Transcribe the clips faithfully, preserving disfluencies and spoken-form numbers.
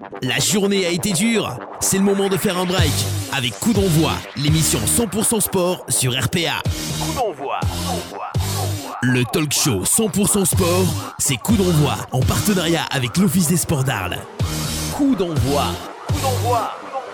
La journée a été dure, c'est le moment de faire un break avec Coup d'envoi, l'émission cent pour cent sport sur R P A. Coup d'envoi. Le talk show cent pour cent sport, c'est Coup d'envoi en partenariat avec l'Office des sports d'Arles. Coup d'envoi. Coup d'envoi.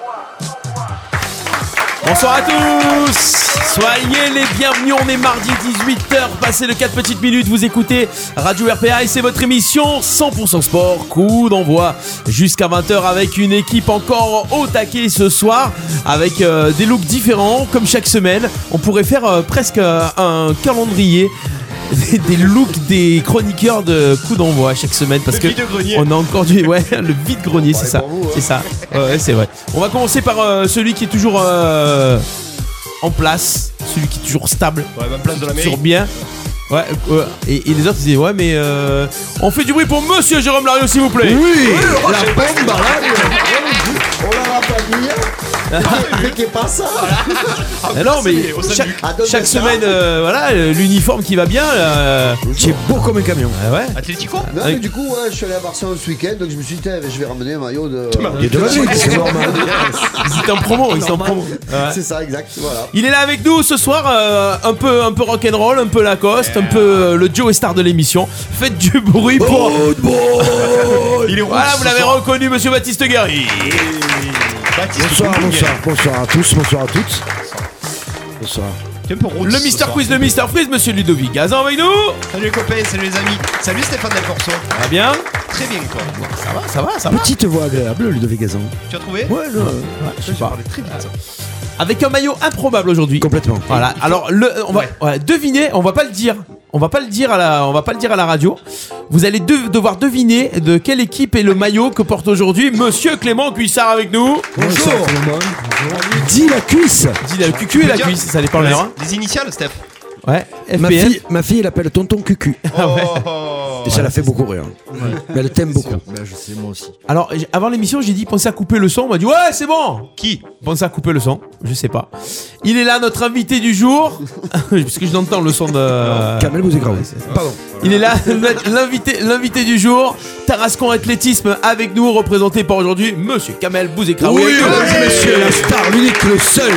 Bonsoir à tous, soyez les bienvenus, on est mardi dix-huit heures, passé de quatre petites minutes, vous écoutez Radio R P A et c'est votre émission cent pour cent sport, Coup d'envoi, jusqu'à vingt heures avec une équipe encore au taquet ce soir, avec euh, des looks différents, comme chaque semaine, on pourrait faire euh, presque euh, un calendrier des, des looks des chroniqueurs de Coup d'envoi chaque semaine parce que on a encore du ouais le vide-grenier, c'est ça, vous, hein. c'est ça, ouais, c'est vrai. On va commencer par euh, celui qui est toujours euh, en place, celui qui est toujours stable, ouais, même place de la toujours bien. Ouais, euh, et, et les autres disaient ouais mais euh, on fait du bruit pour Monsieur Jérôme Larios s'il vous plaît. Oui, oui la bombe là, on l'a pas dit. Mais pas ça. Ah non mais chaque, chaque semaine euh, voilà l'uniforme qui va bien. Euh, c'est beau comme un camion. Ah ouais. Atlético. Non mais du coup ouais, je suis allé à Barcelone ce week-end donc je me suis dit je vais ramener un maillot de. Il est de Madrid, c'est normal. Ils étaient en promo, ils sont en promo. Ouais. C'est ça exact. Voilà. Il est là avec nous ce soir, euh, un peu un peu rock'n'roll, un peu Lacoste, un peu euh, le Joe Star de l'émission. Faites du bruit pour. Il est voilà, vous l'avez reconnu, Monsieur Baptiste Guéry. Bonsoir, bonsoir, bonsoir à tous, bonsoir à toutes. Bonsoir. Le Mister Quiz de Mister Freeze, Monsieur Ludovic Gazan avec nous. Salut les copains, salut les amis. Salut Stéphane Del Corso. Ça va bien? Très bien quoi. Ça va, ça va, ça va. Petite voix agréable, Ludovic Gazan. Tu as trouvé? Ouais, non. Ouais, je sais pas. Très vite. Avec un maillot improbable aujourd'hui. Complètement. Voilà. Alors le, on va ouais, deviner, on va pas le dire. On va pas le dire à la, on va pas le dire à la radio. Vous allez de, devoir deviner de quelle équipe est le maillot que porte aujourd'hui Monsieur Clément Cuissard avec nous. Bonjour. Bonjour. Dis la cuisse. Dis la cucu et la cuisse, ça dépend les, l'heure. Hein. Les initiales, Steph. Ouais. F P N. Ma fille, ma fille, elle appelle tonton Cucu. Oh. Et ça ouais, la fait beaucoup rire. Ouais. Mais elle t'aime beaucoup. Bah, je sais, moi aussi. Alors, avant l'émission, j'ai dit pensez à couper le son. On m'a dit ouais, c'est bon. Qui Pensez à couper le son. Je sais pas. Il est là, notre invité du jour. Parce que je l'entends le son de. Kamel Bouzekra. Pardon. Il est là, l'invité, l'invité du jour. Tarascon Athlétisme avec nous, représenté par aujourd'hui Monsieur Kamel Bouzekra. Oui, oui, monsieur, la star, l'unique, le seul.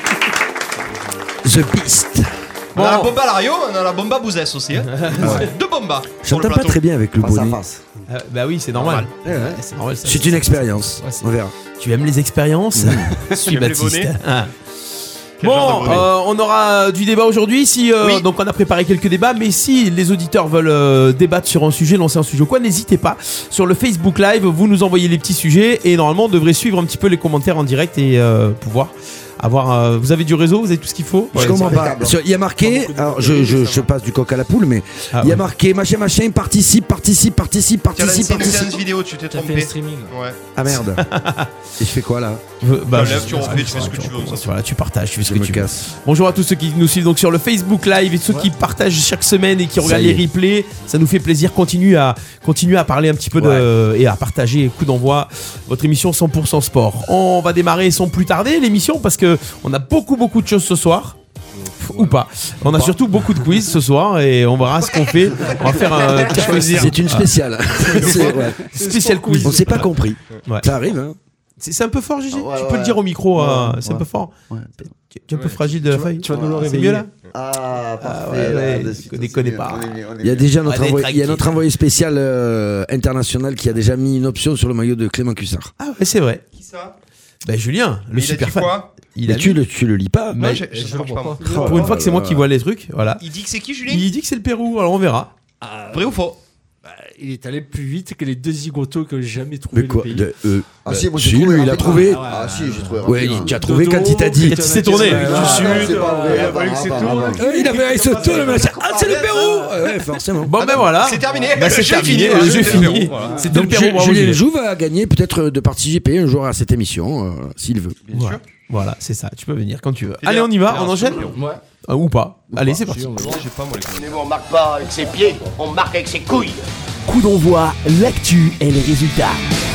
The Beast. On a la bomba Lario, on a la bomba Bouzès aussi. Hein. Ouais. Deux bombas. J'entends pas très bien avec le bonnet. Euh, bah oui, c'est normal. normal. Ouais, ouais. C'est, normal, c'est une expérience. Ouais, on verra. Tu aimes les expériences? Mmh. Suis Baptiste. Ah. Bon, euh, on aura du débat aujourd'hui. Si, euh, oui. Donc on a préparé quelques débats, mais si les auditeurs veulent euh, débattre sur un sujet, lancer un sujet ou quoi, n'hésitez pas. Sur le Facebook Live, vous nous envoyez les petits sujets et normalement on devrait suivre un petit peu les commentaires en direct et euh, pouvoir avoir. Euh, vous avez du réseau, vous avez tout ce qu'il faut. Je ouais, comprends pas. Il y a marqué. Alors je, je, je passe du coq à la poule, mais ah, il y a oui. marqué machin machin participe participe participe participe participe. Une vidéo, tu t'es trompé. Streaming. Ouais. Ah merde. Et je fais quoi là? Bah, lève, tu refais, tu fais ce que tu veux. Voilà, tu partages, tu fais ce que tu veux. Bonjour à tous ceux qui nous suivent donc sur le Facebook Live et ceux ouais. qui partagent chaque semaine et qui regardent les replays. Ça nous fait plaisir. Continue à continuer à parler un petit peu ouais. de et à partager. Coup d'envoi, votre émission cent pour cent sport. On va démarrer sans plus tarder l'émission parce que on a beaucoup beaucoup de choses ce soir. Ou pas. On a surtout beaucoup de quiz ce soir et on verra ce qu'on fait. On va faire un. C'est une spéciale. C'est ouais. Spécial quiz. On s'est pas compris. Ouais. Ça arrive. Hein. C'est, c'est un peu fort, Gigi. Ah ouais, tu peux ouais. le dire au micro. Ouais, euh, c'est ouais. un peu fort. Ouais. Tu es un peu fragile de la feuille. Tu vas nous le réveiller. C'est mieux là. Ah, parfait. Ah ouais, ouais, ouais. Déconnez pas. On est mieux, on est il y a déjà notre Allez, envoyé, il y a notre envoyé spécial euh, international qui a déjà mis une option sur le maillot de Clément Cuissard. Ah ouais, c'est vrai. Qui ça? Ben Julien, le il super a fan. Quoi il a tu, le, tu le lis pas? Non, je, je, je, je pas, pas. Oh, pour une fois que c'est moi qui vois les trucs, voilà. Il dit que c'est qui, Julien? Il dit que c'est le Pérou, alors on verra. Ah, vrai ou faux? Bah, il est allé plus vite que les deux zigotos que j'ai jamais trouvé. Mais quoi le pays. de, euh, Ah si, moi j'ai si, trouvé. lui, il a trouvé. Ah, ah, ah si, j'ai trouvé. Ouais, il t'a trouvé quand il t'a dit. Il s'est tourné. Du sud. Il avait un sauto, le machin. Ah, c'est le Pérou. Ouais, forcément. Bon, ben voilà. C'est terminé. Bah, c'est terminé. Le jeu fini. C'était le Pérou. Julien Jouve va gagner peut-être de participer un jour à cette émission, s'il veut. Bien sûr. Voilà, c'est ça. Tu peux venir quand tu veux. Allez, on y va. On enchaîne. Ouais. Euh, ou pas. Ou Allez, pas. c'est parti. J'ai pas, moi, les on marque pas avec ses pieds, on marque avec ses couilles. Coup d'envoi, l'actu et les résultats.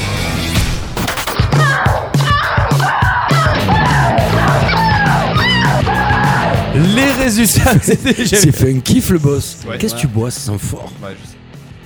Les résultats. C'est fait un kiff le boss. Ouais. Qu'est-ce que ouais. tu bois, ça sent fort. Ouais, je sais.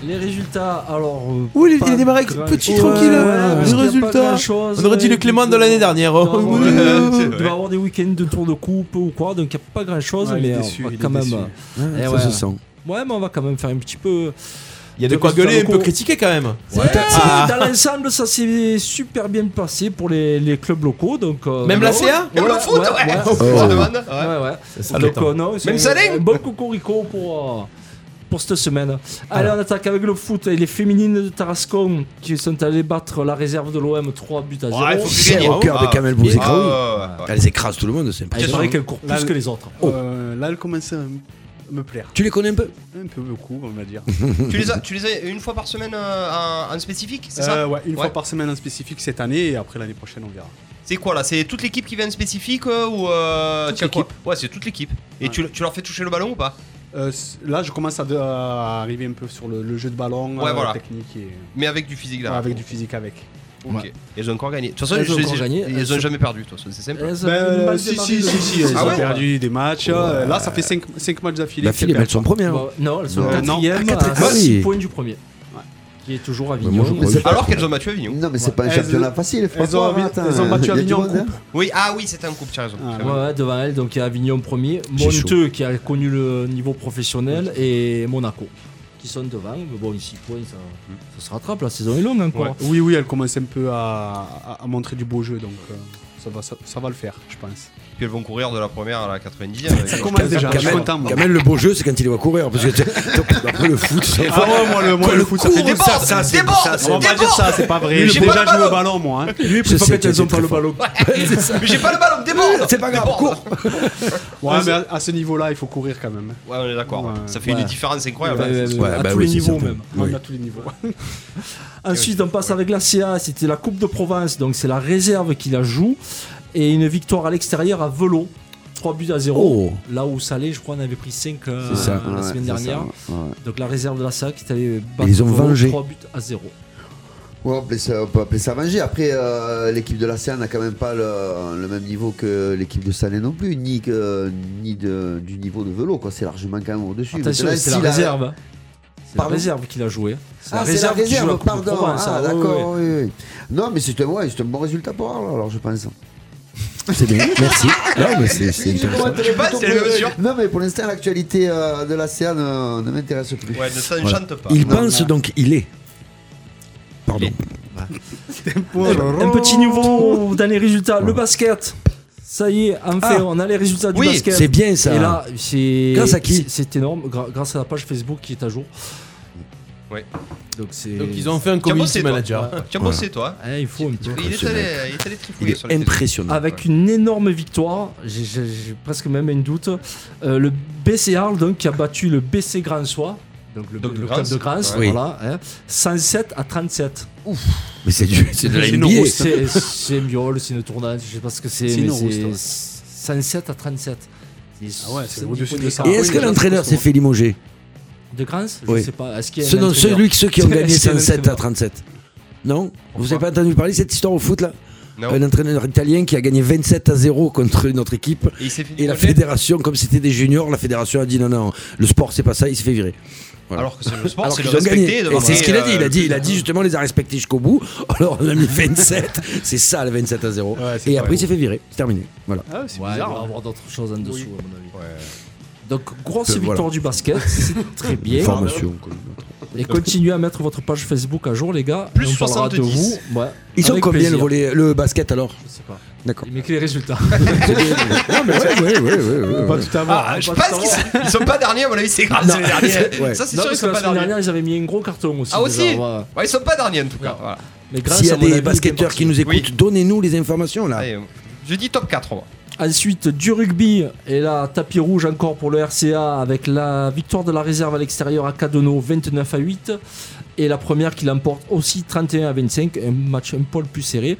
Les résultats, alors. Euh, Oui, il a démarré avec petit tranquille. Ouais, les résultats. On aurait dit le Clément de l'année dernière. Oh. Il ouais, va y avoir des week-ends de tour de coupe ou quoi, donc il n'y a pas grand chose, ouais, mais déçu, on va quand même. Ouais, ça ouais. se sent. Ouais, mais on va quand même faire un petit peu. Il y a de quoi gueuler, un peu critiquer quand même. Ouais. Ah. Dans l'ensemble, ça s'est super bien passé pour les, les clubs locaux. Donc, euh, même la C A Même le foot, ouais. ouais. ouais. ouais. ouais, ouais. Donc, euh, non, même Salin. Un bon cocorico pour, euh, pour cette semaine. Allez, on attaque avec le foot. Et les féminines de Tarascon qui sont allées battre la réserve de l'O M trois buts à zéro. Ouais, c'est au cœur ah. de Kamel Bouzekroui. Ah, ouais. Elles écrasent tout le monde, c'est impressionnant. C'est vrai qu'elles courent plus là, que les autres. Oh. Euh, là, elles commencent à me plaire. Tu les connais un peu? Un peu beaucoup, on va dire. tu, les as, tu les as une fois par semaine euh, en, en spécifique, c'est euh, ça? Ouais, une ouais. fois par semaine en spécifique cette année et après l'année prochaine on verra. C'est quoi là? C'est toute l'équipe qui vient en spécifique euh, ou euh, toute l'équipe? Ouais, c'est toute l'équipe. Et ouais. tu, tu leur fais toucher le ballon ou pas? euh, Là, je commence à, de, à arriver un peu sur le, le jeu de ballon, ouais, euh, voilà. technique. Et... Mais avec du physique là. Ouais, avec du physique avec. Ok. Ouais. Ils ont encore gagné. De toute façon, elles je, ont, je, gagné. Ils ont jamais perdu, de toute façon, c'est simple. Ben, euh, si, si, si, si, elles ah ont ouais perdu des matchs. Ouais. Là, ça fait cinq matchs d'affilée. D'affilée, mais elles sont premières. Bah, non, elles sont quatrième à six points du premier. Qui est toujours à Avignon. Alors qu'elles ont battu Avignon. Non, mais c'est pas un championnat facile. Elles ont battu Avignon en coupe. Oui, ah oui, c'était en coupe, tu as raison. Ouais, devant elles, donc il y a Avignon premier, Monteux qui a connu le niveau professionnel et Monaco qui sont devant. Mais bon, ici, points, ça, ça se rattrape, la saison est longue encore. Ouais. Oui, oui, elle commence un peu à, à, à montrer du beau jeu, donc euh, ça, va, ça, ça va le faire, je pense. Puis elles vont courir de la première à la quatre-vingt-dixième. Ça commence déjà, je suis content. Kamel, le beau jeu, c'est quand il va courir. Parce que après le foot, ça ah ouais, moi le, moi, le, le foot, ça fait des ça, ça, c'est bon. On va pas dire ça, c'est pas vrai. J'ai déjà joué au ballon, moi. Lui, il préfère qu'elles ont pas le ballon. Mais j'ai pas le ballon, déborde. C'est pas grave, cours. Ouais, mais à ce niveau-là, il faut courir quand même. Ouais, on est d'accord. Ça fait une différence incroyable. À tous les niveaux même. À tous les niveaux. Ensuite, on passe avec la C A. C'était la Coupe de Provence, donc c'est la réserve qui la joue. Et une victoire à l'extérieur à Velot. trois buts à zéro. Oh. Là où Salé, je crois, on avait pris cinq euh, la ouais, semaine dernière. Ça, ouais. Donc la réserve de la S A qui est allée battre ils ont vengé. trois buts à zéro. Ouais, on, ça, on peut appeler ça venger. Après, euh, l'équipe de la C A n'a quand même pas le, le même niveau que l'équipe de Salé non plus, ni, que, ni de, du niveau de Velot. C'est largement quand même au-dessus. Attention, c'est la, la réserve. C'est la réserve qu'il a joué. C'est ah, la réserve, la réserve qui pardon. Provence, ah, d'accord, oui, oui. Non, mais c'est ouais, un bon résultat pour Arles, alors je pense. C'est bien, merci. Non, mais c'est, c'est intéressant. Je sais pas, c'est la mesure. Non, mais pour l'instant, l'actualité euh, de la C A ne, ne m'intéresse plus. Ouais, ne s'enchante voilà. pas. Il non, pense non. donc il est. Pardon. Un petit niveau dans les résultats. Le basket. Ça y est, enfin, ah. on a les résultats du oui, basket. C'est bien ça. Et là, c'est. Grâce à qui c'est, c'est énorme, gra- grâce à la page Facebook qui est à jour. Ouais. Donc, c'est... Donc ils ont fait un community manager. Tu as bossé toi. Ouais, il faut un petit peu. Il est allé, il est allé trifouiller il est sur les impressionnant. Avec ouais. une énorme victoire, j'ai, j'ai, j'ai presque même un doute. Euh, le B C Arles donc qui a battu le B C Gransois, donc le, donc le club de Grance, ouais. voilà, hein, cent sept à trente-sept. Ouf. Mais c'est du, c'est de la N B A. C'est, c'est une viole, c'est une tournade, je sais pas ce que c'est, c'est mais c'est cent sept à trente-sept. C'est, ah ouais, c'est, c'est au-dessus de ça. Et est-ce que l'entraîneur s'est fait limoger? De Grance, je oui. sais pas. Est-ce qu'il y a Ce non, celui ceux qui ont gagné cent sept à trente-sept. Non? Vous n'avez pas entendu parler de cette histoire au foot là? Non. Un entraîneur italien qui a gagné vingt-sept à zéro contre une autre équipe. Et, et la fédération, comme c'était des juniors, la fédération a dit non, non, le sport c'est pas ça, il s'est fait virer. Voilà. Alors que c'est le sport, alors c'est le respecter. Et c'est ce qu'il a dit. Il a dit, il a dit justement, on les a respectés jusqu'au bout. Alors on a mis vingt-sept. C'est ça le vingt-sept à zéro. Ouais, et après il s'est fait virer. C'est terminé. Voilà. Ah ouais, c'est ouais, bizarre. Il va y avoir d'autres choses en dessous, oui. à mon avis. Ouais. Donc, grosse euh, victoire voilà. du basket, c'est très bien. Formation. Et continuez à mettre votre page Facebook à jour, les gars. Plus on parlera de vous. Ouais, ils sont combien le, volet, le basket alors? Je sais pas. D'accord. Mais quels les résultats? Non, mais ouais, ouais, ouais, ouais, ouais. Pas tout à voir. Ah, je pense qu'ils sont, ils sont pas derniers, à mon avis, c'est grave. C'est les derniers. Ouais. Ça, c'est non, sûr qu'ils sont pas derniers. La dernière, ils avaient mis un gros carton aussi. Ah, aussi déjà, ouais. Ouais, ils sont pas derniers en tout cas. Voilà. Mais s'il y a des basketteurs qui nous écoutent, oui. donnez-nous les informations là. Allez, je dis top quatre, moi. Ensuite, du rugby, et là, tapis rouge encore pour le R C A avec la victoire de la réserve à l'extérieur à Cadonneau, vingt-neuf à huit. Et la première qui l'emporte aussi trente et un à vingt-cinq, un match un poil plus serré.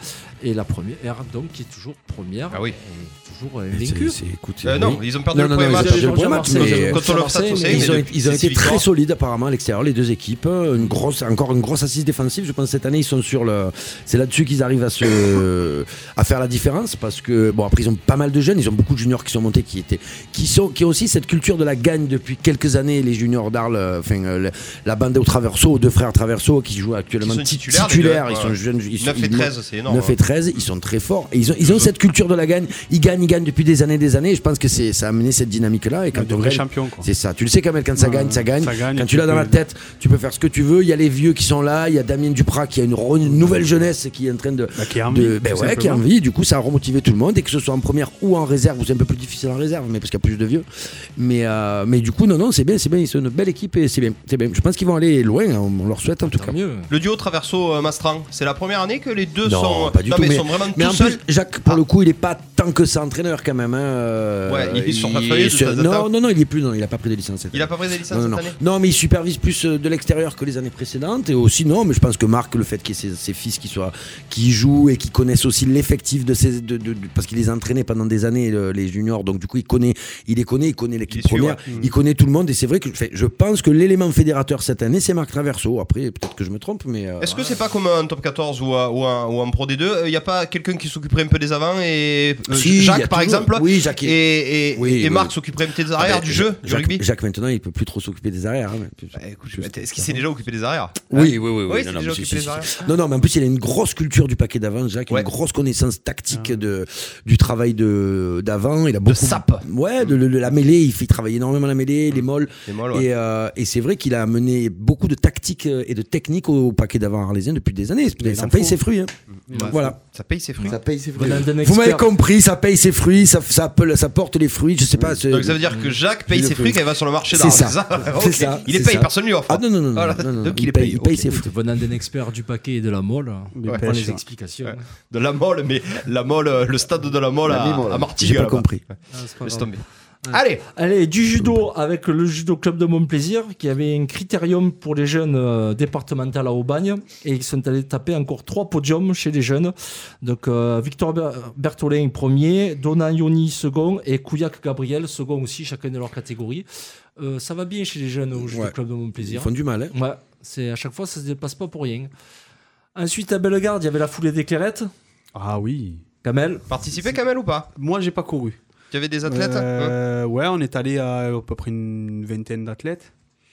Et la première, donc, qui est toujours première. Ah oui. Et toujours invaincue. Euh, non, ils ont perdu non, le premier non, match. Ils ont perdu le match, mais contre le Stade Toulousain. Ils ont, ils ont été très solides apparemment à l'extérieur, les deux équipes. Une grosse, encore une grosse assise défensive. Je pense que cette année, ils sont sur le. C'est là-dessus qu'ils arrivent à se, à faire la différence parce que bon, après ils ont pas mal de jeunes, ils ont beaucoup de juniors qui sont montés, qui étaient, qui sont, qui ont aussi cette culture de la gagne depuis quelques années. Les juniors d'Arles, enfin euh, la bande au Traverso, deux frères Traverso qui jouent actuellement sont titulaires. titulaires, Ils ouais. sont jeunes. Ils neuf et treize, c'est énorme. neuf et treize, ils sont très forts. Et ils ont, ils ont cette culture de la gagne. Ils gagnent, ils gagnent depuis des années, des années. Et je pense que c'est, ça a amené cette dynamique-là. Et quand de on vrais gagne, champions, quoi. c'est ça. Tu le sais, Kamel, quand ça Ouais, gagne, ça gagne. ça gagne, Quand et tu l'as tu dans peux- la tête, tu peux faire ce que tu veux. Il y a les vieux qui sont là. Il y a Damien Duprat qui a une, re- une nouvelle jeunesse qui est en train de. Bah, qui a de envie, ben tout ouais, qui a simplement. envie. Du coup, ça a remotivé tout le monde. Et que ce soit en première ou en réserve, ou c'est un peu plus difficile en réserve, mais parce qu'il y a plus de vieux. Mais, euh, mais du coup, non, non, c'est bien, c'est bien. Ils sont une belle équipe et c'est bien. C'est bien. Je pense qu'ils vont aller loin. On, on leur souhaite en tout Tant cas. mieux. Le duo Traverso-Mastran, c'est la première année que les deux Non, sont. pas du non, tout, mais mais- ils sont vraiment Mais tout en seuls. plus, Jacques, pour le coup, il est pas tant que ça entraîneur quand même. Hein. euh, Ouais, il est sur la feuille de sur- temps en Non, temps. non, non, il est plus. Non, il a pas pris de licence. cette Il a année. pas pris des licences Non, non, cette non. année Non, mais il supervise plus euh, de l'extérieur que les années précédentes. Et aussi, non, mais je pense que Marc, le fait qu'il y ait ses, ses fils qui, soient, qui jouent et qui connaissent aussi l'effectif de ces. De, de- de- parce qu'il les a entraînés pendant des années, le- les juniors. Donc, du coup, il connaît, il les connaît, il connaît l'équipe Il est sûr, première, ouais. il connaît tout le monde. Et c'est vrai que fait, je pense que l'élément fédérateur cette année, c'est Marc Traverso. Après, peut-être que je me trompe, mais. euh, Est-ce que c'est pas comme un top quatorze ou un, ou un, ou un Pro D deux? Il n'y a pas quelqu'un qui s'occuperait un peu des avants et euh, Si, il y Jacques a par toujours- exemple oui, Jacques et, est- et, Oui, et oui. Marc s'occuperait peut-être des Ah arrières ben, du jeu, Jacques, du rugby. Jacques, maintenant, il peut plus trop s'occuper des arrières. hein, mais- Bah, écoute, est-ce qu'il s'est déjà occupé des arrières? Oui, oui, oui. oui, Oui, non, c'est non, déjà mais si, occupé si, des si. arrières. Non, non, mais en plus, il a une grosse culture du paquet d'avant, Jacques, Ouais. une grosse connaissance tactique de, du travail de, d'avant. Il a beaucoup. sape. Ouais, de, de- de la mêlée. Il fait travailler énormément la mêlée, les molles. Les molles, ouais. Et, euh, et c'est vrai qu'il a amené beaucoup de tactique et de technique au paquet d'avant arlésien depuis des années. il Ça en paye faut. ses fruits. hein. Ouais. Voilà. Ça paye ses fruits. Ça paye ses fruits. Venant d'un Vous m'avez expert- compris, ça paye ses fruits, ça, ça, peut- ça porte les fruits, je sais pas. c'est- Donc ça veut dire que Jacques paye Le ses fruit. fruits quand il va sur le marché C'est d'art. ça. C'est Ok. ça, Il est c'est payé, ça. personne lui offre. Ah non, non, non, non, Voilà. non, non, Donc il il est paye, payé. il paye ok. ses fruits. Venant d'un expert du paquet et de la molle, Mais on pêche, prend les ça. explications. Ouais. De la molle, mais la molle, euh, le stade de la molle La à, mi-molle. à Martigues. J'ai pas là-bas. compris. Ah, c'est pas Laisse grave. tomber. Allez, Allez, du judo avec le judo club de Montplaisir qui avait un critérium pour les jeunes euh, départemental à Aubagne et ils sont allés taper encore trois podiums chez les jeunes. Donc euh, Victor Ber- Bertolin premier, Dona Ioni second et Couillac Gabriel second aussi, chacun de leur catégorie. Euh, ça va bien chez les jeunes au judo Ouais. club de Ils Montplaisir. font du mal. Hein. Ouais, c'est à chaque fois ça se dépasse pas pour rien. Ensuite à Bellegarde, il y avait la foulée des clairettes. Ah oui. Kamel. participez Kamel ou pas? Moi, j'ai pas couru. Tu avais des athlètes? Euh, Ouais, on est allé à à peu près une vingtaine d'athlètes.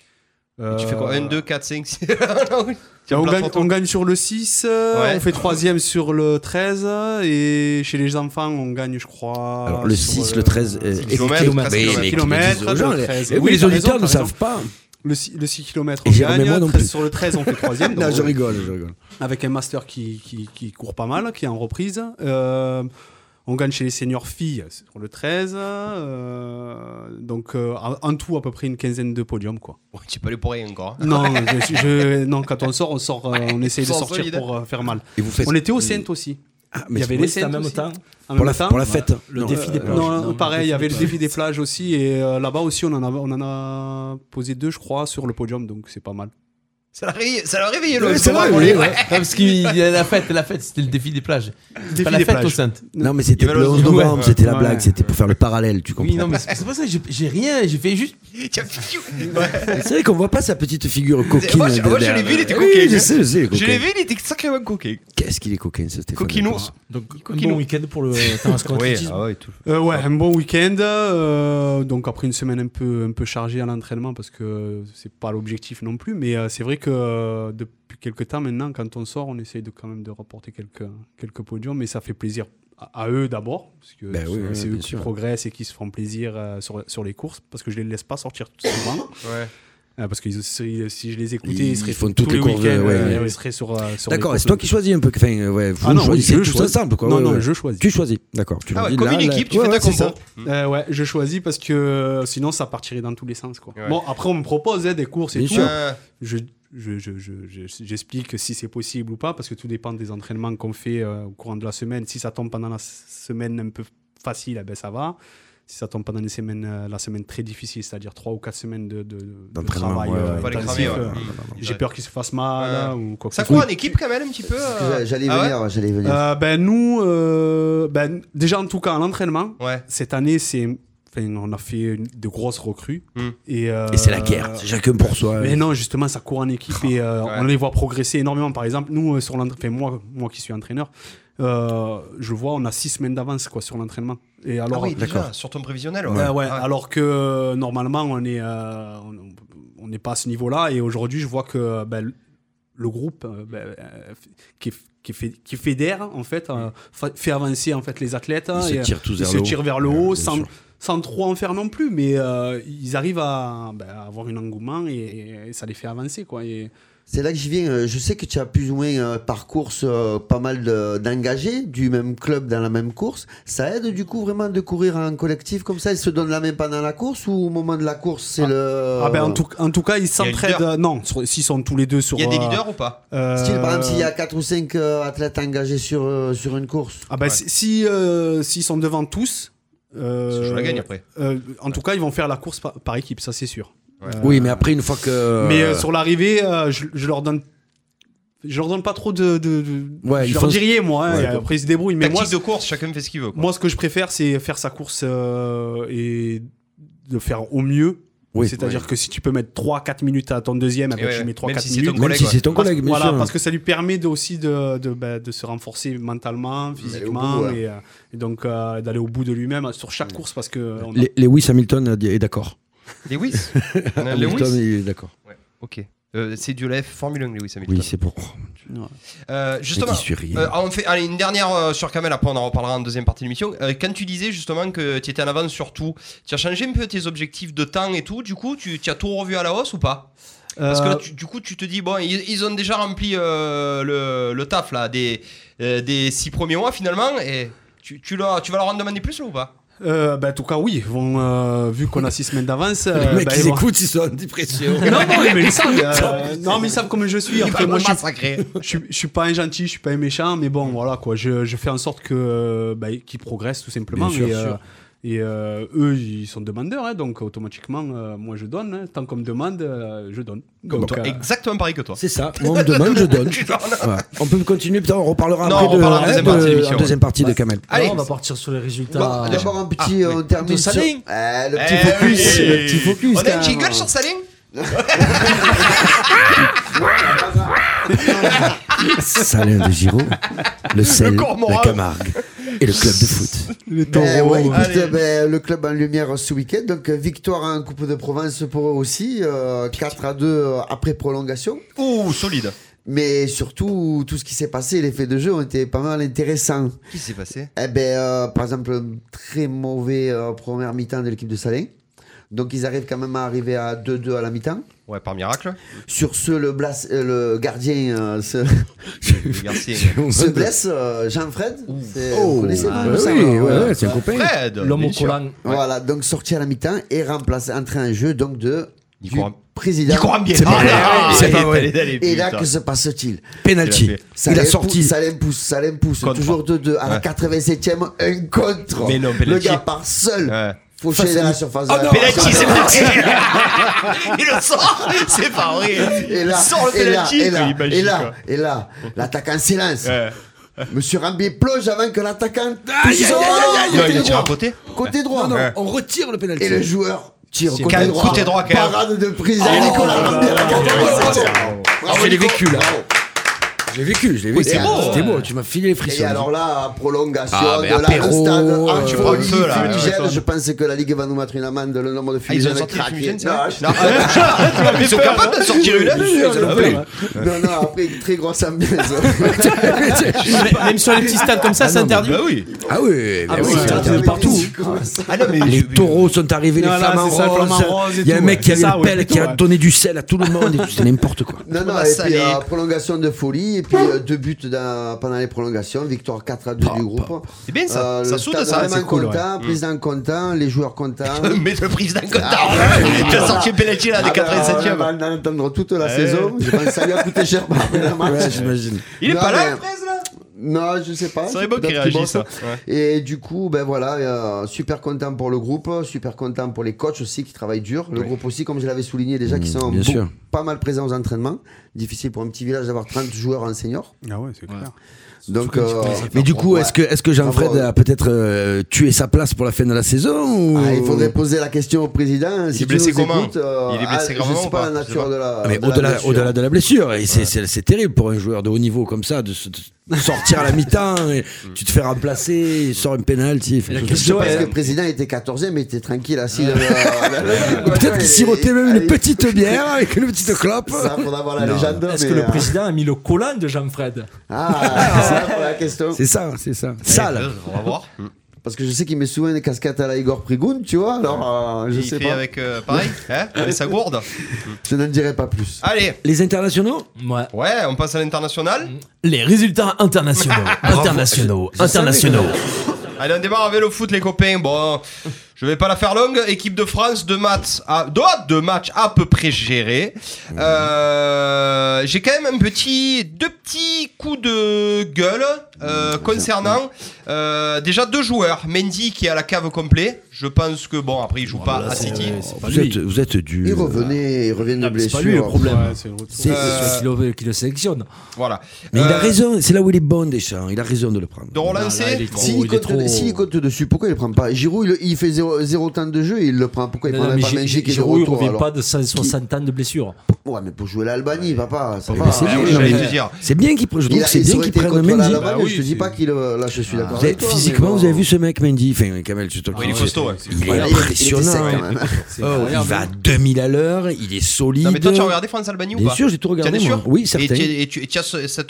Et tu fais quoi? un, deux, quatre, cinq, six On gagne, on gagne sur le six, euh, Ouais. on fait troisième sur le treize, et chez les enfants, on gagne, je crois. Alors, le sur, six, euh, le treize, euh, six et- kilomètres, et- treize mais- kilomètres. mais qui kilomètres, le disent aux gens, le les- treize. eh oui, Oui, les t'as raison, auditeurs t'as ne raison. savent pas. Le, six- le six kilomètres, Et on Jérôme et moi gagne. non treize plus. sur le treize, on fait troisième. Non, donc, je rigole, je rigole. avec un master qui, qui, qui court pas mal, qui est en reprise. Euh, on gagne chez les seniors filles sur le treize. euh, donc euh, en en tout, à peu près une quinzaine de podiums. Quoi. Ouais, tu peux aller pour rien encore. hein. Non, je, je- non, quand on sort, on, sort, euh, on essaye de Sans sortir solide. pour euh, faire mal. Et vous faites. On était au Saint aussi. Ah, Il mais y avait c'est- les C'était en Saints même aussi. temps. En pour même la, temps. pour la fête. Le Non, défi euh, des plages. Non, Non, pareil, il y avait le défi des défi des plages aussi. Et euh, là-bas aussi, on en, a, on en a posé deux, je crois, sur le podium. Donc c'est pas mal. Ça l'a réveillé, ça l'a réveillé, Ouais, le ça l'a sauvage, réveillé, ouais. Ouais, parce que la fête, la fête, c'était le défi des plages. Défi Pas la des fête plages. au Sainte. Non, mais c'était Il y avait le le onze zoom, novembre, ouais. c'était la Ouais. blague, c'était pour faire le parallèle, tu comprends. Oui, non, mais c'est c'est pour ça que j'ai- j'ai rien, j'ai fait juste. Tiens, C'est vrai qu'on voit pas sa petite figure coquine. Moi, je- moi, je derrière. l'ai vu, il était Oui, coquin. je sais, je sais. Je coquin. l'ai vu, il était sacrément coquin. Qu'est-ce qu'il est coquin, ce Stéphane. Coquinours. Donc un Coquino. bon week-end pour le Tarascon Oui, athlétisme. ah ouais, tout. Euh, ouais, un bon week-end. euh, donc après une semaine un peu, un peu chargée à l'entraînement parce que c'est pas l'objectif non plus. Mais euh, c'est vrai que euh, depuis quelques temps maintenant, quand on sort, on essaye de quand même de rapporter quelques, quelques podiums. Mais ça fait plaisir à, à eux d'abord parce que Ben oui, c'est oui, c'est eux bien qui sûr. progressent et qui se font plaisir euh, sur, sur les courses parce que je les laisse pas sortir souvent. Ouais. Euh, parce que si, si je les écoutais, Ils ils, seraient font tous toutes les les courses, week-ends. ouais, euh, ouais. Ils seraient sur, euh, sur D'accord, les et c'est toi qui choisis un peu. Enfin, ouais, vous Ah non, choisissez je tous choisis. ensemble, quoi. Non, ouais, non, ouais. je choisis. Tu choisis, d'accord. Tu Ah leur ouais, dis, comme là, une là, équipe, tu ouais, fais ouais, ta c'est compo. ça. Euh, ouais, je choisis parce que euh, sinon ça partirait dans tous les sens. Quoi. Ouais. Bon, après on me propose hein, des courses et Bien tout. sûr. Euh, Je, je, je, je- je- j'explique si c'est possible ou pas parce que tout dépend des entraînements qu'on fait euh, au courant de la semaine. Si ça tombe pendant la s- semaine un peu facile, eh ben ça va. si ça tombe pendant les semaines, euh, la semaine très difficile, c'est-à-dire trois ou quatre semaines de, de, de ouais, travail ouais, euh, ouais. intensif, Cramer, ouais. euh, j'ai peur qu'il se fasse mal Ouais. hein, ou quoi que Ça ce soit. court en équipe quand même un petit peu. euh... J'allais Ah ouais venir, j'allais venir. Euh, ben nous, euh, ben, déjà en tout cas à l'entraînement, Ouais. cette année, c'est, enfin, on a fait une- de grosses recrues. Mm. Et, euh, Et c'est la guerre, c'est chacun pour soi. Mais non, justement, ça court en équipe et euh, Ouais. on les voit progresser énormément. Par exemple, nous, euh, sur l'entra- enfin, moi, moi qui suis entraîneur, euh, je vois, on a six semaines d'avance quoi, sur l'entraînement. Et Ah alors, oui, déjà, sur ton prévisionnel. Euh, Ouais. ouais, Ouais. alors que euh, normalement, on est, euh, on n'est pas à ce niveau-là. Et aujourd'hui, je vois que ben, le groupe euh, ben, euh, qui, qui, fait, qui fédère, en fait, euh, fa- fait avancer en fait, les athlètes. Ils se et, tirent tous ils vers se le haut. tirent vers le Ouais, haut bien sans, sûr. sans trop en faire non plus. Mais euh, ils arrivent à, ben, à avoir un engouement et, et ça les fait avancer. Quoi, et, C'est là que j'y viens. euh, Je sais que tu as plus ou moins euh, par course euh, pas mal de- d'engagés du même club dans la même course. Ça aide du coup vraiment de courir en collectif comme ça. Ils se donnent la main pendant la course ou au moment de la course c'est Ah. le. Ah ben, en, tout, en tout cas, ils un s'entraident. leader. euh, non, sur- s'ils sont tous les deux sur. Il y a des euh, leaders ou pas euh, Style, par exemple, s'il y a quatre ou cinq euh, athlètes engagés sur, euh, sur une course. Ah ben, Ouais. si, si, euh, s'ils sont devant tous. euh, Je la gagne après. euh, en tout cas, ils vont faire la course par, par équipe, ça c'est sûr. Ouais. Euh, Oui, mais après, une fois que. mais euh, sur l'arrivée, euh, je, je leur donne. Je leur donne pas trop de. de, de- Ouais, je ils leur font- dis rien, moi. hein, Ouais, et après, ils se débrouillent. Mais Tactique moi, de course, chacun fait ce qu'il veut. Quoi. moi, ce que je préfère, c'est faire sa course euh, et de faire au mieux. Oui. C'est-à-dire que si tu peux mettre trois à quatre minutes à ton deuxième, eh ben, Et ouais, tu mets trois à même quatre si c'est minutes. ton Même collègue, si ouais. c'est ton Parce- collègue, bien voilà, sûr. parce que ça lui permet de, aussi de, de, bah, de se renforcer mentalement, physiquement, bout, ouais. et, euh, et donc euh, d'aller au bout de lui-même sur chaque course parce que on a- Les- Lewis Hamilton a dit- est d'accord. Lewis On a Hamilton, Lewis il est d'accord. Ouais, ok. Euh, c'est du F Formule un, Lewis Hamilton. Oui, c'est pour. Euh, justement, Mais qui suis rien. euh, on fait allez, une dernière euh, sur Kamel, après on en reparlera en deuxième partie de l'émission. Euh, quand tu disais justement que tu étais en avance sur tout, tu as changé un peu tes objectifs de temps et tout, du coup, tu, tu as tout revu à la hausse ou pas? Parce que là, tu- du coup, tu te dis, bon, ils, ils ont déjà rempli euh, le, le taf là, des, euh, des six premiers mois finalement, et tu, tu, leur, tu vas leur en demander plus là ou pas? Euh, bah, en tout cas, oui. Ils vont, euh, vu qu'on a six semaines d'avance. Les euh, mecs, bah, ils ils vont- écoutent, ils sont en dépression. non, non, mais ils savent. euh, non, mais ils savent comment je suis. Après, moi, je suis, massacrer. je, suis, je suis pas un gentil, je suis pas un méchant, mais bon, voilà quoi. Je, je fais en sorte que euh, bah, qu'ils progressent tout simplement. Bien sûr, et euh, sûr. et euh, eux, ils sont demandeurs, hein, donc automatiquement, euh, moi, je donne. Hein, tant qu'on me demande, euh, je donne. Comme Donc, toi, euh, exactement pareil que toi. C'est ça. Moi, on me demande, je donne. Tu donnes. Ouais. On peut continuer, putain, on reparlera Non, après on de, reparlera en deuxième de- partie de l'émission, en deuxième partie de Kamel. Allez. Alors, on va partir sur les résultats. Bon, D'abord un petit, Ah, euh, on oui. termine De sur- Salin. Eh, le petit Eh focus, oui. le petit focus. On a quand un même. jingle sur Salin? Salin de Giraud, le sel, Cormoran. la Camargue et le club de foot. Ben ouais, écoute, Allez. ben, le club en lumière ce week-end, donc euh, victoire en Coupe de Provence pour eux aussi, euh, quatre à deux euh, après prolongation. Ouh, solide. Mais surtout, tout ce qui s'est passé, les faits de jeu ont été pas mal intéressants. Qu'est-ce qui s'est passé? Eh ben, euh, par exemple, un très mauvais euh, première mi-temps de l'équipe de Salin. Donc ils arrivent quand même à arriver à deux deux à la mi-temps. Ouais, par miracle. Sur ce, le, Blas- euh, le gardien euh, se, Le Garcia. se blesse, euh, Jean-Fred. C'est- Oh, vous connaissez ah, vous, oui, ça, oui, alors, ouais, euh, ouais, c'est un copain. Fred. L'homme au bien sûr. collant. Voilà, donc sorti à la mi-temps et remplacé, entré en jeu donc de Nico du Ram- président. Nico Rambier. C'est pas vrai. Ah, C'est pas allez, vrai. allez, allez, Et là, putain. que se passe-t-il? Penalty. Il a fait. Il a Salem sorti. pousse, Salem pousse, Salem pousse. Contre. Toujours deux deux. À la Ouais. quatre-vingt-septième, un contre. Mais non, le penalty. gars part seul. Ouais. Fauché Face- dans la surface de Oh la non, Penalty, surface. c'est parti. Il le sort. C'est pas vrai. Et là, Il sort le et là, penalty. et là, il est magique, et là, quoi. et là, l'attaquant s'élance. Ouais. Monsieur Rambier plonge avant que l'attaquant Aïe, touche aïe, son- aïe, aïe, aïe, Non, côté il a tiré à droit. côté. Côté droit. Non, non, Ouais. on retire le penalty. Et le joueur tire C'est côté quand même droit. côté droit, quand même. Parade de prise à Oh, Nicolas Rambier à la quatre-vingt-septième. Bravo, Je l'ai Nico. vécu, là. Bravo. Je l'ai vécu, je l'ai Oui, vécu. c'est beau. C'était beau, tu m'as filé les Et frissons. alors là, prolongation Ah, mais de la apéro, le stade euh, en tu prends le folie feu, là, fumigène. ouais. Je pense que la Ligue va nous mettre une amende. Le nombre de Ah, ils ont fumigènes sorti les craqués. fumigènes, c'est Non, vrai je- Non, ah, ils sont capables de sortir une Bien sûr, Ah, oui. oui. Non, non, après, très grosse ambiance. Même sur les petits stades comme ça, c'est interdit. Bah oui. Ah oui, Ah mais oui, oui, c'est c'est interdit partout. Ah non, mais Les taureaux sont arrivés, les Voilà, flamants c'est ça, le flamant roses. rose et Il y a un tout, mec ouais. qui a C'est eu ça, une ouais, pelle plutôt, qui a ouais. donné du sel à tout le monde. et C'est n'importe quoi. Non, non, On a et puis salé. euh, prolongation de folie. Et puis euh, deux buts dans- pendant les prolongations. Victoire quatre à deux du groupe. C'est bien ça. Euh, Ça le soude stade ça. vraiment C'est cool. content, ouais. président content, les joueurs contents. Mais le président content. Ah, ouais. Tu as sorti le penalty là des Ah ben, quatre-vingt-septième. on va en entendre toute la Ouais. saison. Je pense que ça lui a coûté cher par rapport à la match. Ouais, j'imagine. Il est Non, pas là, mais- le fraise là? Non, je sais pas. C'est vrai bon qu'il réagit ça. Ouais. Et du coup, ben voilà, euh, super content pour le groupe, super content pour les coachs aussi qui travaillent dur. Le oui. groupe aussi, comme je l'avais souligné déjà, mmh, qui sont beau, pas mal présents aux entraînements. Difficile pour un petit village d'avoir trente joueurs en senior. Ah ouais, c'est clair. Ouais. Donc, euh, mais du coup, ouais. est-ce que, est-ce que Jean-Fred a peut-être euh, tué sa place pour la fin de la saison ou... ah, il faudrait poser la question au président. Il si est blessé comment écoutes, euh, Il est blessé ah, gravement. Je sais pas la nature de la. Ah, mais de au-delà, la blessure. au-delà de la blessure, et c'est, ouais. c'est, c'est terrible pour un joueur de haut niveau comme ça de se. Sortir à la mi-temps, et tu te fais remplacer, il sort un penalty. La question parce que le président était quatorzième, mais il était tranquille assis. Ouais. Le... Peut-être qu'il sirotait même une petite bière avec une petite clope. Ça, faudra voir la non. légende. Est-ce que le président a mis le collant de Jean-Fred? Ah, c'est ça pour la question. C'est ça, c'est ça. Sale. On va voir. Parce que je sais qu'il met souvent des casquettes à la Igor Prigoun, tu vois. Alors, euh, je il sais fait pas. avec euh, pareil, hein, avec sa gourde. Je n'en dirai pas plus. Allez, les internationaux. Ouais. Ouais, on passe à l'international. Les résultats internationaux, internationaux, je, je internationaux. Allez, on démarre avec le foot, les copains. Bon, je vais pas la faire longue. Équipe de France, deux matchs à, deux, deux matchs à peu près gérés. Euh, j'ai quand même un petit, deux petits coups de gueule euh, concernant euh, déjà deux joueurs. Mendy qui est à la cave complet. Je pense que bon, après il joue voilà, pas à City. C'est, c'est vous, êtes, vous êtes dur. Il revenait, il revient de blessure. C'est pas lui le problème. Ouais, c'est c'est, euh, c'est celui qui le, qui le sélectionne. Voilà. Mais euh, il a raison. C'est là où il est bon, Deschamps. Il a raison de le prendre. De relancer. Ah, là, trop, s'il, compte, trop... s'il compte dessus, pourquoi il le prend pas? Giroud, il, il fait zéro, zéro temps de jeu et il le prend. Pourquoi il non, prend non, pas Mendy qui est de Giroud, retour? Il revient pas de cent soixante ans de blessure. Ouais, mais pour jouer l'Albanie, papa. C'est, bien, c'est, bien, j'allais te dire. C'est bien qu'il prenne. Je trouve que c'est bien qu'il prenne Mendy. Bah oui, je te dis pas qu'il. Là, je suis d'accord. Physiquement, vous avez vu ce mec Mendy? Enfin, Kamel, c'est toi. Il est costaud. Il est impressionnant. Il va à deux mille à l'heure. Il est solide. Non, mais toi, tu as regardé France-Albanie ou pas? Bien sûr, j'ai tout regardé. T'es sûr? Oui, certain. Et tu as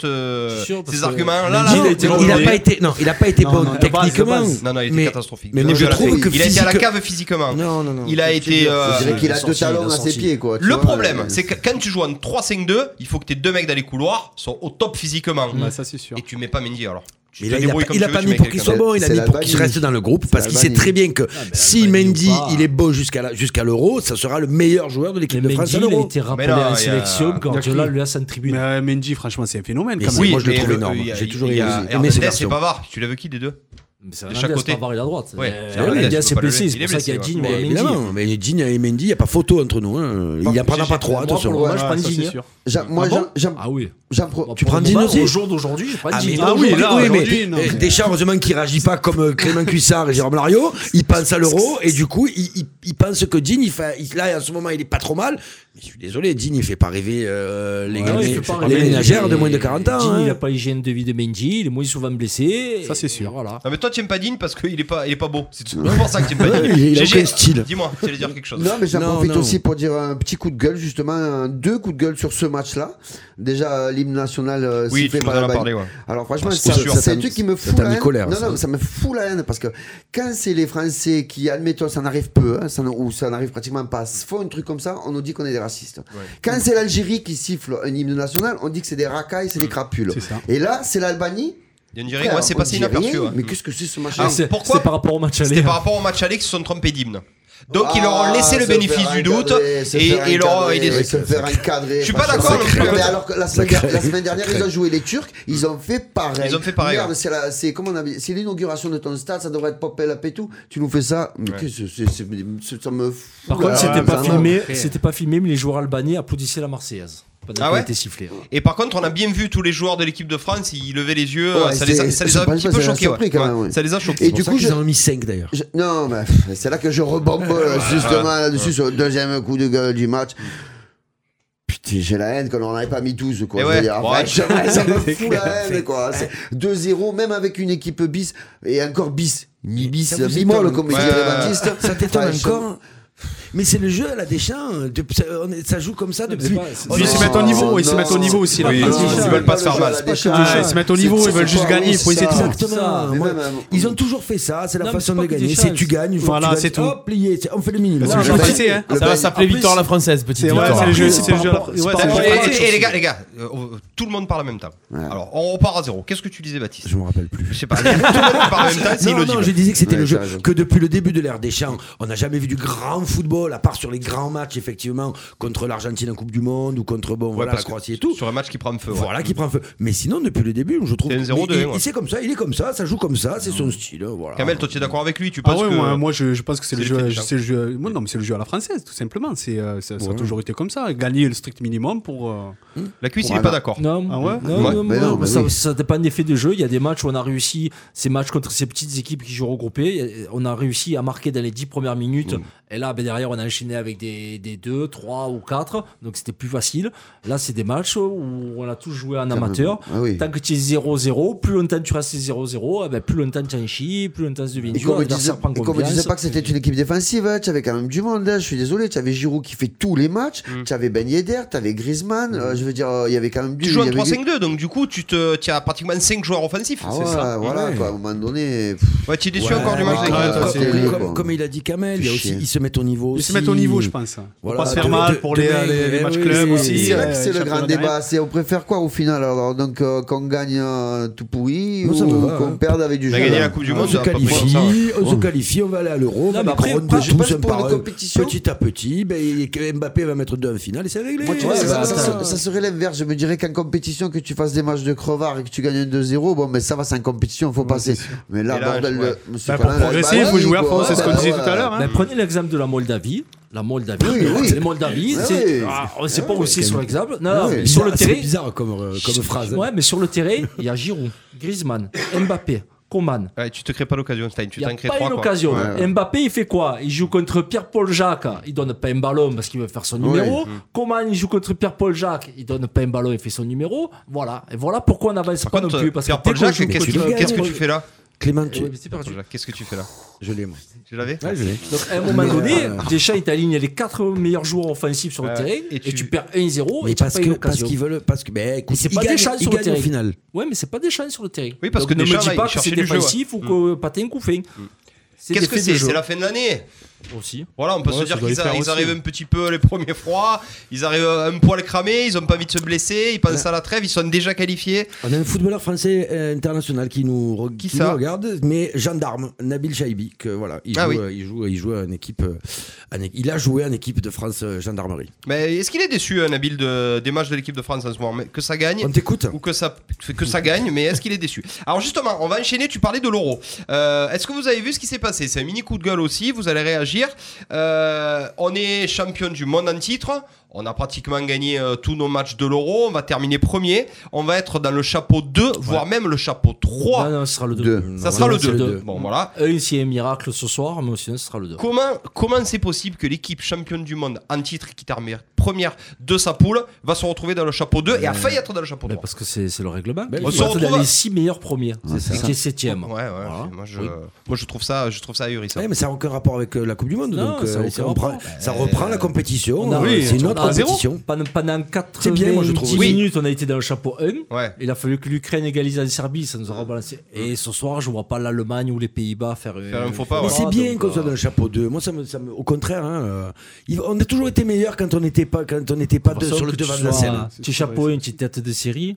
ces arguments-là? Il n'a pas été. Non, il n'a pas été bon techniquement. Non, non, il était catastrophique. Mais je trouve que il a été à la cave physiquement. Non, non, non. Il a été. Je dirais qu'il a deux talons à ses pieds, quoi. Le problème, c'est que quand tu joues en trois cinq deux, il faut que tes deux mecs dans les couloirs soient au top physiquement. Ça, c'est sûr. Et tu mets pas Mendy alors. Mais là, il a, il a pas mis pour qu'il soit bon, il a mis pour qu'il reste dans le groupe parce qu'il sait très bien que si Mendy il est bon jusqu'à, la, jusqu'à l'Euro, ça sera le meilleur joueur de l'équipe de France à l'Euro. Il a été rappelé en sélection quand Guardiola lui laisse en tribune. Mais Mendy, franchement, c'est un phénomène. Quand même. Oui, moi je le trouve énorme. J'ai toujours aimé ce garçon. C'est Pavard. Tu l'as vu qui des deux? C'est chaque côté. Pavard, il est à droite. Ouais. Il est blessé, c'est pour ça qu'il y a Digne et Mendy. Mais Digne et Mendy, il n'y a pas photo entre nous. Il n'y en prendra pas trois, attention. Moi, je prends Digne. Moi, j'aime. Ah oui. Tu prends Digne aussi? Au jour d'aujourd'hui, je prends Digne. Ah oui, là, mais Deschamps, heureusement qu'il ne réagit pas comme Clément Cuissard et Jérôme Lariot. Il pense à l'Euro et du coup, il pense que Digne, là, en ce moment, il n'est pas trop mal. Mais je suis désolé, Digne, il ne fait pas rêver les ménagères de moins de quarante ans. Digne, il n'a pas l'hygiène de vie de Mendy, il est moins souvent blessé. Ça, c'est sûr. Mais toi, tu n'aimes pas Digne parce qu'il n'est pas beau. C'est tout pour ça que tu n'aimes pas Digne. Il a aucun style. Dis-moi, tu allais dire quelque chose. Non, mais j'en profite aussi pour dire un petit coup de gueule, justement, deux coups de gueule sur ce match-là. Déjà, l'hymne national euh, oui, sifflé par l'Albanie. Ouais. Alors franchement, ah, c'est, c'est, c'est un truc qui me fout la haine. Colère, non, ça. non, ça me fout la haine parce que quand c'est les Français qui, admettons, ça n'arrive peu, hein, ça, ou ça n'arrive pratiquement pas, font un truc comme ça, on nous dit qu'on est des racistes. Ouais. Quand c'est l'Algérie qui siffle un hymne national, on dit que c'est des racailles, c'est des crapules. C'est ça. Et là, c'est l'Albanie. Il y a une ouais, c'est passé inaperçu. Ouais. Mais qu'est-ce que c'est ce match? Ah, c'est, pourquoi c'est par rapport au match aller. C'était par rapport au match aller qui se sont trompés d'hymne. Donc ah, ils leur ont laissé le bénéfice du doute et ils leur ont aidé. Se faire encadrer. Je suis pas d'accord non plus. Mais alors que la semaine, la semaine dernière ils ont joué les Turcs, ils ont fait pareil. Ils ont fait pareil. Merde, c'est, la, c'est comment on a, c'est l'inauguration de ton stade, ça devrait être pop up et tout. Tu nous fais ça, mais ouais. c'est, c'est, c'est, c'est, ça me. Par contre, c'était pas filmé, c'était pas filmé, mais les joueurs albanais applaudissaient la Marseillaise. Ah ouais. Été sifflé. Et par contre, on a bien vu tous les joueurs de l'équipe de France, ils levaient les yeux, ouais, ça, les a, ça les a un petit peu choqués. Ouais. Ouais. Ouais. Ça les a choqués. Et du coup, ils en ont mis cinq d'ailleurs. Je, non, mais c'est là que je rebombe justement là-dessus ouais. sur le deuxième coup de gueule du match. Putain, j'ai la haine qu'on n'en avait pas mis douze, quoi. Ouais. Dire, ouais. Ça me fout la haine, quoi. C'est deux zéro, même avec une équipe bis, et encore bis. Mi-bis, mi-molle, comme dirait Baptiste. Ça t'étonne encore? Mais c'est le jeu à la Deschamps, de, ça, ça joue comme ça depuis. Ils se mettent au niveau, ils se mettent au niveau aussi. Oui, ils veulent pas se faire mal. Ils se mettent au niveau, ils veulent juste gagner. Il faut essayer de faire. Exactement. Ils ont toujours fait ça, c'est la façon de gagner. C'est tu gagnes, voilà, c'est tout. Hop, plié, on fait le minimum. Ça va s'appeler victoire à la française, petite victoire. C'est le jeu, c'est le jeu. Et les gars, les gars, tout le monde parle en même temps. Ouais. Alors, on repart à zéro. Qu'est-ce que tu disais, Baptiste ? Je me rappelle plus. Je sais pas. Tout le monde parle en même temps, c'est non, inaudible. Non, je disais que c'était ouais, le jeu. Que depuis le début de l'ère Deschamps, on n'a jamais vu du grand football, à part sur les grands matchs, effectivement, contre l'Argentine en Coupe du Monde ou contre bon, ouais, voilà, la Croatie et tout. Sur un match qui prend feu. Voilà, ouais. qui prend feu. Mais sinon, depuis le début, je trouve. C'est un zéro deux. Il, ouais. il c'est comme ça, il est comme ça, ça joue comme ça, c'est son style. Voilà. Kamel, toi, tu es d'accord avec lui ? Tu penses ah ouais, que... moi, moi je, je pense que c'est, c'est, le, le, jeu, c'est le jeu. Moi, non, mais c'est le jeu à la française, tout simplement. C'est, euh, ça, ça ouais. a toujours été comme ça. Gagner le strict minimum pour. Euh, la cuisse, il n'est pas d'accord. Non, ah ouais non, ouais. non, mais non, non mais ça, oui. ça dépend de l'effet de jeu. Il y a des matchs où on a réussi, ces matchs contre ces petites équipes qui jouent regroupées, on a réussi à marquer dans les dix premières minutes. Mmh. Et là, ben, derrière, on a enchaîné avec des, des deux, trois ou quatre. Donc c'était plus facile. Là, c'est des matchs où on a tous joué en amateur. Ah oui. Tant que tu es zéro zéro, plus longtemps tu restes zéro zéro, eh ben, plus longtemps tu en chies, plus longtemps ça devient dur. Comme je disais pas que c'était une équipe défensive, hein, tu avais quand même du monde. Hein, je suis désolé, tu avais Giroud qui fait tous les matchs, mmh. tu avais Ben Yedder, tu avais Griezmann. Mmh. Euh, je veux dire, il euh, y avait quand même du. Tu joues en trois cinq deux, donc du coup, tu te, tu as pratiquement cinq joueurs offensifs. Ah c'est ouais, ça. Voilà, ouais. Quoi, à un moment donné. Ouais, tu es déçu ouais, encore du match ouais, ouais, comme, comme, comme, comme il a dit Kamel, il y a aussi, ils se mettent au niveau. Ils aussi. se mettent au niveau, je pense. Voilà, pour pas se faire mal pour les, demain, les, les matchs oui, clubs c'est, aussi. C'est euh, vrai que c'est le grand débat. C'est, on préfère quoi au final alors donc euh, qu'on gagne euh, tout pourri non, ou va, qu'on hein. perde avec du jeu. On a gagné la Coupe du Monde. On se qualifie, on se qualifie, on va aller à l'Euro. Non, mais après, je pense pour une compétition. Petit à petit, Mbappé va mettre deux en finale et c'est réglé. Moi, tu vois, ça, ça, ça, ça serait l'inverse. Je me dirais qu'en compétition, que tu fasses des matchs de crevard et que tu gagnes un deux zéro, bon, mais ça va, c'est en compétition, il faut passer. Mais là, bordel, monsieur Pour progresser, il faut jouer à fond, c'est ce qu'on disait tout à l'heure. Prenez l'exemple de la Moldavie. La Moldavie, oui, oui. c'est les Moldavies, oui, c'est, oui. ah, on ne sait oui, pas oui, aussi sur l'exemple. Non, oui, non, oui. sur le terrain. C'est bizarre comme, euh, comme phrase. Ouais, mais sur le terrain, il y a Giroud, Griezmann, Mbappé, Coman. Ouais, tu te crées pas l'occasion, Stein. Tu t'en crées trois. Il n'y a pas une occasion. Ouais, ouais. Mbappé, il fait quoi ? Il joue contre Pierre-Paul Jacques, il donne pas un ballon parce qu'il veut faire son numéro. Oui. Coman, il joue contre Pierre-Paul Jacques, il donne pas un ballon, il fait son numéro. Voilà. Et voilà pourquoi on n'avance pas non plus. Parce Pierre-Paul Jacques, qu'est-ce que, qu'est-ce que tu fais là ? Clément, tu... qu'est-ce que tu fais là ? Je l'ai, moi. Tu l'avais ? Ouais, je l'ai. Donc, à un moment donné, Deschamps, il t'aligne les quatre meilleurs joueurs offensifs sur le euh, terrain et tu, et tu perds un zéro. Mais et parce, tu que, parce qu'ils veulent. Parce que, ben, écoute, c'est pas Deschamps sur le terrain. Au final. Ouais, mais c'est pas Deschamps sur le terrain. Oui, parce Donc, que ne Deschamps, me dis pas il que c'est défensif ou que patin coup fin. Qu'est-ce que c'est ? C'est la fin de l'année. Aussi. Voilà, on peut ouais, se dire qu'ils a, ils arrivent un petit peu les premiers froids, ils arrivent un poil cramé, ils ont pas envie de se blesser, ils pensent ouais. à la trêve, ils sont déjà qualifiés. On a un footballeur français euh, international qui nous, re- qui qui nous regarde, mais gendarme, Nabil Chaibi, que voilà, il joue, ah oui. euh, il joue, il joue en équipe, euh, en, il a joué en équipe de France euh, gendarmerie. Mais est-ce qu'il est déçu, hein, Nabil, de, des matchs de l'équipe de France en ce moment, mais que ça gagne? On t'écoute. Ou que ça, que ça gagne, mais est-ce qu'il est déçu? Alors justement, on va enchaîner. Tu parlais de l'Euro. Euh, est-ce que vous avez vu ce qui s'est passé? C'est un mini coup de gueule aussi. Vous allez réagir. Euh, Euh, on est champion du monde en titre. On a pratiquement gagné euh, tous nos matchs de l'Euro. On va terminer premier. On va être dans le chapeau deux, ouais. voire même le chapeau trois. Non, non, ce sera le deux. Ça non, sera non, le deux. deux. Bon, voilà. Euh, s'il y a un miracle ce soir, mais sinon, ce sera le deux. Comment, comment c'est possible que l'équipe championne du monde en titre qui termine première de sa poule va se retrouver dans le chapeau deux et a failli être dans le chapeau trois? Parce que c'est, c'est le règlement. Ben, on se retrouve dans les six meilleurs premiers. Ouais, c'est ça. Qui est septième. Ouais, ouais. Voilà. Moi, je, oui. moi, je trouve ça, je trouve ça ahurissant. Ouais, mais ça n'a aucun rapport avec euh, la Coupe du Monde. Non, donc, ça, euh, ça, reprend, ça reprend la compétition. A, oui, c'est une autre compétition. Pendant, pendant quatre-vingt-dix oui. minutes, on a été dans le chapeau un. Ouais. Il a fallu que l'Ukraine égalise en Serbie. Ça nous a rebalancé. Et ce soir, je ne vois pas l'Allemagne ou les Pays-Bas faire, faire un faux pas. Mais ouais. c'est bien donc, qu'on soit dans le chapeau deux. Moi, ça me, ça me, au contraire, hein, euh, on a toujours été meilleur quand on n'était pas, quand on n'était pas de, sur le devant de la scène. Tu chapeau un, tu tête de série.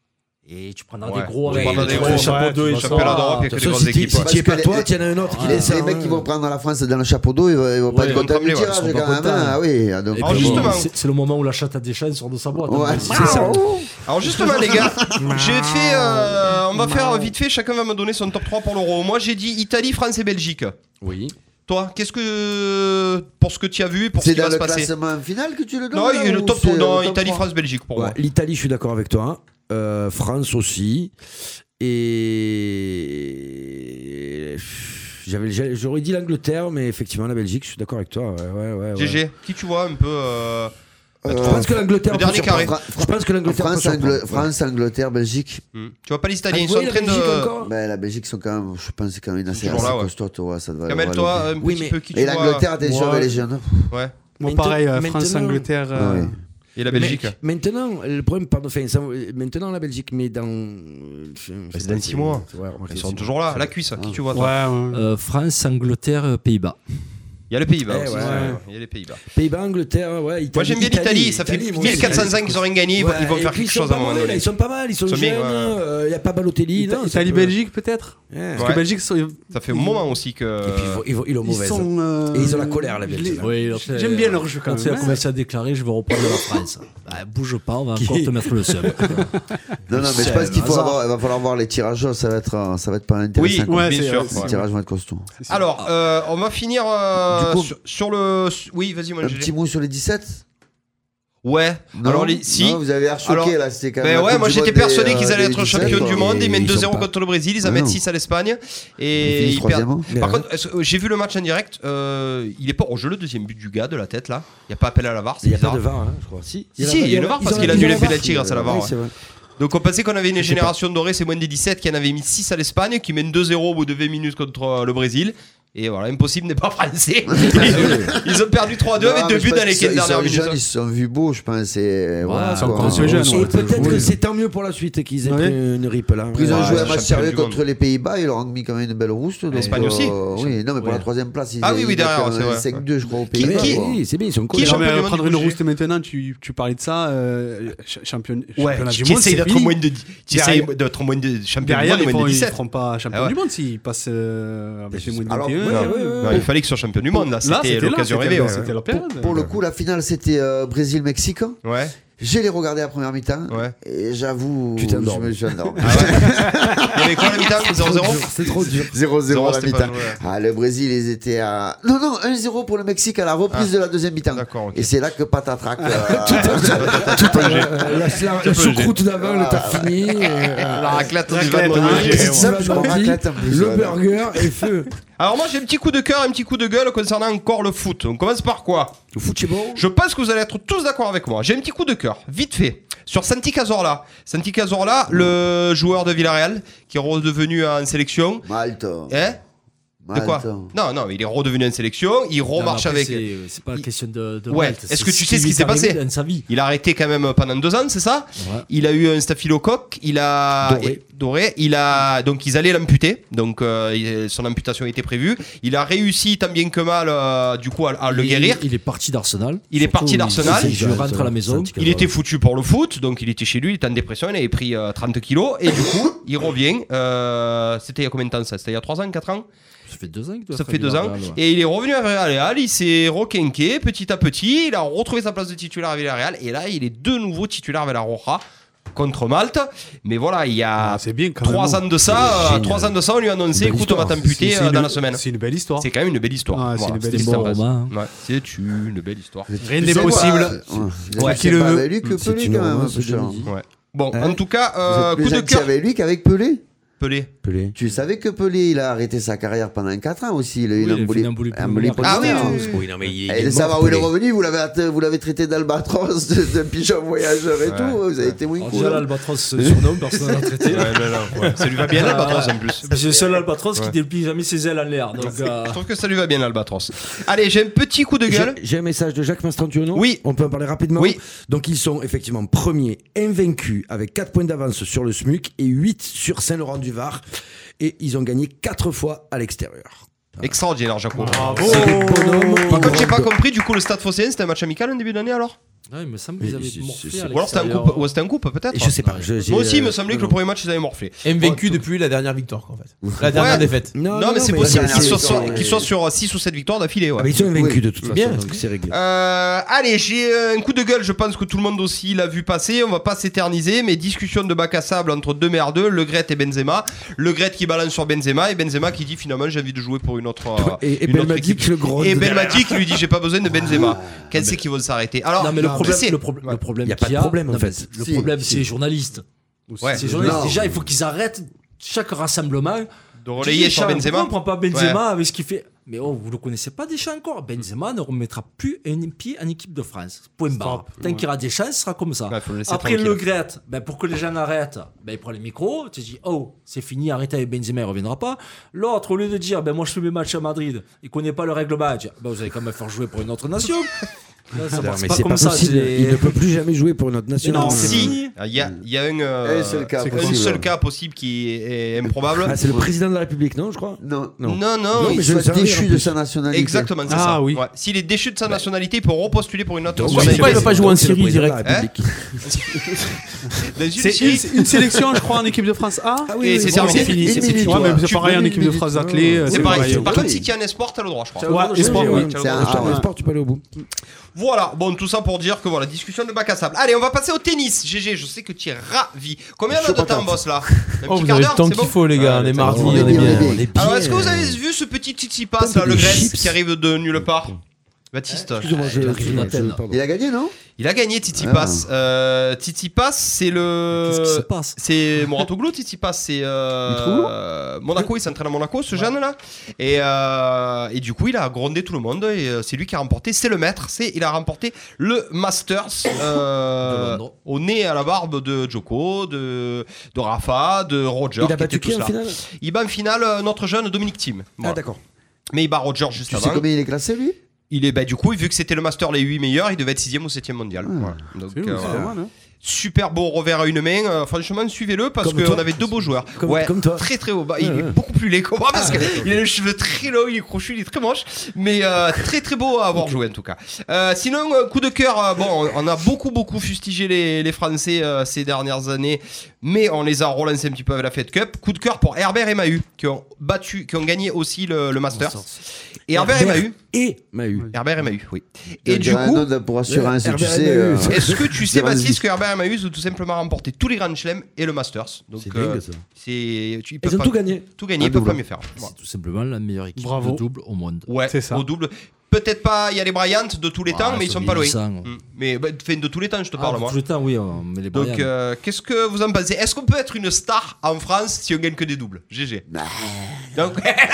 Et tu prendras ouais. des gros avec ouais, des gros chapeau deux et championnat d'Europe, il y a que des grosses équipes. Si tu es pas toi, tu en as un autre qui laisse. Les mecs qui vont prendre la France dans le chapeau d'eau, ils vont pas être contents du tirage quand même. Ah oui. Alors justement, c'est le moment où la chatte à Deschamps sort de sa boîte. C'est ça. Alors justement les gars, j'ai fait, on va faire vite fait, chacun va me donner son top trois pour l'Euro. Moi j'ai dit Italie, France et Belgique. Oui. Toi, qu'est-ce que pour ce que tu as vu, pour ce qui va se passer? C'est dans le classement final que tu le donnes? Non, il y a le top trois. Non, Italie, France, Belgique pour moi. L'Italie, je suis d'accord avec toi. Euh, France aussi. Et j'avais, j'aurais dit l'Angleterre, mais effectivement la Belgique, je suis d'accord avec toi. Ouais, ouais, ouais, G G, ouais. Qui tu vois un peu euh, euh, Je pense que l'Angleterre. Le dernier carré. Je pense que l'Angleterre. France, Angl- France Angleterre, Belgique. Hmm. Tu vois pas les Italiens, ah, ils sont en train de. Ben, la Belgique sont quand même, je pense, quand même assez, assez costaud. Ouais, ça devrait. Kamel, toi, un oui, petit mais... peu qui tu Et vois... l'Angleterre, attention avec les jeunes. Ouais. Moi, pareil, euh, France, Angleterre. Euh... Ouais. Et la Belgique. Mais, maintenant, le problème, pardon, enfin, ça, maintenant la Belgique, mais dans. Bah, c'est dans six mois. Ouais, ils sont toujours là, la cuisse. Ah. Qui tu vois, toi? Ouais, ouais. Euh, France, Angleterre, Pays-Bas. Il y a les Pays-Bas Eh aussi. ouais. ouais. Il y a les Pays-Bas. Pays-Bas, Angleterre, ouais. Italie, Moi j'aime bien l'Italie, ça fait Italie, moi, mille quatre cents c'est- ans qu'ils ont rien gagné, ils vont- Ouais, ils vont et faire puis quelque ils sont chose à pas un moment mauvais, donné. là, Ils sont pas mal, ils sont Ils sont bien, jeunes. ouais. Il n'y a pas Balotelli. non, c'est Italie, pas- Belgique peut-être. Ouais. Parce Ouais. que Belgique, sont- Ça fait un moment aussi que. Et puis ils vont- ils vont- ils ont ils mauvaise. sont. euh, Et ils ont la colère, la Belgique. Oui, J'aime bien leur jeu quand Quand il a même. commencé à déclarer, je veux reprendre la France. Bah, bouge pas, on va Qui- encore te mettre le seum. Non, non, mais je C'est pense qu'il un faut hasard. avoir, il va falloir voir les tirages, ça va être, euh, ça va être pas intéressant. Oui, quoi. ouais, bien c'est- sûr. c'est- Les ouais. tirages vont être costauds. Alors, euh, on va finir euh, Du coup- sur, sur le. Oui, vas-y, moi Un j'ai- petit mot sur les dix-sept. Ouais. Non, Alors, les... si. non, vous avez l'air choqué Alors, là, c'était quand même. Ben la ouais, Coupe moi du j'étais Monde des, persuadé euh, qu'ils allaient des être dix-sept, champions quoi. du monde. Ils mènent ils deux sont zéro pas. contre le Brésil, ils en Ah mettent non. six à l'Espagne. Ils Et finissent ils perdent. troisième. Par Ouais. contre, est-ce que- j'ai vu le match en direct. euh, il est pas au jeu le deuxième but du gars de la tête là. Il n'y a pas appel à la V A R. Il n'y a C'est pas de bizarre. V A R, hein, je crois. Si, Si, si, il y a le V A R ils parce ont- qu'il a ils dû ont les la V A R. pénalty grâce à la V A R, Oui, ouais. c'est vrai. Donc on pensait qu'on avait une génération dorée, c'est moins des dix-sept qui en avait mis six à l'Espagne, qui mène deux zéro au bout de vingt minutes contre euh, le Brésil. Et voilà, impossible n'est pas français. Ils ont perdu trois deux Non, avec mais deux je buts pense dans les qu'ils quinze sont- dernières ils sont minutes. jeunes, Ils se sont vus beaux, je pense. Et voilà, c'est quoi. encore assez jeune. Et Ouais, peut-être oui. que c'est tant mieux pour la suite qu'ils aient Ouais. pris une rip là. Ils ont Ouais, joué un champion match sérieux du monde. contre les Pays-Bas, ils leur ont mis quand même une belle rouste. donc, L'Espagne aussi. Oui, non, mais pour Ouais. la troisième place, ils Ah oui, oui, ils derrière, mettent c'est un vrai. cinq deux, je crois, aux Qui- Pays-Bas. qui- quoi. Oui, c'est bien, ils sont Qui cool. champion Non, mais du monde prendre du une coup, rouste maintenant, tu, tu parlais de ça, euh, ch- champion, Ouais, championnat du qui monde. essaye c'est d'être fini. moins de qui essaye Derrière- d'être moins de champion du Derrière, monde ils, et moins font, de ils dix-sept. feront pas champion Ah ouais. du monde s'ils passent euh, avec les moins de Alors, vingt et un. ouais, euh, ouais, ouais, Non, il fallait qu'ils soient champions du monde là, Là, c'était c'était là, l'occasion c'était- rêvée. ouais. C'était leur Pour, période. pour le coup, la finale, c'était euh, Brésil-Mexique. Ouais, Je l'ai regardé à la première mi-temps. ouais. Et j'avoue, Tu je t'endormes. me suis endormi. Ah ouais. Il y avait quoi la mi-temps zéro zéro C'est trop dur. zéro zéro à la c'était pas mi-temps. joué, ouais. Ah, le Brésil, ils étaient à. Non, non, un zéro pour le Mexique à la reprise de la deuxième mi-temps. D'accord, ok. Et c'est là que patatrac. euh, Euh, La, la, la choucroute d'avant, le tartini, euh, La raclette du Raclette, Van hein. Montpellier. C'est ça, je crois, Mardi, raclette en plus, le ouais. burger et feu. Alors moi j'ai un petit coup de cœur, un petit coup de gueule concernant encore le foot. On commence par quoi? Le foot, c'est bon. Je pense que vous allez être tous d'accord avec moi. J'ai un petit coup de cœur, vite fait, sur Santi Cazorla. Santi Cazorla, le joueur de Villarreal, qui est redevenu en sélection. Malte. Hein? De quoi? Malte. Non, non, il est redevenu en sélection, il remarche Non, mais avec... après, C'est c'est pas la il- question de, de Ouais. Malte, Est-ce c'est que tu sais ce qui lui s'est est arrivé passé dans sa vie. Il a arrêté quand même pendant deux ans, c'est ça? Ouais. Il a eu un staphylocoque, il a Doré. et- doré, il a donc ils allaient l'amputer, donc euh, il- son amputation était prévue. Il a réussi tant bien que mal, euh, du coup, à, à le Il- guérir. Il est parti d'Arsenal. Il est parti d'Arsenal. Il je rentre à la maison. Il était foutu pour le foot, donc il était chez lui, il était en dépression, il avait pris euh, trente kilos et du coup il revient. euh, C'était il y a combien de temps ça? C'était il y a trois ans, quatre ans? Ça fait deux ans qu'il doit Ça être fait à deux ans. Villarreal, ouais. Et il est revenu à Villarreal, il s'est requinqué petit à petit, il a retrouvé sa place de titulaire à Villarreal et là il est de nouveau titulaire avec la Roja contre Malte. Mais voilà, il y a Ah, c'est bien quand trois même. ans de ça, euh, génial. trois ans de ça, on lui a annoncé, Une belle écoute, on va histoire. t'amputer C'est- c'est euh, dans une- la semaine. C'est une belle histoire. C'est quand même une belle histoire. Ah, c'est Voilà, une belle c'était histoire. sympa. Bon roman, Ouais, c'est une belle histoire. Rien Tu n'est sais quoi, possible. euh, ouais. Vous Ouais. êtes Qui le pas veut. avec lui que C'est Pelé, une quand même, un romance, peu je cher. le dis. Ouais. Bon, Hein en tout cas, Vous euh, êtes plus coup de gentil cœur. avec lui qu'avec Pelé. Pelé. Pelé. Tu savais que Pelé, il a arrêté sa carrière pendant quatre ans aussi. Il a eu Oui, une il a fait embolie, une embolie embolie pulmonaire. Ah oui, pulmonaire. oui, oui, oui. Oui, non, mais il, Et de savoir où il est revenu, vous l'avez, vous l'avez traité d'albatros, de, de pigeon voyageur et Ouais. tout. Vous avez été moins Alors cool. déjà, hein. l'albatros, c'est le surnom, personne n'a traité. Ouais, non, non, ouais. Ça lui va bien l'albatros en plus. C'est le seul albatros Ouais. qui déplie jamais ses ailes en l'air. Donc, euh, Je trouve que ça lui va bien l'albatros. Allez, j'ai un petit coup de gueule. J'ai j'ai un message de Jacques Mastrantuono. Oui. On peut en parler rapidement. Oui. Donc ils sont effectivement premiers, invaincus, avec quatre points d'avance sur le S M U C et huit sur Saint-Laurent-du-Var. Et ils ont gagné quatre fois à l'extérieur. Extraordinaire, Jaco. Bravo. C'est des bonhommes. Par contre, j'ai pas compris, du coup, le Stade Phocéen, c'était un match amical en début d'année alors? ouais, il me semble qu'ils Mais avaient c'est- morflé c'est- à Ou alors c'était un l'extérieur. coupe, ou c'était un coupe peut-être? Et je sais pas. je- j'ai, Moi aussi, il euh, me semblait que le non. premier match, ils avaient morflé. Invaincu depuis la dernière victoire, en fait. La dernière Ouais. défaite. Non, Non, mais c'est mais possible c'est- qu'ils soient, c'est- sur- c'est- qu'ils soient sur six ou sept victoires d'affilée. Ouais. Ah, mais ils sont invaincus Oui. de toute façon, Bien. donc c'est réglé. Euh, allez, j'ai euh, un coup de gueule, je pense que tout le monde aussi l'a vu passer, on va pas s'éterniser, mais discussion de bac à sable entre deux merdeux, Le Gret et Benzema. Le Gret qui balance sur Benzema et Benzema qui dit finalement j'ai envie de jouer pour une autre, euh, Et, et une autre Belmadi équipe. qui le gronde. Et Belmadi qui lui dit j'ai pas besoin de Benzema. Quand c'est qu'ils vont s'arrêter? Alors, Non, mais le non, problème, c'est- le, problème- le problème Y a pas qu'il de problème, en non, fait. mais Le Si, problème, si. c'est les journalistes. Ouais. Ces journalistes, Non. déjà, il faut qu'ils arrêtent chaque rassemblement. de relayer sur Deschamps, Benzema. pourquoi on prend pas Benzema avec ce qu'il fait? Mais oh, vous le connaissez pas Deschamps encore. Benzema ne remettra plus un pied en équipe de France. Point barre. Tant Ouais. qu'il y aura Deschamps, ce sera comme ça. Ouais, faut le laisser Après tranquille. le Gret, ben pour que les gens arrêtent, ben il prend les micros, tu te dis oh c'est fini, arrêtez avec Benzema, il reviendra pas. L'autre au lieu de dire ben moi je fais mes matchs à Madrid, il connaît pas le règlement, il dit, ben vous allez quand même faire jouer pour une autre nation. Là, ça Non, marche mais pas c'est comme pas ça. possible. c'est- Il ne peut plus jamais jouer pour notre national. Non, Si, il y a, il y a un, euh, Un seul cas un possible. seul cas possible qui est, est improbable. Ah, c'est le président de la République, non, je crois. Non, Non. Non, non, Non, il mais il je soit le savais, en déchu de plus. sa nationalité. Exactement, c'est Ah, ça. oui. Ouais. S'il est déchu de sa nationalité, il peut repostuler pour une autre Donc, nationalité. pourquoi il va pas jouer en c'est le Syrie président de direct la République. Dans une C'est Syrie- une, une sélection, je crois, en équipe de France A. Ah Et c'est bon, terminé. c'est fini, Une c'est minute, fini. Ouais, mais c'est Tu pareil en peux équipe de une France minute. d'athlée. C'est C'est pareil. pareil. Par contre, si tu as un espoir, t'as le droit, je crois. Ouais, espoir, Ouais, oui. ouais. Tu as le C'est droit. un- Sport, Ah, sport, tu peux aller au bout. Voilà, bon, tout ça pour dire que voilà, discussion de bac à sable. Allez, on va passer au tennis. G G, je sais que tu es ravi. Combien on a de temps, boss, là? Un Oh, petit vous quart avez d'heure, le temps c'est qu'il bon faut, les gars. Ah, On est putain, mardi, on on est est bien, bien. on est On est bien. Alors, est-ce que vous avez vu ce petit Tsitsipas, Pas là, le des Grèce, chips. qui arrive de nulle part? Baptiste. Excusez-moi, je, il je, arrive je- d'Athènes. pardon. Il a gagné, non? Il a gagné Tsitsipas. Euh, Tsitsipas, c'est le. Qu'est-ce qui se passe? C'est Mouratoglou, Tsitsipas, c'est euh, Monaco, il s'entraîne à Monaco, ce jeune-là. Et, euh, et du coup, il a grondé tout le monde. Et euh, c'est lui qui a remporté, c'est le maître. C'est, il a remporté le Masters euh, De Londres. au nez et à la barbe de Djoko, de, de Rafa, de Roger. Il a battu était qui tous en là. finale Il bat en finale euh, notre jeune Dominique Thiem. Ah, Voilà. d'accord. Mais il bat Roger juste Tu sais avant. combien il est classé, lui? Il est, bah, du coup, vu que c'était le Master les huit meilleurs, il devait être sixième ou septième mondial. Voilà. Donc, C'est euh, c'est voilà. pas mal, hein. Super beau revers à une main. Euh, franchement, suivez-le parce Comme qu'on toi. avait deux beaux joueurs. Comme- ouais, comme toi. très très haut. Bah, il Ouais, est ouais. beaucoup plus laid que moi parce qu'il a les cheveux très longs, il est crochu, il est très moche. Mais euh, très très beau à avoir joué en tout cas. Euh, sinon, euh, coup de cœur. euh, bon, on- on a beaucoup beaucoup fustigé les, les Français euh, ces dernières années, mais on les a relancés un petit peu avec la Fed Cup. Coup de cœur pour Herbert et Mahut qui ont battu, qui ont gagné aussi le, le Masters. Et Herbert et Mahut. Et Mahut. Herbert et Mahut, oui. Et Et du coup. pour assurer, Herbert tu et sais. Mahut. euh, Est-ce que tu sais, Devant le Baptiste, disque. que Herbert et Mahut ont tout simplement remporté tous les Grand Chelem et le Masters. Donc, C'est euh, dingue, ça. c'est, tu, ils peuvent Ils ont pas- tout gagné. Tout gagné, Un ils peuvent double. pas mieux faire. Voilà. C'est tout simplement la meilleure équipe Bravo. de double au monde. Ouais, C'est ça. au double. Peut-être pas, il y a les Bryant de tous les Ah, temps, mais ils ils sont sont pas loin. vieillissants. Mm. Mais bah, fin, de tous les temps, je te Ah, parle, de moi. tout le temps, oui, on met les Donc, Brian. euh, qu'est-ce que vous en pensez? Est-ce qu'on peut être une star en France si on gagne que des doubles? G G. Bah. Donc,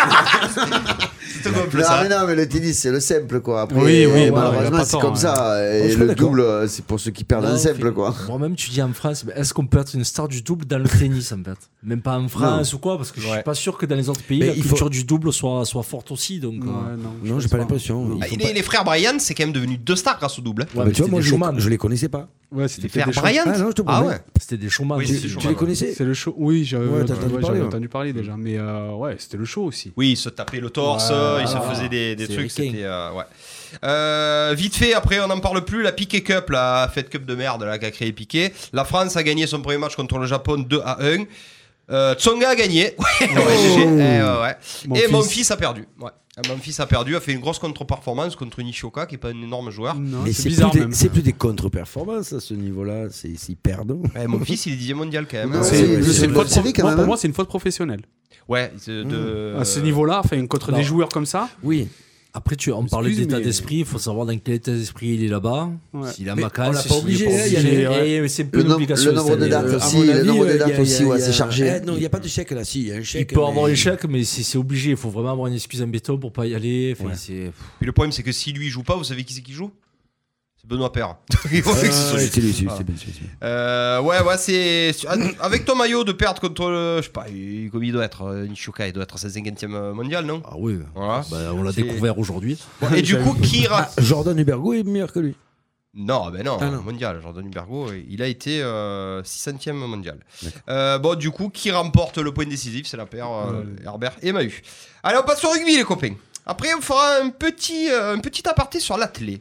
c'est tout Non, ça. mais non, mais le tennis, c'est le simple, quoi. Après, Oui, oui, euh, bah, y a malheureusement, pas c'est tort, comme hein. ça. je Et suis le d'accord. double, euh, c'est pour ceux qui perdent Non, un simple, fait- quoi. Moi-même, tu dis en France, mais est-ce qu'on peut être une star du double dans le tennis, en fait? Même pas en France ou quoi, parce que je Ouais. suis pas sûr que dans les autres pays, Mais la il culture faut- du double soit, soit forte aussi. Donc, Ouais, euh, non, Non, je j'ai pense pas l'impression. Bah, Ils font les, pas- les frères Bryant, c'est quand même devenu deux stars grâce au double. ouais, Bah, mais tu vois, c'était moi, des je showman. les, je les connaissais pas. Ouais, c'était Les peut-être frères des shows. Bryant. Ah non, je te Ah promets. ouais. C'était des showman. Oui, Tu, c'est tu Schumann, les connaissais C'est le show. Oui, j'avais Ouais, t'as ouais, entendu j'avais parler, ouais. entendu parler déjà. Mais euh, ouais, c'était le show aussi. Oui, il se tapait le torse, Ouais, il se voilà. faisait des, des C'est trucs, ricain. c'était... euh, ouais. Euh, vite fait, après on n'en parle plus, la Piquet Cup, la Fed Cup de merde là, qu'a créé Piquet. La France a gagné son premier match contre le Japon deux à un. Euh, Tsonga a gagné. Ouais, ouais, G G. Eh, ouais, ouais. Mon Et fils. mon fils a perdu. Ouais. Mon fils a perdu, a fait une grosse contre-performance contre Nishioka, qui est pas un énorme joueur. Non, Mais c'est c'est bizarre plus, des- même. c'est plus des contre-performances à ce niveau-là. C'est s'ils perdent. Ouais, mon fils, il est dixième mondial quand même. Non, C'est c'est- c'est c'est une une faute bonne série, quand moi, même, Pour hein. moi, c'est une faute professionnelle. Ouais, c'est de... À ce niveau-là, enfin, contre non. des joueurs comme ça. Oui. Après, tu, on parlait Excuse, d'état mais- d'esprit, il faut savoir dans quel état d'esprit il est là-bas. Ouais. S'il a Mais Macas, on l'a s'il pas est obligé, pas hein, il y a obligé. les- Eh, c'est un peu Le une nombre- obligation le nombre cette de année. dates Euh, À aussi, mon le avis, nombre de euh, dates il y a- aussi, il y a- ouais, il y a- c'est chargé. Eh, non, il n'y a pas de chèque là. Si, il y a un chèque. Il peut mais- avoir l'échec, mais c'est c'est obligé. Il faut vraiment avoir une excuse en béton pour pas y aller. Enfin, Ouais. c'est- Puis le problème, c'est que si lui il joue pas, vous savez qui c'est qui joue? C'est Benoît Paire. Il faut Ah, que ce soit ouais, lui. c'est lui, c'est Voilà. c'est bien, c'est bien. Euh, ouais, ouais, c'est. Avec ton maillot de perdre contre le. Je sais pas, il- comme il doit être. euh, Nishioka, il doit être à sa cinquantième mondial, non? Ah oui, Voilà. bah, on l'a C'est- découvert aujourd'hui. Et du coup, qui. ra- Ah, Jordan Hubergo est meilleur que lui. Non, ben non, Ah non. mondial. Jordan Hubergo, il a été euh, six centième mondial. D'accord. Euh, bon, du coup, qui remporte le point décisif? C'est la paire euh, Herbert et Mahut. Allez, on passe au rugby, les copains. Après, on fera un petit, euh, un petit aparté sur l'athlé.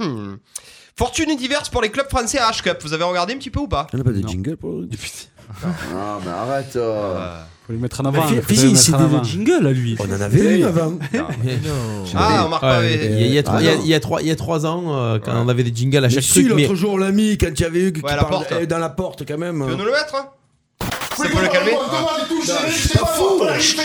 Fortune diverse pour les clubs français à H-Cup. Vous avez regardé un petit peu ou pas? Il n'y a pas de Non. jingle pour le Ah, mais arrête. euh. Euh, Faut les mettre en avant. Mais il fi- faut les si, mettre c'est en des avant. jingles à lui. On en avait un avant. Mais non. Ah, on marque pas. Ouais, avec- il y a- il y a trois- Ah, il y a- non. il y a trois- il y a trois ans, euh, quand on avait des jingles à Mais chaque si, truc. Mais l'autre jour, on l'a mis quand il y avait eu qui Ouais, à la parle porte. eh, dans la porte quand même. Tu veux nous le mettre hein? Ça peut le calmer? C'est pas fou.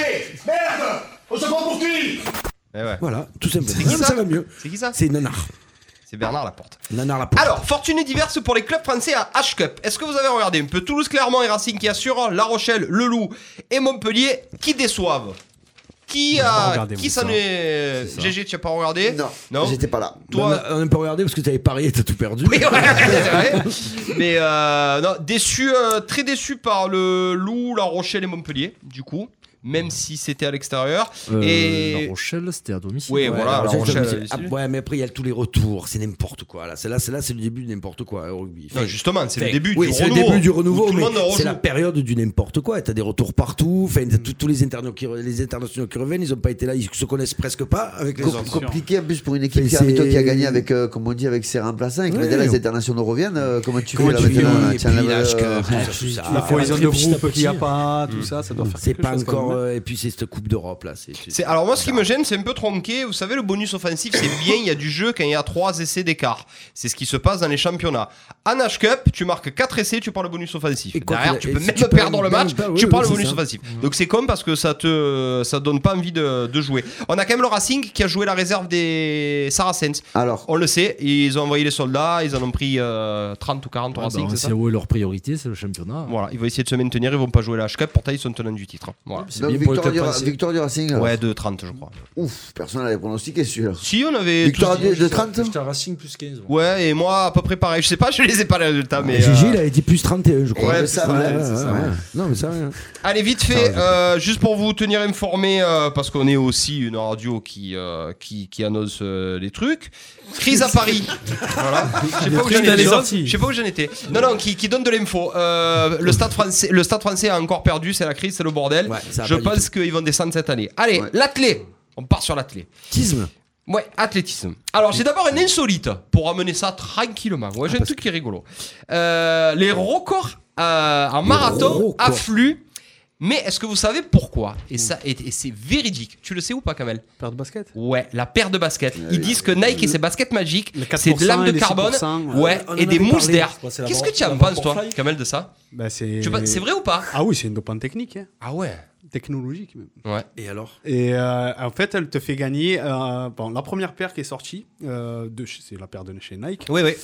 Merde! On se prend pour qui? Eh ouais. Voilà, tout simplement. C'est qui Ah, mais ça ça va mieux. C'est qui ça? C'est Nanar. C'est Bernard Laporte. Nanar la porte. Alors, fortune diverse pour les clubs français à H-Cup. Est-ce que vous avez regardé un peu Toulouse, Clermont et Racing qui assurent, La Rochelle, Le Loup et Montpellier qui déçoivent? Qui J'ai pas a. regardé, Qui moi, s'en ça. est. C'est ça. G G, tu as pas regardé? Non, Non. j'étais pas là. Toi. On a pas regardé parce que tu avais parié, t'as tout perdu. Oui, ouais, c'est vrai. Mais euh, non, déçu, euh, très déçu par le Loup, La Rochelle et Montpellier, du coup. même si c'était à l'extérieur. Euh, et La Rochelle, c'était à domicile. Oui, ouais, voilà. La Rochelle, Rochelle, ah, ouais, mais après il y a tous les retours, c'est n'importe quoi. Là, c'est là, c'est là, c'est le début de n'importe quoi au rugby. Non, justement, c'est le début oui, du c'est renouveau. le début du renouveau, mais c'est la rejoue. période du n'importe quoi. T'as des retours partout. Enfin, tous, tous les internationaux qui, les internationaux qui reviennent, ils ont pas été là, ils se connaissent presque pas avec les Com- autres. compliqué en plus pour une équipe Mais qui a, c'est- qui a gagné avec, euh, comme on dit, avec ses remplaçants. Et que Ouais. maintenant les internationaux reviennent. euh, comment tu Comment fais là tu fais, maintenant, et tiens, puis là, l'âge que- euh, tout ça, tout ça. La Ah, cohésion ouais, de petit à groupe petit. qu'il n'y a pas, tout ça, ça doit faire C'est quelque pas chose quand encore. même. euh, et puis c'est cette Coupe d'Europe là. C'est, c'est- C'est- Alors moi, ce qui me gêne, c'est un peu tronqué. Vous savez, le bonus offensif, c'est bien, il y a du jeu quand il y a trois essais d'écart. C'est ce qui se passe dans les championnats. En H Cup, tu marques quatre essais, tu prends le bonus offensif. Et quoi Derrière, qu'il- tu peux et si même tu peux perdre le même match, pas, tu oui, prends oui, le c'est bonus ça. offensif. Donc c'est con parce que ça te ça donne pas envie de, de jouer. On a quand même le Racing qui a joué la réserve des Saracens. Alors, On le sait, ils ont envoyé les soldats, ils en ont pris euh, trente ou quarante au Ah, Racing, bah, c'est c'est ça où est leur priorité, c'est le championnat. Voilà, ils vont essayer de se maintenir, ils vont pas jouer la H Cup, pourtant ils sont tenants du titre. Voilà. C'est donc bien pour le victoire, club du, français. victoire du Racing. alors. Ouais, de trente je crois. Ouf, personne n'avait pronostiqué celui-là. Si on avait Victoire tous dit- de, de trente. J'étais à Racing plus quinze. Ouais, et moi à peu près pareil. Je sais pas, je les ai pas les résultats, mais. Gigi, euh, il avait dit plus trente et un, je crois. Ouais, mais c'est ça, ça, ouais, Ouais, c'est ouais, ça, ouais. ouais. Non, mais ça, rien. Allez, vite fait, euh, juste pour vous tenir informé, euh, parce qu'on est aussi une radio qui, euh, qui, qui annonce euh, les trucs. Crise à Paris. Voilà. Je sais pas où j'en trucs, elle est étais. sortie. Je sais pas où j'en étais. Non, non, qui, qui donne de l'info. Euh, le, stade français, le stade français a encore perdu, c'est la crise, c'est le bordel. Ouais, ça va Je pas du pense qu'ils vont descendre cette année. Allez, Ouais. l'athlé. On part sur l'athlé. Tisme. Ouais, athlétisme. Alors, j'ai d'abord un insolite pour amener ça tranquillement. Ouais, j'ai un truc qui est rigolo. Euh, les records euh, en marathon records. affluent. Mais est-ce que vous savez pourquoi? Et ça, et, et c'est véridique. Tu le sais ou pas, Kamel? Paire de basket. Ouais, la paire de baskets. Ils disent que Nike et ses baskets magiques, Le quatre c'est pour de lame cent de et les carbone, six pour cent, ouais, ouais. On en et des avait mousses parlé. d'air. Je crois que c'est la Qu'est-ce bar- que tu en la penses, toi, Vaporfly. Kamel, de ça? Bah, c'est... Tu penses- C'est vrai ou pas? Ah oui, c'est une dopante technique, hein. Ah ouais. Technologique même. Ouais. Et alors? Et euh, en fait, elle te fait gagner. euh, bon, la première paire qui est sortie, euh, de chez- c'est la paire de chez Nike. Oui, oui.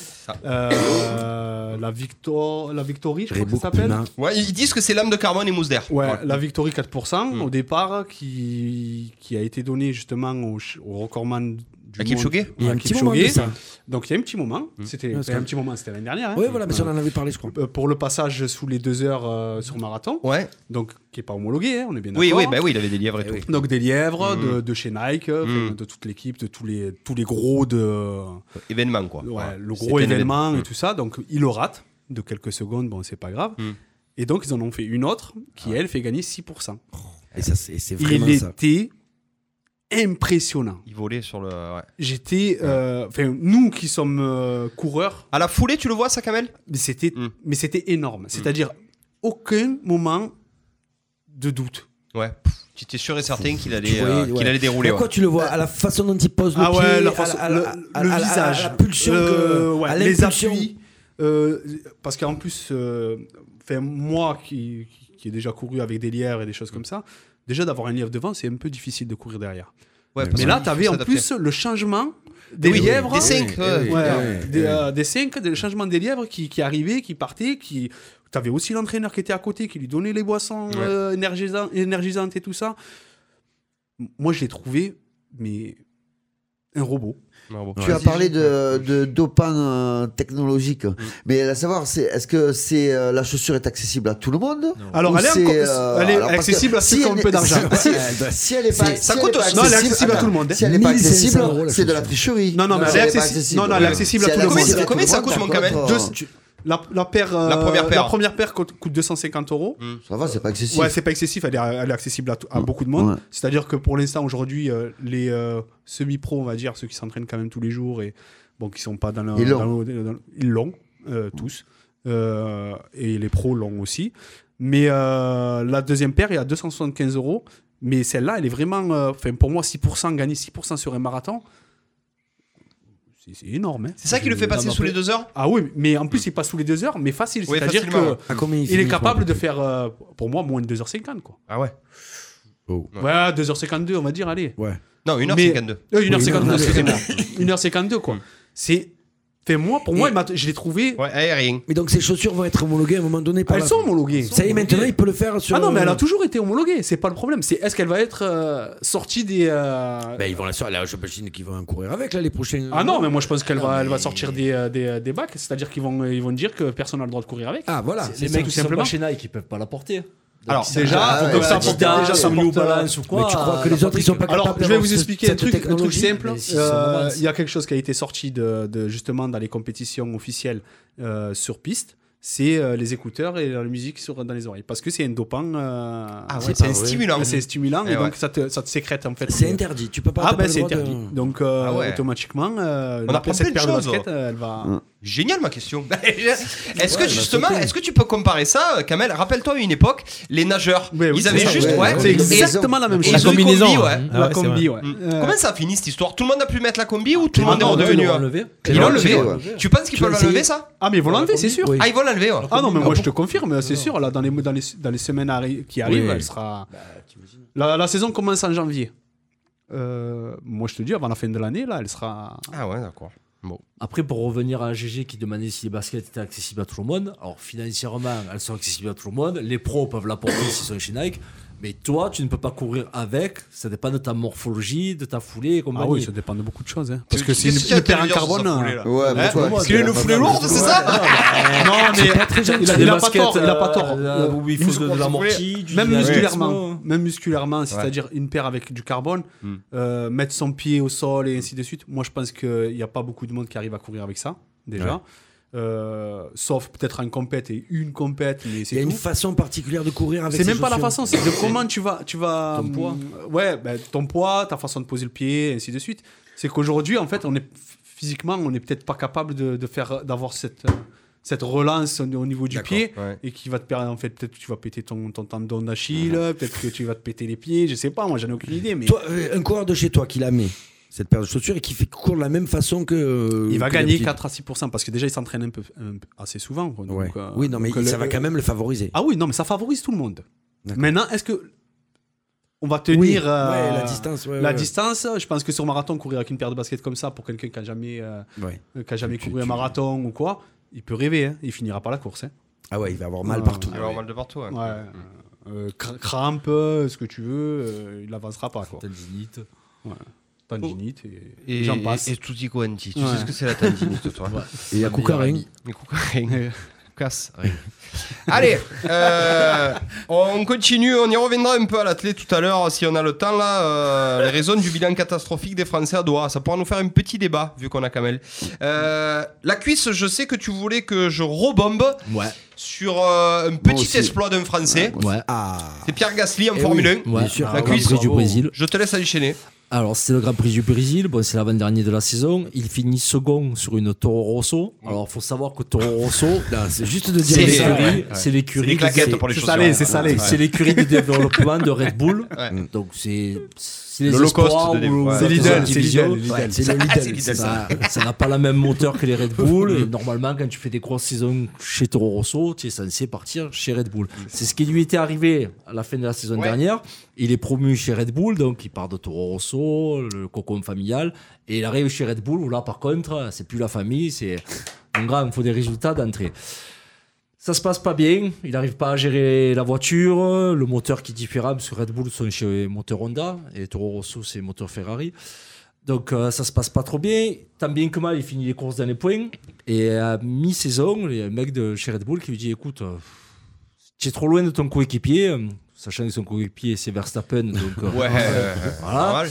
Euh, la, Victor, la Victory, je crois que ça Reebok, s'appelle. Puma. Ouais, ils disent que c'est lame de carbone et mousse d'air. Ouais, la Victory quatre pour cent Mm. au départ, qui, qui a été donnée justement au, ch- au recordman du À monde. Kipchoge Il y a à un petit Kipchoge. moment de ça. Donc il y a un petit moment. C'était Ouais, c'est un vrai. petit moment, c'était l'année dernière. hein. Oui, voilà, mais ça, on Voilà. en avait parlé, je crois. Euh, Pour le passage sous les deux heures euh, sur marathon, Ouais. donc qui n'est pas homologué, hein, on est bien Oui, d'accord. oui, bah oui, il avait des lièvres et Eh tout. oui. Donc des lièvres Mm. de, de chez Nike, euh, Mm. enfin, de toute l'équipe, de tous les, tous les gros de Événement, quoi. ouais, Ouais. le C'était gros un événement événement. et tout ça. Donc il le rate de quelques secondes, bon c'est pas grave. Mm. Et donc ils en ont fait une autre qui elle fait gagner six pour cent. Et ça, c'est, c'est Il vraiment ça. était impressionnant. Il volait sur le. Ouais. J'étais, euh, enfin nous qui sommes euh, coureurs, À la foulée, tu le vois, ça, Kamel? mais c'était, Mm. mais c'était énorme. C'est-à-dire aucun moment de doute. Ouais. Pff, tu étais sûr et certain qu'il allait, Tu voyais, euh, ouais. qu'il allait dérouler. Pourquoi ouais. tu le vois? À la façon dont il pose le Ah pied, ouais, la à façon- à le, à- le à- à- visage, à la pulsion, Euh, que, ouais, à les l'impulsion. appuis. euh, parce qu'en plus, euh, enfin, moi qui, qui, qui ai déjà couru avec des lièvres et des choses comme ça, déjà d'avoir un lièvre devant, c'est un peu difficile de courir derrière. Ouais, parce Mais là, qu'il tu avais faut en s'adapter. plus le changement des Oui, lièvres. des cinq, Oui, ouais. oui, Ouais, oui, des, oui. euh, des cinq, des changements des lièvres qui, qui arrivaient, qui partaient, qui... Tu avais aussi l'entraîneur qui était à côté, qui lui donnait les boissons Ouais. euh, énergisantes, énergisantes et tout ça. M- Moi, je l'ai trouvé, mais un robot. Bravo. Tu as parlé de, de dopant euh, technologique, mais à savoir, c'est, est-ce que c'est, euh, la chaussure est accessible à tout le monde? Alors, Ou elle est, c'est, encore- euh, elle est alors, parce accessible que à ceux si qui ont un elle peu est- d'argent. Si, si elle est pas, C'est- si ça elle coûte est pas aussi. Non, elle est accessible à tout le monde, hein. Si elle est pas mille cinq cents accessible, euros la c'est de la chaussure. tricherie. Non, non, mais Si elle est elle est pas accessible. accessible. Non, non, elle est accessible Si à elle tout est le monde. accessible à Combien tout ça le coûte, monde, mon par Kamel contre, Deux- euh, tu- La, la paire, euh, La première paire. La première paire coûte, coûte deux cent cinquante euros. Ça va, c'est pas accessible. Ouais, c'est pas excessif, elle est, elle est accessible à, tout- à beaucoup de monde. Ouais. C'est-à-dire que pour l'instant, aujourd'hui, euh, les euh, semi-pros, on va dire, ceux qui s'entraînent quand même tous les jours et bon, qui sont pas dans le. Ils l'ont. dans le- dans- ils l'ont, euh, tous. Euh, et les pros l'ont aussi. Mais euh, la deuxième paire est à deux cent soixante-quinze euros. Mais celle-là, elle est vraiment. euh, Enfin, pour moi, six pour cent, gagner six pour cent sur un marathon, c'est c'est énorme. Hein. C'est ça qui le fait passer sous les deux heures? Ah oui, mais en plus, il passe sous les deux heures, mais facile. Oui, C'est-à-dire facilement, ouais. que À combien il il finit, est je capable crois, de faire, euh, pour moi, moins de deux heures cinquante. Quoi. Ah ouais. Oh. Ouais, deux heures cinquante-deux, on va dire, allez. Ouais. Non, une heure Mais- cinquante-deux. Euh, une heure cinquante-deux, Oui, excusez-moi. une heure cinquante-deux, quoi. Mm. C'est. Fait, moi, pour moi, Et- il m'a- je l'ai trouvé. Ouais, aérien. Mais donc ces chaussures vont être homologuées à un moment donné par Elles la- sont homologuées. Ça y est, maintenant, il peut le faire sur. Ah non, mais elle a euh, toujours été homologuée, c'est pas le problème. C'est est-ce qu'elle va être euh, sortie des. euh, Ben, ils vont la sortir. Là, je imagine qu'ils vont en courir avec là les prochains. Ah non, mais moi je pense qu'elle Non, va, elle va mais- sortir des, euh, des, euh, des bacs, c'est-à-dire qu'ils vont, ils vont dire que personne n'a le droit de courir avec. Ah voilà. Les c'est mecs ça. qui sont simplement. pas chez Nike, ils peuvent pas la porter. Alors déjà, ah, donc ouais, ça apporte déjà déjà ça New porte. Balance ou quoi. Mais tu crois que les autres ils sont pas capables? Alors je vais vous expliquer un truc, un truc simple. Si euh, il y a quelque chose qui a été sorti de, de justement dans les compétitions officielles euh, sur piste. C'est euh, les écouteurs et la musique sur, dans les oreilles. Parce que c'est un dopant. Euh, ah ouais, c'est un stimulant. C'est stimulant et, et donc ouais. ça, te, ça te sécrète en fait. C'est interdit. Tu peux pas. Ah ben c'est interdit. De... Donc euh, ah ouais. automatiquement, euh, on apprend cette plein de paire choses. de basket, euh, elle va. Mmh. Génial ma question. Est-ce ouais, que justement, est-ce que tu peux comparer ça, Kamel? Rappelle-toi une époque, les nageurs, ouais, oui, ils avaient juste, ouais, ouais, c'est exactement la même chose. La combinaison, combi, ouais. Ah, la combi, ouais. Mmh. Euh... Comment ça a fini cette histoire? Tout le monde a pu mettre la combi ou tout le monde est redevenu? Ils l'ont enlevé. Tu penses qu'ils peuvent l'enlever ça? Ah mais ils vont l'enlever, c'est sûr. Ah ils vont l'enlever. Ah non mais moi je te confirme, c'est sûr. Là dans les dans les dans les semaines qui arrivent, elle sera. La saison commence en janvier. Moi je te dis avant la fin de l'année là, elle sera. Ah ouais d'accord. Bon. Après, pour revenir à G G qui demandait si les baskets étaient accessibles à tout le monde, alors financièrement, elles sont accessibles à tout le monde. Les pros peuvent l'apporter s'ils sont chez Nike. Mais toi, tu ne peux pas courir avec. Ça dépend de ta morphologie, de ta foulée et compagnie. Ah oui, ça dépend de beaucoup de choses. Hein. Parce que c'est une paire en carbone. Ouais, mais toi, parce qu'il a une foulée lourde, c'est ça? Non, mais il a pas tort. Il a pas tort. Il faut de l'amorti. Même musculairement. Même musculairement, c'est-à-dire une paire avec du carbone, mettre son pied au sol et ainsi de suite. Moi, je pense qu'il n'y a pas beaucoup de monde qui arrive à courir avec ça, déjà. Euh, sauf peut-être en compète et une compète, mais c'est il y a tout. une façon particulière de courir avec. C'est même chaussures. pas la façon, c'est de comment tu vas, tu vas. Ton poids. Ouais, ben, ton poids, ta façon de poser le pied, et ainsi de suite. C'est qu'aujourd'hui, en fait, on est physiquement, on n'est peut-être pas capable de, de faire, d'avoir cette. cette relance au niveau du pied ouais. et qui va te perdre en fait peut-être que tu vas péter ton, ton tendon d'Achille, mmh. peut-être que tu vas te péter les pieds, je sais pas, moi j'en ai aucune idée. Mais toi, un coureur de chez toi qui la met cette paire de chaussures et qui fait court de la même façon que euh, il va que gagner quatre à six pour cent parce que déjà il s'entraîne un peu, un peu assez souvent quoi, donc, ouais. euh, oui non mais ça le, va quand même le favoriser. Ah oui non mais ça favorise tout le monde. D'accord. Maintenant est-ce que on va tenir oui, euh, ouais, la distance ouais, la ouais. distance je pense que sur marathon courir avec une paire de baskets comme ça pour quelqu'un qui a jamais euh, ouais. qui a jamais tu, couru tu, un marathon tu... ou quoi, il peut rêver hein. Il finira pas la course hein. Ah ouais il va avoir mal ah, partout. Il va avoir mal de partout ouais. ouais. Euh, crampe ce que tu veux euh, il avancera pas quoi. Tendinite. Ouais. Tendinite et, et j'en passe. Et tutti quanti. Tu ouais. sais ce que c'est la tendinite, toi. Ouais. Et il y a Koukaring. Et Koukaring. Casse. Allez, euh, on continue. On y reviendra un peu à l'athlète tout à l'heure si on a le temps là. Euh, les raisons du bilan catastrophique des Français à Doha. Ça pourra nous faire un petit débat vu qu'on a Kamel. Euh, la cuisse, je sais que tu voulais que je rebombe. Ouais. Sur euh, un petit exploit d'un Français. Ouais. Ah. C'est Pierre Gasly en et Formule oui. un. Ouais. Sûr. La cuisse du Brésil. Je te laisse enchaîner. Alors, c'est le Grand Prix du Brésil. Bon, c'est l'avant-dernier de la saison. Il finit second sur une Toro Rosso. Alors, il faut savoir que Toro Rosso, là, c'est juste de dire c'est l'écurie. Ouais. C'est l'écurie. C'est les claquettes pour les chaussures. C'est salé, c'est salé. C'est l'écurie de développement de Red Bull. Ouais. Donc, c'est. C'est les espoirs de ou ouais. C'est Lidl, c'est Lidl. Ouais, c'est le Lidl. Ça, ça n'a pas la même moteur que les Red Bull. Et normalement, quand tu fais des grosses saisons chez Toro Rosso, tu es censé partir chez Red Bull. C'est ce qui lui était arrivé à la fin de la saison ouais. dernière. Il est promu chez Red Bull, donc il part de Toro Rosso, le cocon familial, et il arrive chez Red Bull où là, par contre, c'est plus la famille, c'est un grand, il faut des résultats d'entrée. Ça se passe pas bien, il n'arrive pas à gérer la voiture, le moteur qui est différent, parce que Red Bull sont chez moteur Honda, et Toro Rosso c'est moteur Ferrari. Donc euh, ça se passe pas trop bien, tant bien que mal il finit les courses dans les points, et à mi-saison, il y a un mec de chez Red Bull qui lui dit écoute, euh, tu es trop loin de ton coéquipier, euh, sachant que son coéquipier c'est Verstappen, donc euh, ouais, euh, voilà.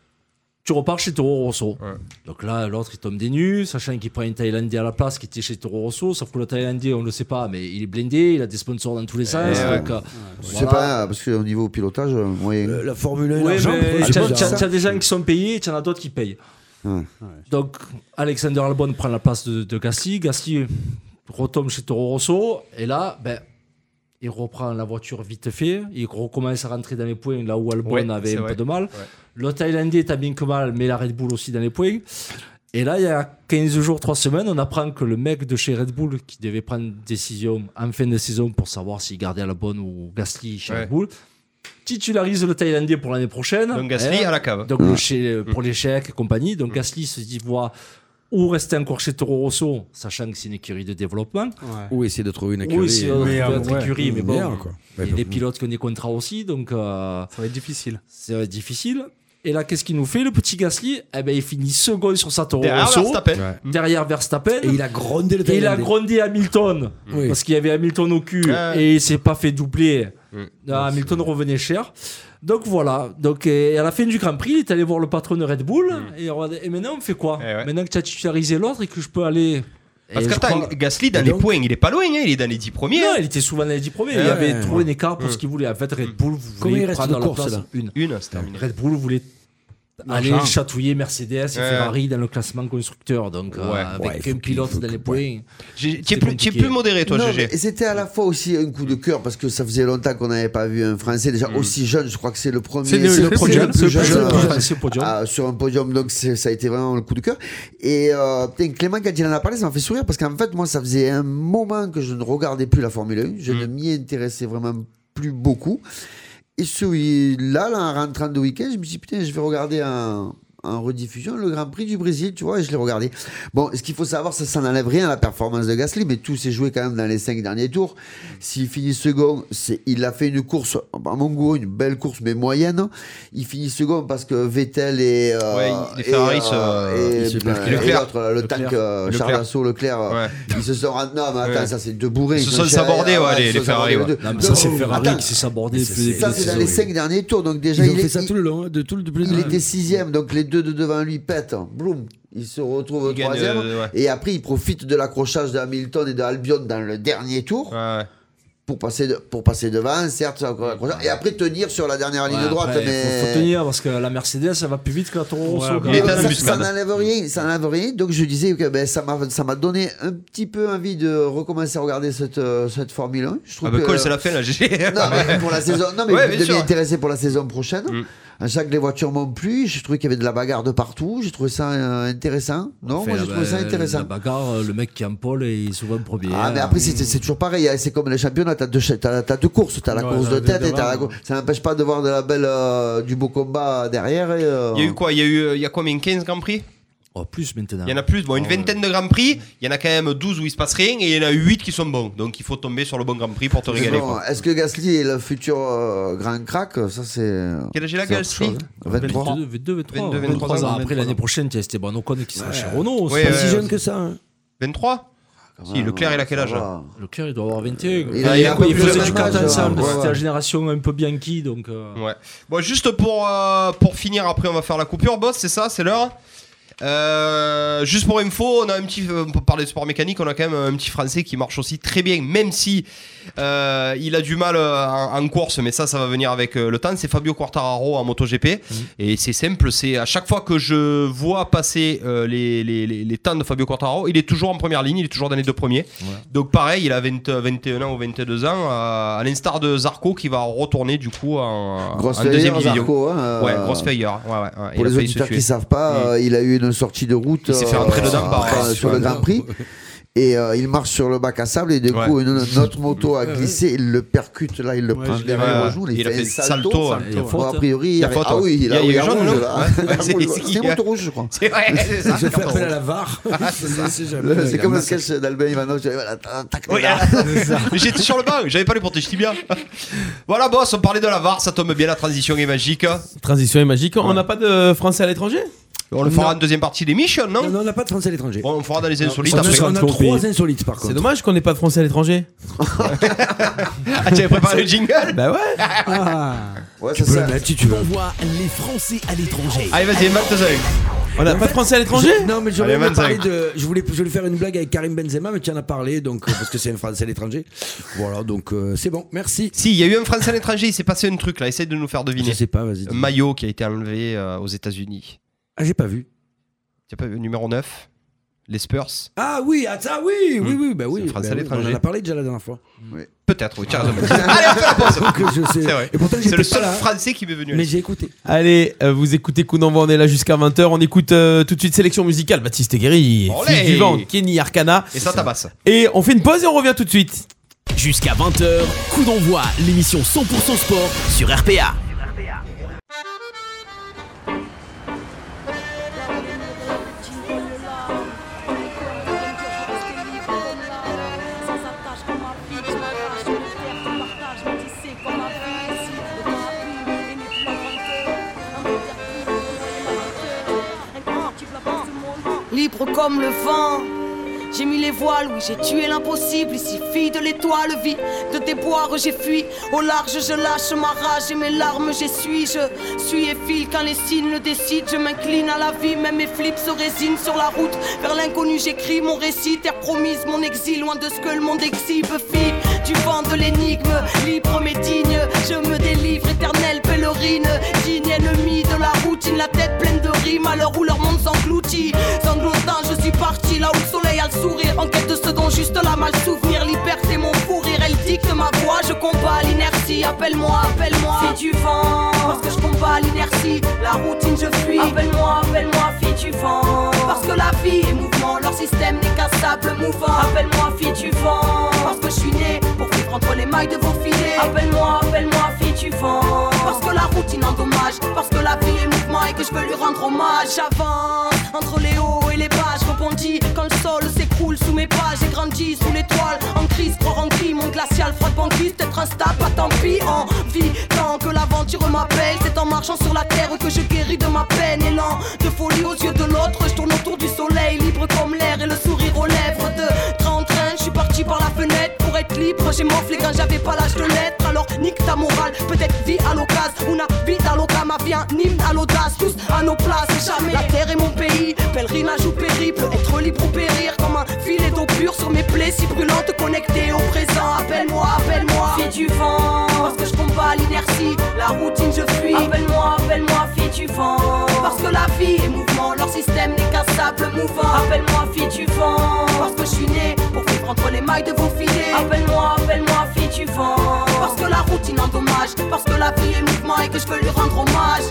Tu repars chez Toro Rosso. Ouais. Donc là, l'autre, il tombe des nues, sachant qu'il prend un Thaïlandais à la place qui était chez Toro Rosso. Sauf que le Thaïlandais, on ne le sait pas, mais il est blindé, il a des sponsors dans tous les sens. Ouais. Donc, euh, je voilà. sais pas, parce qu'au niveau pilotage, ouais. le, la Formule un, ouais, l'argent, tu as des gens qui sont payés, tu en as d'autres qui payent. Ouais. Donc, Alexander Albon prend la place de, de Gasly. Gasly retombe chez Toro Rosso. Et là, ben, il reprend la voiture vite fait. Il recommence à rentrer dans les points là où Albon ouais, avait un vrai. peu de mal. Ouais. Le Thaïlandais t'a bien que mal, mais la Red Bull aussi dans les points. Et là, il y a quinze jours, trois semaines, on apprend que le mec de chez Red Bull, qui devait prendre une décision en fin de saison pour savoir s'il gardait Albon ou Gasly chez ouais. Red Bull, titularise le Thaïlandais pour l'année prochaine. Donc Gasly hein, à la cave. Donc ouais. chez, pour les chèques et compagnie. Donc mmh. Gasly se dit, voilà, ou rester encore chez Toro Rosso, sachant que c'est une écurie de développement. Ouais. Ou essayer de trouver une écurie. Ou essayer de trouver une ouais, écurie, ouais, mais bon, meilleur, quoi. il y a des pilotes qui ont des contrats aussi, donc... Euh, ça va être difficile. Ça va être difficile. Et là, qu'est-ce qu'il nous fait, le petit Gasly? Eh ben, il finit second sur sa Toro derrière Rosso, Verstappen. Ouais. Derrière Verstappen. Et il a grondé le Et il a grondé Hamilton. Oui. Parce qu'il y avait Hamilton au cul. Ouais. Et il s'est pas fait doubler. Mmh. Ah, Hamilton oui. revenait cher. Donc voilà. Donc, et à la fin du Grand Prix, il est allé voir le patron de Red Bull. Mmh. Et, et maintenant, on fait quoi? eh ouais. Maintenant que tu as titularisé l'autre et que je peux aller. Parce qu'attends, crois... Gasly, dans et les donc... points, il est pas loin, hein, il est dans les dix premiers. Non, il était souvent dans les dix premiers. Ouais, il avait ouais, trouvé ouais. un écart pour mmh. ce qu'il voulait. En fait, Red Bull voulait prendre la place. Là Une. Une, c'est terminé. Red Bull voulait aller chatouiller Mercedes et ouais. Ferrari dans le classement constructeur, donc ouais. euh, avec ouais, un pilote dans les points. Tu es plus, plus modéré, toi, G G. Et c'était à la fois aussi un coup de cœur parce que ça faisait longtemps qu'on n'avait pas vu un Français déjà mm. aussi jeune. Je crois que c'est le premier. C'est le, le, le podium, le plus jeune euh, podium. Euh, sur un podium, donc ça a été vraiment le coup de cœur. Et euh, Clément, quand il en a parlé, ça m'a fait sourire parce qu'en fait, moi, ça faisait un moment que je ne regardais plus la Formule un. Je mm. ne m'y intéressais vraiment plus beaucoup. Et celui-là, là, en rentrant de week-end, je me suis dit, putain, je vais regarder un. en rediffusion le Grand Prix du Brésil, tu vois, et je l'ai regardé. Bon, ce qu'il faut savoir, ça, ça n'enlève rien à la performance de Gasly, mais tout s'est joué quand même dans les cinq derniers tours. S'il finit second, c'est, il a fait une course, à mon goût, une belle course, mais moyenne. Il finit second parce que Vettel et, euh, ouais, les Ferrari, et, euh, et, et, ben, et Leclerc, le Leclerc. tank euh, Charles Dassault, Leclerc, ouais. ils se sont rendus. Non, mais attends, ouais. ça c'est deux bourrés. Ils se sont sabordés, ouais, les, les Ferrari. Ouais. Non, mais ça c'est Ferrari attends, qui s'est sabordé. Ça c'est dans les cinq derniers tours, donc déjà il fait ça tout le long, de tout le Il était sixième, donc les deux de devant lui pètent, boum, il se retrouve il troisième, gagne, euh, ouais. et après il profite de l'accrochage de Hamilton et de Albon dans le dernier tour. Ouais. Pour passer, de, pour passer devant, certes, et après tenir sur la dernière ligne ouais, droite. Après, mais faut, faut tenir parce que la Mercedes, ça va plus vite que la Toro Rosso. Ouais, ça, ça n'enlève rien, ça n'enlève rien. Donc je disais que ben, ça, m'a, ça m'a donné un petit peu envie de recommencer à regarder cette, cette Formule un. Je trouve ah, bah, que, cool, c'est la fin là, G G. Non, mais pour la saison, non, mais ouais, je m'y intéressé pour la saison prochaine. Mm. À chaque les voitures m'ont plu, j'ai trouvé qu'il y avait de la bagarre de partout, j'ai trouvé ça euh, intéressant. Non, enfin, moi j'ai bah, trouvé ça intéressant. La bagarre, le mec qui est en pôle et il souvent premier. Ah, mais après c'est, c'est toujours pareil, c'est comme les championnats, t'as deux, t'as, t'as deux courses, t'as la ouais, course de tête et t'as la course. Ça n'empêche pas de voir de la belle, euh, du beau combat derrière. Et, euh... Il y a eu quoi? Il y a eu, il y a combien? quinze Grands Prix? Oh, plus maintenant. Il y en a plus, bon, une oh, vingtaine ouais. de Grands Prix, il y en a quand même douze où il se passe rien et il y en a huit qui sont bons. Donc il faut tomber sur le bon Grand Prix pour te régaler. Bon, quoi. Est-ce que Gasly est le futur euh, grand crack? Ça c'est. Quel âge il a Gasly? vingt-trois vingt-deux, vingt-trois vingt-trois, vingt-trois ans. Après l'année prochaine, tu as Esteban Ocon qui sera ouais. chez Renault. C'est ouais, pas euh, si jeune que ça. Hein. vingt-trois ah, Si, Leclerc, il a quel âge? Leclerc, il doit avoir vingt et un. Il, a, il, a, il faisait du kart ensemble, c'était la génération un peu Bianchi. Donc, euh... ouais. Bon, juste pour, euh, pour finir, après on va faire la coupure, boss, c'est ça, c'est l'heure. Euh, juste pour info, on a un petit, pour parler de sport mécanique, on a quand même un petit Français qui marche aussi très bien, même si euh, il a du mal en, en course, mais ça, ça va venir avec le temps. C'est Fabio Quartararo en MotoGP, mmh. et c'est simple. C'est à chaque fois que je vois passer euh, les, les, les, les temps de Fabio Quartararo, il est toujours en première ligne, il est toujours dans les deux premiers. Ouais. Donc pareil, il a vingt, vingt et un ans ou vingt-deux ans, à, à l'instar de Zarco qui va retourner du coup en, en deuxième division. Zarco, hein, euh, ouais, grosse failleur. Ouais, ouais, ouais. Pour il les auditeurs qui ne savent pas, mmh. euh, il a eu une sortie de route il s'est fait rentrer dedans par euh, sur le Grand Prix et euh, il marche sur le bac à sable et du ouais. coup une, notre moto a glissé, il le percute là, il le ouais, prend derrière le genou, il, il fait, fait un salto, salto il faut, a priori il y a faute, ah oui il a eu jaune là, c'est une moto rouge je crois, c'est vrai, c'est ça, je fais appel à la V A R, c'est comme le sketch d'Albin Ivanov, j'étais sur le banc, j'avais pas les protèges tibia. Voilà boss, on parlait de la V A R, ça tombe bien, la transition est magique. Transition est magique, on n'a pas de Français à l'étranger? On le fera en deuxième partie d'émission, non? Non, on n'a pas de Français à l'étranger. Bon, on fera dans les insolites. On a, on a trois insolites par contre. C'est dommage qu'on n'ait pas de Français à l'étranger. Ah, tu avais préparé le jingle? Bah ouais. Ah. Ouais, tu peux le mettre si tu veux. On voit les Français à l'étranger. Allez, vas-y, vingt-cinq. On n'a pas de Français à l'étranger? Non, mais je voulais parler de. Je voulais, je voulais faire une blague avec Karim Benzema, mais tu en as parlé, donc parce que c'est un Français à l'étranger. Voilà, donc euh, c'est bon, merci. Si, il y a eu un Français à l'étranger, il s'est passé un truc là. Essaye de nous faire deviner. Je sais pas, vas-y. Un maillot qui a été enlevé euh, aux États-Unis. Ah, j'ai pas vu. Tu as pas vu numéro neuf? Les Spurs. Ah oui, ah ça oui, oui, oui, bah oui. Bah oui on en a parlé déjà la dernière fois. Oui. Peut-être, oui, tu as raison. Allez, on fait la pause. Je sais. C'est vrai. Et pourtant, c'est le seul là, Français qui m'est venu. Mais j'ai écouté. Allez, euh, vous écoutez Coup d'envoi, on est là jusqu'à vingt heures. On écoute euh, tout de suite sélection musicale. Baptiste Guéry, Fils du vent, Kenny Arcana. Et ça tabasse. Et on fait une pause et on revient tout de suite. Jusqu'à vingt heures, Coup d'envoi, l'émission cent pour cent sport sur R P A. libre comme le vent. J'ai mis les voiles, oui j'ai tué l'impossible. Ici fille de l'étoile, vie de déboire j'ai fui. Au large je lâche ma rage et mes larmes j'essuie. Je suis et file quand les signes le décident. Je m'incline à la vie, même mes flips se résignent. Sur la route vers l'inconnu j'écris mon récit. Terre promise, mon exil, loin de ce que le monde exhibe. Fille du vent de l'énigme, libre mais digne. Je me délivre, éternelle pèlerine. Digne ennemi de la routine, la tête pleine de rimes. À l'heure où leur monde s'engloutit, sanglotant je suis parti là où le soleil a le sourire, en quête de ce dont juste la mal souvenir. Liberté mon fou rire, elle dicte ma voix. Je combats l'inertie, appelle-moi, appelle-moi fille du vent, parce que je combats l'inertie. La routine je fuis, appelle-moi, appelle-moi fille du vent, parce que la vie est mouvement, leur système n'est qu'un sable mouvant. Appelle-moi fille du vent, parce que je suis né pour vivre entre les mailles de vos filets. Appelle-moi, appelle-moi fille du vent, parce que la routine endommage, parce que la vie est mouvement et que je veux lui rendre hommage. J'avance entre les hauts et les bas, je rebondis quand le sol s'écroule sous mes pas. J'ai grandi sous l'étoile, en crise, croire en cri. Mon glacial, froid de banquise, peut-être instable, pas tant pis. En vie, tant que l'aventure m'appelle, c'est en marchant sur la terre que je guéris de ma peine. Élan de folie aux yeux de l'autre, je tourne autour du soleil, libre comme l'air et le sourire aux lèvres. De train en train, je suis parti par la fenêtre pour être libre. J'ai morflé quand j'avais pas l'âge de l'être. Alors nique ta morale, peut-être vie à l'occasion. Una vie à l'occasion, ma vie un hymne à l'audace. Tous à nos places, jamais la terre est mon pays. Pèlerinage ou périple, être libre ou périr. Comme un filet d'eau pure sur mes plaies si brûlantes, connectées au présent. Appelle-moi, appelle-moi fille du vent, parce que je combats l'inertie, la routine je fuis. Appelle-moi, appelle-moi fille du vent, parce que la vie est mouvement, leur système n'est qu'un sable mouvant. Appelle-moi fille du vent, parce que je suis né pour vivre entre les mailles de vos filets. Appelle-moi, appelle-moi fille du vent, parce que la routine endommage, parce que la vie est mouvement et que je veux lui rendre hommage.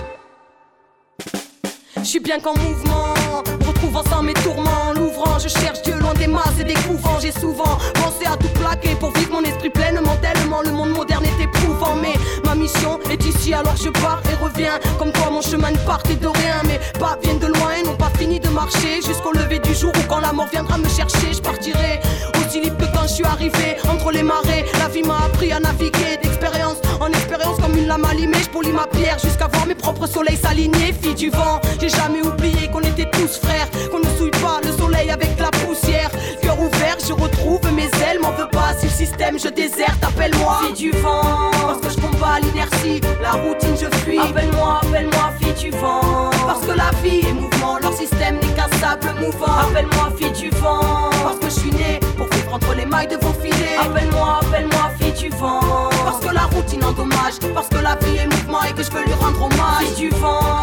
Je suis bien qu'en mouvement, retrouvant sans mes tourments. L'ouvrant, je cherche Dieu loin des masses et des couvents. J'ai souvent pensé à tout plaquer pour vivre mon esprit pleinement. Tellement le monde moderne est éprouvant. Mais ma mission est ici alors je pars et reviens. Comme quoi mon chemin ne partait de rien. Mes pas viennent de loin et n'ont pas fini de marcher jusqu'au lever du jour où quand la mort viendra me chercher, je partirai aussi libre que quand je suis arrivé. Entre les marées, la vie m'a appris à naviguer d'expérience en expérience comme une lame allumée. Je polis ma pierre jusqu'à voir mes propres soleils s'aligner. Fille du vent, j'ai jamais oublié qu'on était tous frères, qu'on ne souille pas le soleil avec la poussière. Cœur ouvert, je retrouve mes ailes, m'en veux pas si le système je déserte. Appelle-moi fille du vent, parce que je combats l'inertie, la routine je fuis. Appelle-moi, appelle-moi fille du vent, parce que la vie est mouvement, leur système n'est qu'un sable mouvant. Appelle-moi fille du vent, parce que je suis né pour vivre entre les mailles de vos filets. Appelle-moi, appelle-moi fille du vent, parce que la routine endommage, parce que la vie est mouvement et que je veux lui rendre hommage. Fille du vent,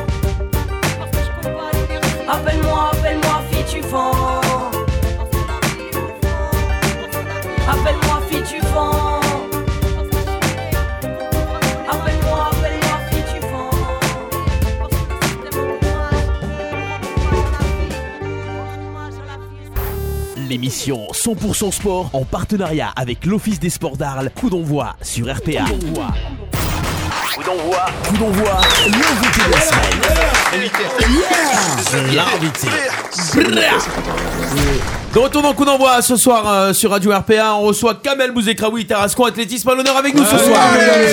appelle-moi, appelle-moi fille du vent, appelle-moi fille du vent, appelle-moi, appelle-moi fille du vent. L'émission cent pour cent sport en partenariat avec l'Office des sports d'Arles. Coup d'envoi sur R P A. Coup d'envoi. Coup d'envoi. Coup d'envoi. L'invité de la semaine. L'invité. De retour dans Coup d'envoi ce soir euh, sur Radio R P A. On reçoit Kamel Bouzekraoui, Tarascon Athlétisme à l'honneur avec nous ce soir.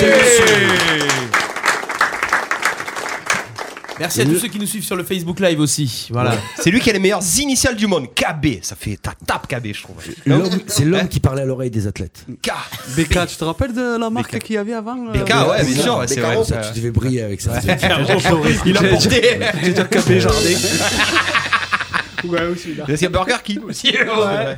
Merci à tous ceux qui nous suivent sur le Facebook Live aussi. Voilà. C'est lui qui a les meilleures initiales du monde. K B, ça fait ta tape K B, je trouve. L'homme, c'est l'homme qui parlait à l'oreille des athlètes. K. B K, tu te rappelles de la marque qu'il y avait avant B K, euh, ouais, bien sûr, ouais, c'est vrai. Ça, tu devais briller avec ça. Il a porté. J'ai déjà K B Jardin. Ouais, aussi là. Il y a Burger King aussi. Ouais.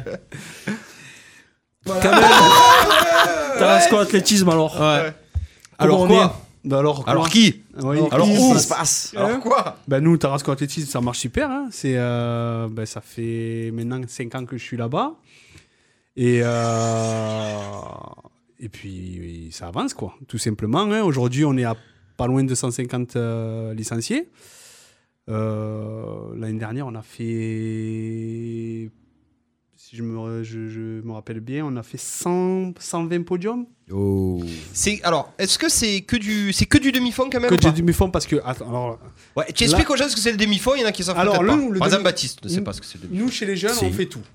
Tarascon Athlétisme alors. Ouais. Alors quoi Bah alors, alors qui oui. Alors, alors où ça se passe Alors quoi Bah nous, Tarascon Athlétisme, ça marche super. Hein. C'est, euh, bah, ça fait maintenant cinq ans que je suis là-bas. Et, euh, et puis, ça avance, quoi, tout simplement. Hein. Aujourd'hui, on est à pas loin de cent cinquante euh, licenciés. Euh, l'année dernière, on a fait... Si je me, je, je me rappelle bien, on a fait cent, cent vingt podiums. Oh. C'est, alors, est-ce que c'est que du, c'est que du demi-fond quand même Que du demi-fond parce que... Attends, alors, ouais, tu expliques là, aux gens ce que c'est le demi-fond, il y en a qui savent alors, peut-être le, pas. Le Par demi... exemple, Baptiste ne sait pas ce que c'est le demi-fond. Nous, chez les jeunes, c'est... on fait tout.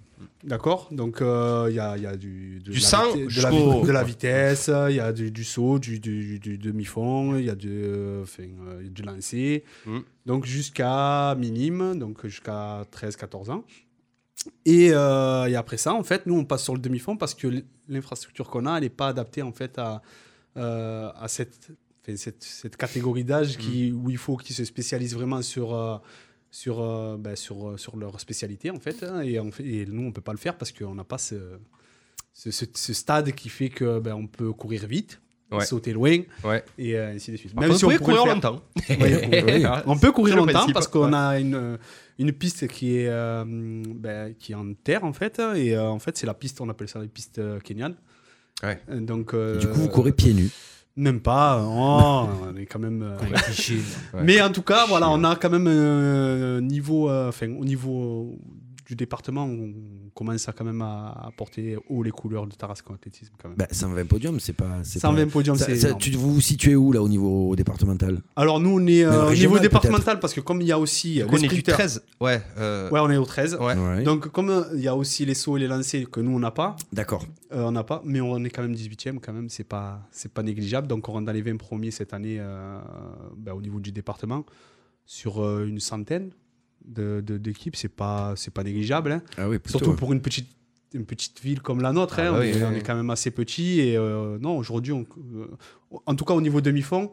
D'accord. Donc, il euh, y, a, y a du, du sang, vite- de, la, vi- de la vitesse, il y a du, du saut, du, du, du demi-fond, il y a du, euh, euh, du lancer. Mm. Donc, jusqu'à minime, donc jusqu'à treize à quatorze ans. Et, euh, et après ça, en fait, nous, on passe sur le demi-fond parce que l'infrastructure qu'on a, elle n'est pas adaptée en fait, à, euh, à cette, cette, cette catégorie d'âge qui, mm. où il faut qu'ils se spécialisent vraiment sur... Euh, Sur, euh, ben, sur, sur leur spécialité en fait, hein, et, on fait et nous on peut pas le faire parce qu'on n'a pas ce, ce, ce, ce stade qui fait que ben, on peut courir vite, ouais. sauter loin, ouais. et euh, ainsi de suite. Même si on peut courir longtemps. Ouais, on peut courir longtemps principe, parce qu'on ouais. a une, une piste qui est, euh, ben, qui est en terre en fait, et euh, en fait c'est la piste, on appelle ça la piste euh, kenyane. Ouais. Donc, euh, du coup vous courez pieds nus. Même pas, oh, on est quand même. Euh, ouais. Mais en tout cas, voilà, on a quand même un niveau, enfin, euh, au niveau du département, on commence à quand même à, à porter haut les couleurs de Tarascon Athlétisme quand même. Bah, cent vingt podiums, c'est pas. C'est cent vingt pas... podiums, c'est. Ça, tu vous vous situez où là au niveau départemental? Alors nous, on est euh, au niveau départemental parce que comme il y a aussi. On est du treize. Ouais. Euh... Ouais, on est au treize. Ouais. Ouais. Donc comme il y a aussi les sauts et les lancers que nous on n'a pas. D'accord. Euh, on n'a pas, mais on est quand même dix-huitième quand même. C'est pas, c'est pas négligeable. Donc on rentre dans les vingt premiers cette année euh, bah, au niveau du département sur euh, une centaine. De, de, d'équipes, c'est pas, c'est pas négligeable. Hein. Ah oui, plutôt, surtout ouais. pour une petite, une petite ville comme la nôtre. Ah hein. bah on, oui, est, oui, on oui. est quand même assez petit. Et euh, non, aujourd'hui, on, euh, en tout cas au niveau demi-fond,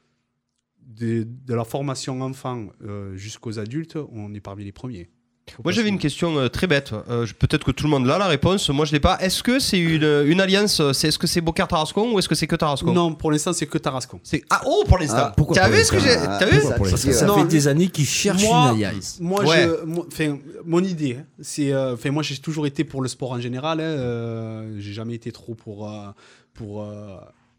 de, de la formation enfant euh, jusqu'aux adultes, on est parmi les premiers. Moi j'avais une question euh, très bête, euh, peut-être que tout le monde l'a la réponse, moi je l'ai pas. Est-ce que c'est une, une alliance, c'est, est-ce que c'est Beaucaire Tarascon ou est-ce que c'est que Tarascon? Non, pour l'instant c'est que Tarascon. C'est... Ah oh pour l'instant ah, T'as vu ce que j'ai T'as vu ça, ça, ça fait des années qu'ils cherchent moi, une alliance. Moi, ouais. je, moi mon idée, hein, c'est, euh, moi j'ai toujours été pour le sport en général, hein, euh, j'ai jamais été trop pour, euh, pour euh,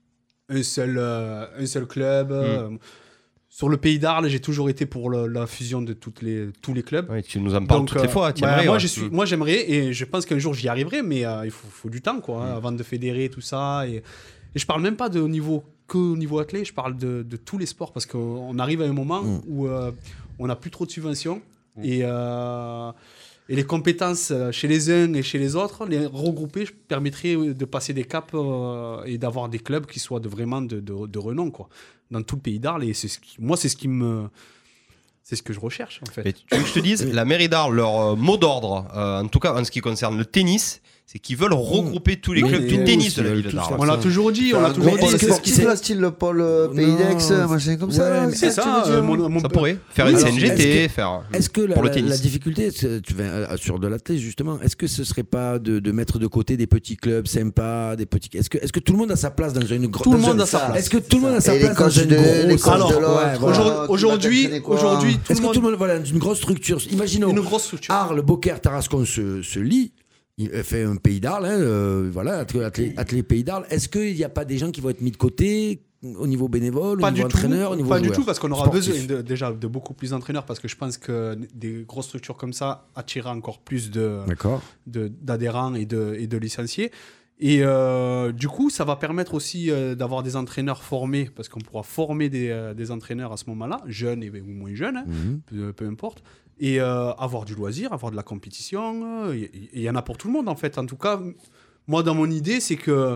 un, seul, euh, un seul club. Mm. Euh, Sur le Pays d'Arles, j'ai toujours été pour le, la fusion de toutes les, tous les clubs. Oui, tu nous en parles Donc, toutes euh, les fois. Bah, moi, ouais. je suis, moi, j'aimerais, et je pense qu'un jour, j'y arriverai, mais euh, il faut, faut du temps quoi, hein, mm. avant de fédérer tout ça. Et, et je parle même pas de niveau, qu'au niveau athlète, je parle de, de tous les sports, parce qu'on arrive à un moment mm. où euh, on n'a plus trop de subventions. Mm. Et, euh, et les compétences chez les uns et chez les autres, les regrouper permettrait de passer des caps euh, et d'avoir des clubs qui soient de, vraiment de, de, de renom, quoi. Dans tout le Pays d'Arles, et c'est ce qui, moi c'est ce qui me c'est ce que je recherche en fait. Mais tu veux que je te dise, la mairie d'Arles, leur euh, mot d'ordre, euh, en tout cas en ce qui concerne le tennis, c'est qu'ils veulent regrouper tous les oui, clubs du tennis de la ville d'Arles. On l'a toujours dit, on l'a toujours dit. C'est sportif là, style le pôle Pays d'Aix, machin comme ça. C'est ça. Euh, mon, mon ça pourrait faire une C N G T, faire. Est-ce que la, la, la difficulté, tu vas sur de l'athlète justement, est-ce que ce serait pas de, de mettre de côté des petits clubs sympas, des petits. Est-ce que est-ce que tout le monde a sa place dans une grosse. Tout le monde a sa place. Est-ce que tout le monde a sa place dans une grosse. Alors aujourd'hui, aujourd'hui, est-ce que tout le monde voilà une grosse structure. Imaginons. Une grosse structure. Arles, Beaucaire, Tarascon se se lient. Il fait un Pays d'Arles, hein, euh, voilà, athlète, athlète Pays d'Arles. Est-ce qu'il n'y a pas des gens qui vont être mis de côté au niveau bénévole, pas au niveau du entraîneur, tout, au niveau Pas joueur, du tout, parce qu'on aura sportif. besoin de, déjà de beaucoup plus d'entraîneurs, parce que je pense que des grosses structures comme ça attirent encore plus de, de, d'adhérents et de, et de licenciés. Et euh, du coup, ça va permettre aussi euh, d'avoir des entraîneurs formés, parce qu'on pourra former des, euh, des entraîneurs à ce moment-là, jeunes et, ou moins jeunes, hein, mm-hmm. peu, peu importe, et euh, avoir du loisir, avoir de la compétition. Il y en a pour tout le monde, en fait. En tout cas, moi, dans mon idée, c'est que,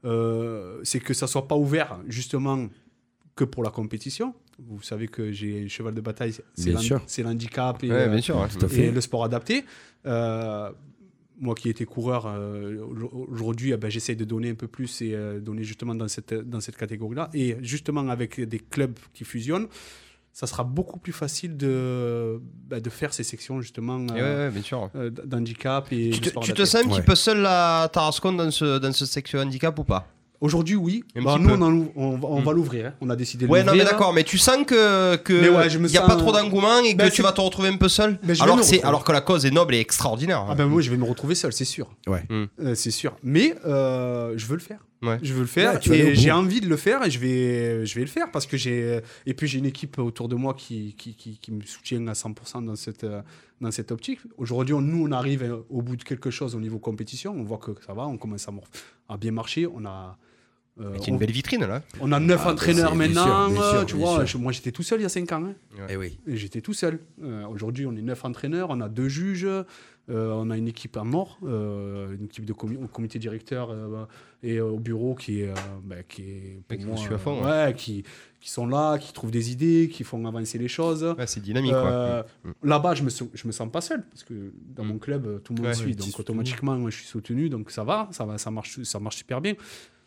euh, c'est que ça ne soit pas ouvert, justement, que pour la compétition. Vous savez que j'ai un cheval de bataille, c'est, l'hand- c'est l'handicap et, ouais, bien sûr, ouais, euh, et le sport adapté. Euh, Moi qui étais coureur, euh, aujourd'hui, eh ben, j'essaie de donner un peu plus et euh, donner justement dans cette, dans cette catégorie-là. Et justement, avec des clubs qui fusionnent, ça sera beaucoup plus facile de, bah, de faire ces sections justement euh, ouais, ouais, bien sûr. Euh, d'handicap. Et tu te, tu te sens un petit ouais. peu seul à Tarascon dans ce, dans ce section handicap ou pas? Aujourd'hui, oui. Bah, nous, on, en, on, on va l'ouvrir. Hein. On a décidé de ouais, l'ouvrir. Ouais, non, mais d'accord. Mais tu sens que qu'il ouais, n'y a sens... pas trop d'engouement et ben, que tu vas te retrouver un peu seul alors, c'est, alors que la cause est noble et extraordinaire. Ah ben moi, je vais me retrouver seul, c'est sûr. Ouais. Euh, c'est sûr. Mais euh, je veux le faire. Ouais. Je veux le faire ouais, et j'ai envie de le faire et je vais, je vais le faire parce que j'ai... Et puis, j'ai une équipe autour de moi qui, qui, qui, qui me soutient à cent pour cent dans cette, dans cette optique. Aujourd'hui, on, nous, on arrive au bout de quelque chose au niveau compétition. On voit que ça va, on commence à, à bien marcher. On a... Euh, c'est une belle vitrine là. On a neuf ah, entraîneurs bien maintenant. sûr, bien sûr, tu bien vois, sûr. je, moi j'étais tout seul il y a cinq ans. Hein. Ouais. Et oui. Et j'étais tout seul. Euh, aujourd'hui, on est neuf entraîneurs, on a deux juges, euh, on a une équipe à mort, euh, une équipe de comi- au comité directeur euh, et au bureau qui est, euh, bah, qui est pour qui moi, suit à fond, ouais, ouais. qui, qui sont là, qui trouvent des idées, qui font avancer les choses. Ouais, c'est dynamique. Euh, quoi. Là-bas, je me so- je me sens pas seul parce que dans Mm. mon club, tout le monde Ouais, suit, ouais, donc soutenu. automatiquement, moi, je suis soutenu, donc ça va, ça va, ça marche, ça marche super bien.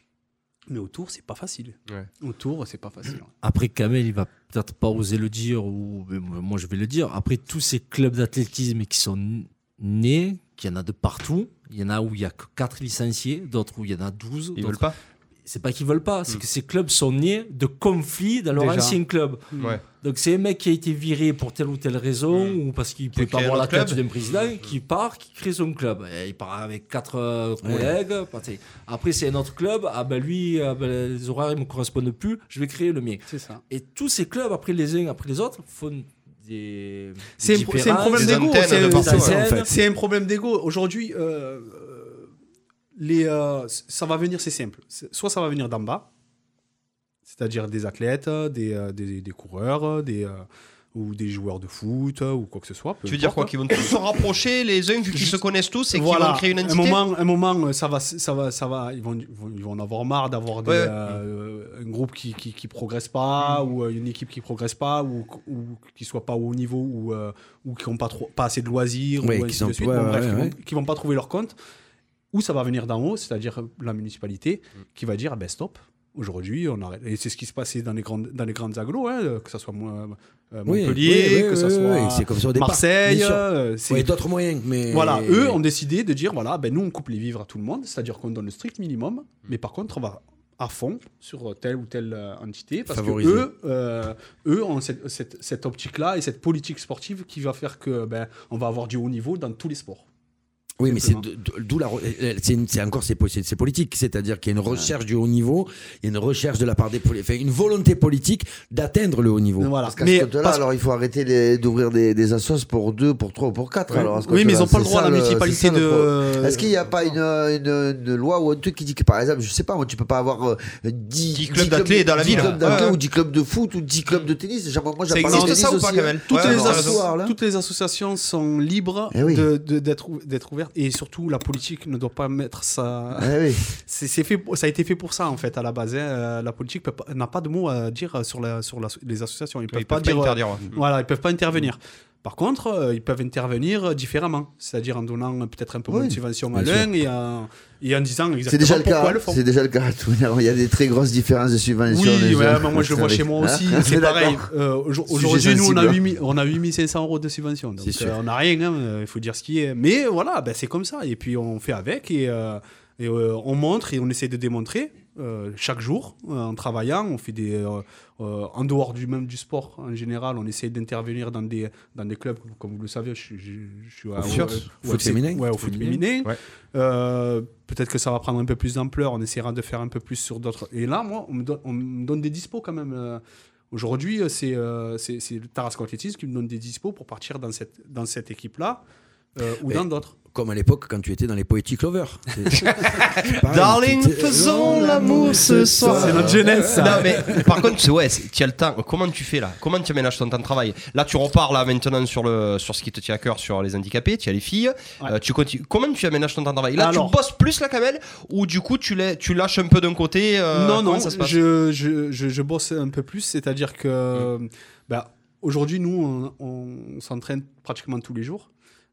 Mais autour, c'est pas facile. Ouais. Autour, c'est pas facile. Après, Kamel, il va peut-être pas oser le dire, ou mais moi je vais le dire. Après, tous ces clubs d'athlétisme qui sont nés, qu'il y en a de partout, il y en a où il y a que quatre licenciés, d'autres où il y en a douze. Ils veulent pas. C'est pas qu'ils veulent pas, c'est Mm. que ces clubs sont nés de conflits dans leur Déjà. ancien club. Ouais. Donc c'est un mec qui a été viré pour telle ou telle raison, Mm. ou parce qu'il ne Qui a pouvait pas créé avoir un la autre club. tête d'un président, qui part, qui crée son club. Et il part avec quatre euh, collègues. Parti. Après c'est un autre club, ah ben lui, ah ben, les horaires ne me correspondent plus, je vais créer le mien. C'est ça. Et tous ces clubs, après les uns après les autres, font des... C'est des un, c'est un problème Des d'ego. antennes C'est, de partout, c'est- ouais, en fait. c'est un problème d'ego. Aujourd'hui, euh, euh, les, euh, ça va venir, c'est simple. C'est- soit ça va venir d'en bas, c'est-à-dire des athlètes, des, euh, des, des coureurs, des, euh, ou des joueurs de foot, ou quoi que ce soit. peu Tu veux dire quoi, importe. qu'ils vont tous se rapprocher les uns vu qu'ils se connaissent tous et qu'ils Voilà. vont créer une un entité. moment, un moment, ça va, ça va, ça va. Ils vont, ils vont, ils vont en avoir marre d'avoir des, Ouais. euh, un groupe qui, qui, qui progresse pas, ou euh, une équipe qui progresse pas, ou, ou qui soit pas au haut niveau, ou, euh, ou qui n'ont pas trop, pas assez de loisirs, Ouais, ou qui ainsi sont- de suite. ouais, Bon, ouais, bref, qui, ouais. vont, qui vont pas trouver leur compte. Ou ça va venir d'en haut, c'est-à-dire la municipalité, qui va dire, ah ben stop. Aujourd'hui, on arrête. Et c'est ce qui se passait dans les grandes, dans les grandes agglos, hein, que ce soit moi, euh, Oui, Montpellier, oui, oui, que ce oui, soit oui, c'est comme ça au départ, Marseille. bien sûr. euh, c'est- Ouais, d'autres moyens, mais voilà, eux ont décidé de dire voilà, ben nous on coupe les vivres à tout le monde, c'est-à-dire qu'on donne le strict minimum, mais par contre on va à fond sur telle ou telle euh, entité parce Favoriser. que eux, euh, eux ont cette, cette, cette optique-là et cette politique sportive qui va faire que ben on va avoir du haut niveau dans tous les sports. Oui, mais c'est Simplement. d- d- d'où la re- c'est, une- c'est encore c'est, po- c'est, c'est politique, c'est-à-dire qu'il y a une recherche du haut niveau, il y a une recherche de la part des poli- enfin, une volonté politique d'atteindre le haut niveau. Voilà. Parce qu'à Mais ce côté-là, parce- alors il faut arrêter les- d'ouvrir des, des assos pour deux, pour trois ou pour quatre. Ouais. Alors, à ce Oui, mais ils côté-là, n'ont pas le c'est droit, ça la le- municipalité, c'est ça le de. problème. Est-ce qu'il n'y a pas une, une, une loi ou un truc qui dit que par exemple, je sais pas, moi, tu peux pas avoir euh, dix, dix clubs d'athlètes dans la dix ville. clubs d'athlètes Ouais, ouais. ou dix clubs de foot ou dix clubs de tennis. Genre, moi, Ça j'ai existe parlé de ça tennis ou pas, aussi, Kamel hein. Toutes, Ouais, les non, as- asso- soir, là. toutes les associations sont libres Eh oui. de, de- d'être, d'être ouvertes et surtout la politique ne doit pas mettre ça. Eh oui. C'est, c'est fait, ça a été fait pour ça en fait à la base. hein. Euh, La politique peut pas- n'a pas de mots à dire sur, la, sur la- les associations. Ils peuvent Ils pas peuvent dire. pas euh, interdire. ouais. Voilà, ils peuvent pas intervenir. Par contre, euh, ils peuvent intervenir différemment, c'est-à-dire en donnant euh, peut-être un peu moins Oui, de subventions à bien l'un et, en- et en disant exactement C'est déjà le pourquoi cas. ils le font. C'est déjà le cas. Il y a des très grosses différences de subventions. Oui, les ouais, uns. mais moi je le vois chez moi aussi, Hein, c'est pareil. d'accord. Euh, aujourd- Sujet Aujourd'hui, nous on a sensible. huit mille on a huit mille cinq cents euros de subvention, donc C'est sûr. euh, on n'a rien, hein, euh, il faut dire ce qui est. Mais voilà, ben, c'est comme ça, et puis on fait avec, et, euh, et euh, on montre et on essaie de démontrer euh, chaque jour euh, en travaillant. On fait des, euh, euh, en dehors du même du sport en général, on essaie d'intervenir dans des, dans des clubs, comme vous le savez, je, suis- je, je suis à- Au foot. au- Foot au- féminin. ouais, au foot féminin. Ouais. Euh, peut-être que ça va prendre un peu plus d'ampleur, on essaiera de faire un peu plus sur d'autres. Et là, moi, on me, donne, on me donne des dispos quand même. euh, Aujourd'hui, euh, c'est, euh, c'est, c'est le Tarascon Athlétisme qui me donne des dispos pour partir dans cette, dans cette équipe-là euh, ou Et- dans d'autres. Comme à l'époque quand tu étais dans les Poetic Lovers. C'est- Pareil, Darling, t'étais- faisons l'amour ce soir. C'est notre jeunesse, ça. Non, mais par contre, c'est- ouais, c'est- tu as le temps. Comment tu fais là? Comment tu aménages ton temps de travail? Là, tu repars là maintenant sur, le, sur ce qui te tient à cœur, sur les handicapés, tu as les filles. Ouais. Euh, tu continues. Comment tu aménages ton temps de travail? Là, Alors- tu bosses plus la Kamel ou du coup, tu, la- tu lâches un peu d'un côté euh, non, comment non, ça se passe? je, je, je, je bosse un peu plus, c'est-à-dire que bah, aujourd'hui, nous, on, on s'entraîne pratiquement tous les jours.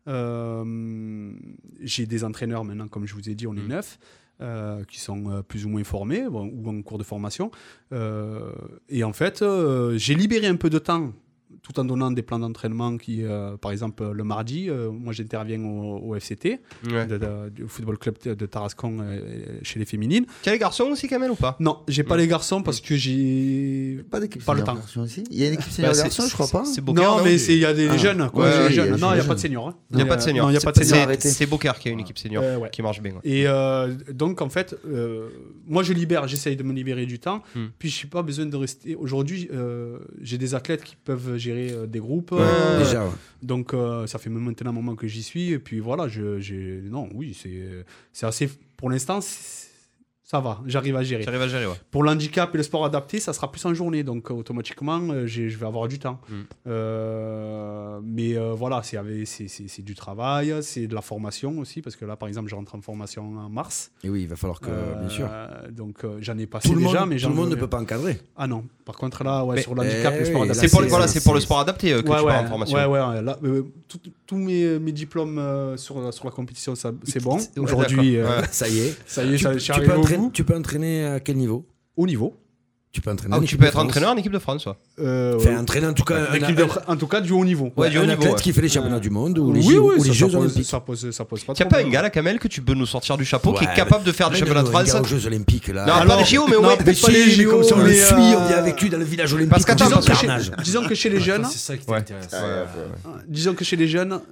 Euh, j'ai des entraîneurs maintenant, comme je vous ai dit, on est Mm. neuf, euh, qui sont euh, plus ou moins formés bon, ou en cours de formation. Euh, et en fait, euh, j'ai libéré un peu de temps tout en donnant des plans d'entraînement qui, euh, par exemple, le mardi, euh, moi j'interviens au, au F C T, Ouais. de- de- du football club de, de Tarascon euh, chez les féminines. Tu as les garçons aussi, Kamel, ou pas? Non, j'ai pas Ouais. les garçons parce que j'ai Pas d'équipe Pas le senior temps. garçon aussi. Il y a une équipe Bah, senior c'est- garçon, je crois pas. C'est Beaucaire, non, mais c'est- il y a des Ah. jeunes. Quoi, Ouais, des ouais, jeunes. il y a Non, il n'y a des pas de jeunes. seniors. hein. Il n'y a pas de senior. Non, il n'y a C'est- pas de senior. c'est- arrêté. C'est Beaucaire qui a une équipe senior Euh, ouais. qui marche bien. ouais. Et euh, donc, en fait, euh, moi, je libère, j'essaye de me libérer du temps. Hmm. Puis, je n'ai pas besoin de rester. Aujourd'hui, euh, j'ai des athlètes qui peuvent gérer euh, des groupes. Ouais, euh, déjà, ouais. Donc, euh, ça fait maintenant un moment que j'y suis. Et puis, voilà, je, j'ai... non, oui, c'est, c'est assez. Pour l'instant, c'est, Ça va, j'arrive à gérer. J'arrive à gérer, ouais. Pour l'handicap et le sport adapté, ça sera plus en journée, donc euh, automatiquement, euh, j'ai, je vais avoir du temps. Mm. Euh, mais euh, voilà, c'est, c'est, c'est, c'est du travail, c'est de la formation aussi, parce que là, par exemple, je rentre en formation en mars. Et oui, il va falloir que, euh, bien sûr. Donc euh, j'en ai passé tout déjà, monde, mais tout le monde ne peut pas encadrer. Ah non. Par contre, là, ouais, mais sur l'handicap et eh le sport oui, adapté. C'est pour, c'est, voilà, c'est, c'est pour le c'est, sport adapté euh, que ouais, tu ouais, pars en formation. Ouais, ouais. Là, euh, tous mes, mes diplômes euh, sur, sur la compétition, ça, c'est bon. Aujourd'hui, ouais, euh, ça y est. Ça y est, tu, ça, tu, je suis peux arrivé au entraîner, bout. tu peux entraîner à quel niveau? Au niveau. Tu peux entraîner. Ah, tu peux être entraîneur en équipe de France, ouais. Euh, enfin, entraîner en tout cas. Un, de, en tout cas, du haut niveau. Ouais, du haut un niveau, athlète ouais. qui fait les championnats euh, du monde ou les, oui, J- oui, ou les Jeux pose, Olympiques. Ça pose, ça pose pas de problème. Il n'y a pas un gars là, Kamel, que tu peux nous sortir du chapeau, ouais, qui est capable de faire des championnats de France? Aux Jeux Olympiques là. Non, alors, pas les J O, mais ouais, peut-être pas les J O. Comme si on le mais suit, euh... on y a vécu dans le village olympique. Parce qu'attends, disons, que chez, disons que chez les jeunes, c'est ça qui ouais. t'intéresse. Ouais, ouais, ouais. Disons que chez les jeunes, euh,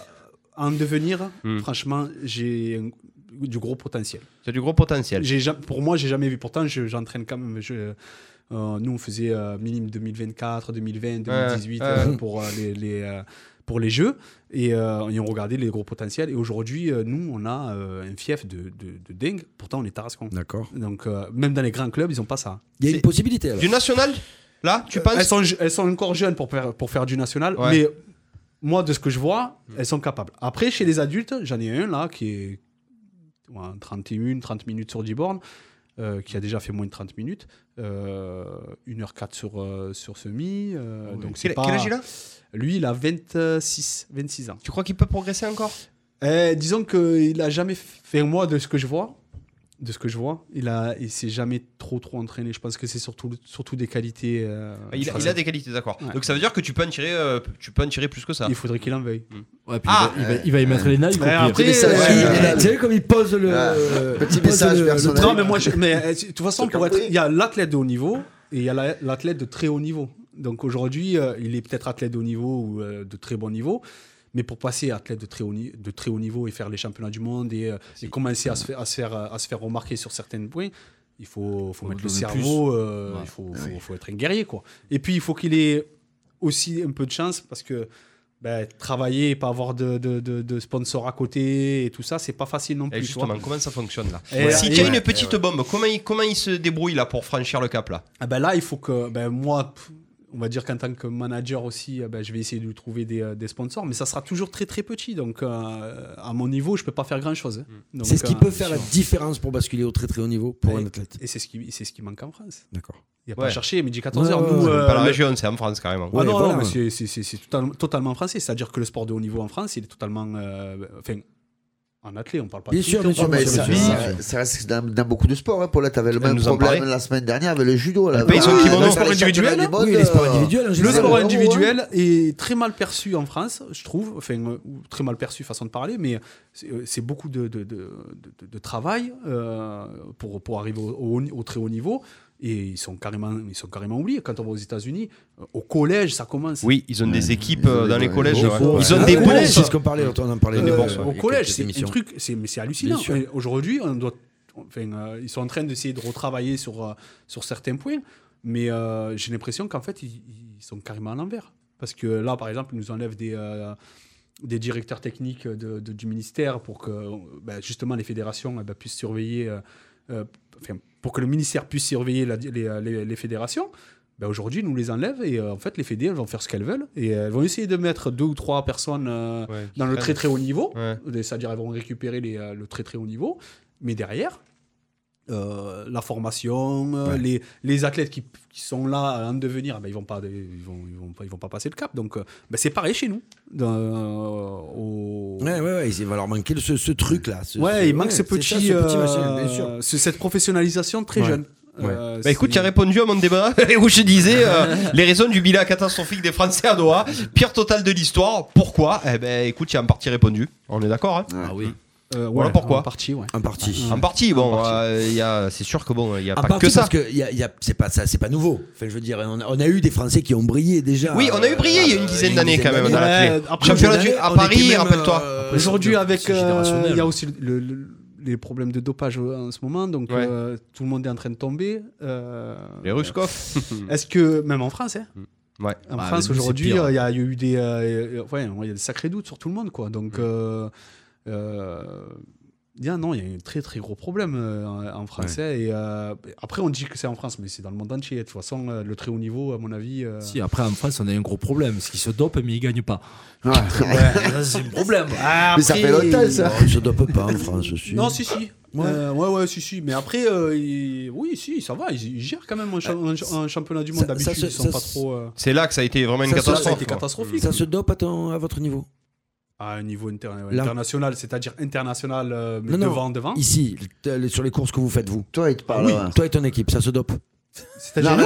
en devenir, mm. franchement, j'ai un, du gros potentiel. C'est du gros potentiel. J'ai, pour moi, j'ai jamais vu. Pourtant, je, j'entraîne quand même. Je, Euh, nous, on faisait euh, minimum deux mille vingt-quatre, deux mille vingt, deux mille dix-huit ouais, euh, ouais. pour, euh, les, les, euh, pour les jeux. Et, euh, et on regardait les gros potentiels. Et aujourd'hui, euh, nous, on a euh, un fief de, de, de dingue. Pourtant, on est Tarascon. D'accord. Donc, euh, même dans les grands clubs, ils n'ont pas ça. Il y a C'est une possibilité. Alors. Du national, là, tu penses? elles sont, elles sont encore jeunes pour faire, pour faire du national. Ouais. Mais moi, de ce que je vois, elles sont capables. Après, chez les adultes, j'en ai un là qui est ouais, trente et un, trente minutes sur dix bornes. Euh, qui a déjà fait moins de trente minutes, euh, une heure quatre sur, euh, sur semi. Euh, oui. donc c'est quel, pas... quel âge il a? Lui, il a vingt-six, vingt-six ans. Tu crois qu'il peut progresser encore? euh, Disons qu'il n'a jamais fait, moi, de ce que je vois, de ce que je vois, il a, il s'est jamais trop trop entraîné. Je pense que c'est surtout surtout des qualités. Euh, il, a, il a des qualités, d'accord. Ouais. Donc ça veut dire que tu peux en tirer, euh, tu peux en tirer plus que ça. Il faudrait qu'il en veuille. Mmh. Ouais, puis ah, il, va, il, va, il va y mettre les nailles. Ouais, après, ça, euh, ouais, Ouais, tu sais comme il pose le ouais. Petit pose message le- personnel. Non, mais moi, je, mais de toute façon, pour être, il y a l'athlète de haut niveau et il y a la, l'athlète de très haut niveau. Donc aujourd'hui, euh, il est peut-être athlète de haut niveau ou euh, de très bon niveau. Mais pour passer athlète de très haut, ni- de très haut niveau et faire les championnats du monde et, euh, et commencer à se, faire, à, se faire, à se faire remarquer sur certains points, il faut, faut Faut mettre le donner cerveau, euh, Ouais. il faut, faut, faut être un guerrier, quoi. Et puis, il faut qu'il ait aussi un peu de chance parce que ben, travailler et pas avoir de, de, de, de sponsor à côté et tout ça, c'est pas facile non Et plus. justement, tu vois. comment ça fonctionne là? Et- Si et- tu as ouais, une petite ouais. bombe, comment il, comment il se débrouille là pour franchir le cap là? Ah ben là, il faut que ben, moi, pff, on va dire qu'en tant que manager aussi, ben, je vais essayer de lui trouver des, euh, des sponsors, mais ça sera toujours très très petit. Donc, euh, à mon niveau, je peux pas faire grand chose. Mm. C'est ce qui peut faire la différence pour basculer au très très haut niveau pour et, un athlète. Et c'est ce qui, c'est ce qui manque en France. D'accord. Il n'y a Ouais. pas à chercher, midi quatorze heures. Ouais, Nous, ouais, euh, Pas la le- région, c'est en France carrément. Ah Ouais, non, voilà. non, mais c'est, c'est, c'est, c'est totalement, totalement français. C'est-à-dire que le sport de haut niveau en France, il est totalement. euh, Enfin, en athlète, on parle pas Bien de sûr, foot, bien sûr, on Ouais, parle mais pas bien de sûr, ça, bien rugby. ça, ça reste dans, dans beaucoup de sports. Hein. Paul, tu avais le Elle même nous en problème parlait. la semaine dernière avec le judo. Là, Elle paye son Dans- kimono. dans Le les sport championnats individuel, du monde, Oui, les sports euh, individuels en Le général. sport Ouais, individuel est très mal perçu en France, je trouve. Enfin, euh, ou très mal perçu, façon de parler, mais c'est, euh, c'est beaucoup de, de, de, de, de travail euh, pour, pour arriver au, au, au très haut niveau. Et ils sont carrément, ils sont carrément oubliés. Quand on va aux États-Unis, euh, au collège, ça commence. Oui, ils ont des équipes euh, dans les Ouais, collèges. ouais, ouais. ouais. Ils ont Ah des ouais, bourses. c'est ce qu'on parlait, on en parlait Euh, des des bourses, bourses, au ouais, collège, quelques c'est un émissions. truc, c'est, mais c'est hallucinant. Bien sûr. Et aujourd'hui, on doit, enfin, euh, ils sont en train d'essayer de retravailler sur, euh, sur certains points, mais euh, j'ai l'impression qu'en fait, ils, ils sont carrément à l'envers. Parce que là, par exemple, ils nous enlèvent des, euh, des directeurs techniques de, de- du ministère pour que euh, ben, justement les fédérations eh ben, puissent surveiller, euh, euh, enfin, pour que le ministère puisse surveiller la- les, les- les fédérations. Ben aujourd'hui, ils nous les enlèvent et euh, en fait, les fédés, elles vont faire ce qu'elles veulent et elles vont essayer de mettre deux ou trois personnes euh, Ouais, dans le très très haut niveau, Ouais. c'est-à-dire elles vont récupérer les, euh, le très très haut niveau, mais derrière, euh, la formation, euh, Ouais. les, les athlètes qui, qui sont là en devenir, ben, ils vont pas, ils vont, ils vont pas, ils vont pas passer le cap. Donc, euh, ben, c'est pareil chez nous. Dans, euh, au... Ouais, ouais, ouais, il va leur manquer ce, ce truc-là. Ce, Ouais, ce- il manque ouais, ce c'est petit, ça, ce petit euh, machin, bien sûr. ce- cette professionnalisation très Ouais. jeune. Ouais. Euh, Bah écoute, c'est- tu as répondu à mon débat où je disais euh, les raisons du bilan catastrophique des Français à Doha, pire total de l'histoire. Pourquoi? Eh ben écoute, tu as en partie répondu. On est d'accord, hein? Ah oui. euh, Voilà ouais, pourquoi. En partie, ouais. En partie. En partie, bon, En partie. euh, il y a, c'est sûr que bon, il y a En pas partie que ça. parce que y a, y a, c'est pas ça, c'est pas nouveau. Enfin, je veux dire, on a, on a eu des Français qui ont brillé déjà. Oui, on a eu brillé il y a une euh, dizaine d'années quand même d'années. dans la clé. Ouais, après, Championnat Cette du- année, à on Paris, était même, rappelle-toi. euh, Aujourd'hui, c'est- avec, c'est euh, générationnel. il y a aussi le- le- les problèmes de dopage en ce moment, donc Ouais. euh, tout le monde est en train de tomber. euh, Les Ruskov. Est-ce que, même en France, hein, Ouais. en Bah, France mais nous, aujourd'hui, c'est pire. euh, il y, a il y a eu des, euh, euh, ouais, il y a des sacrés doutes sur tout le monde, quoi. Donc, euh, euh, Il y a, non, il y a un très très gros problème euh, en, en français. Ouais. Et euh, après, on dit que c'est en France, mais c'est dans le monde entier. De toute façon, euh, le très haut niveau, à mon avis. Euh... Si, après, en France, on a un gros problème. Parce qu'ils se dopent, mais ils ne gagnent pas. Ouais. Ouais, c'est un problème. Ah, mais ça fait longtemps, ça. Ils ne se dopent pas en France aussi. Non, si, si. Ouais, euh, ouais, ouais, si, si. Mais après, euh, il... oui, si, ça va. Ils, ils gèrent quand même un, cha- un, un championnat du monde. Ça, d'habitude, ça, ils sont ça, pas trop. Euh... C'est là que ça a été vraiment une ça, catastrophe. Ça a été catastrophique. Ça se dope à, ton, à votre niveau? À un niveau inter- international, c'est-à-dire international, euh, mais non, devant, non. devant. Ici, sur les courses que vous faites, vous. Toi, il te parle. Oui. Toi et ton équipe, ça se dope. C'est-à-dire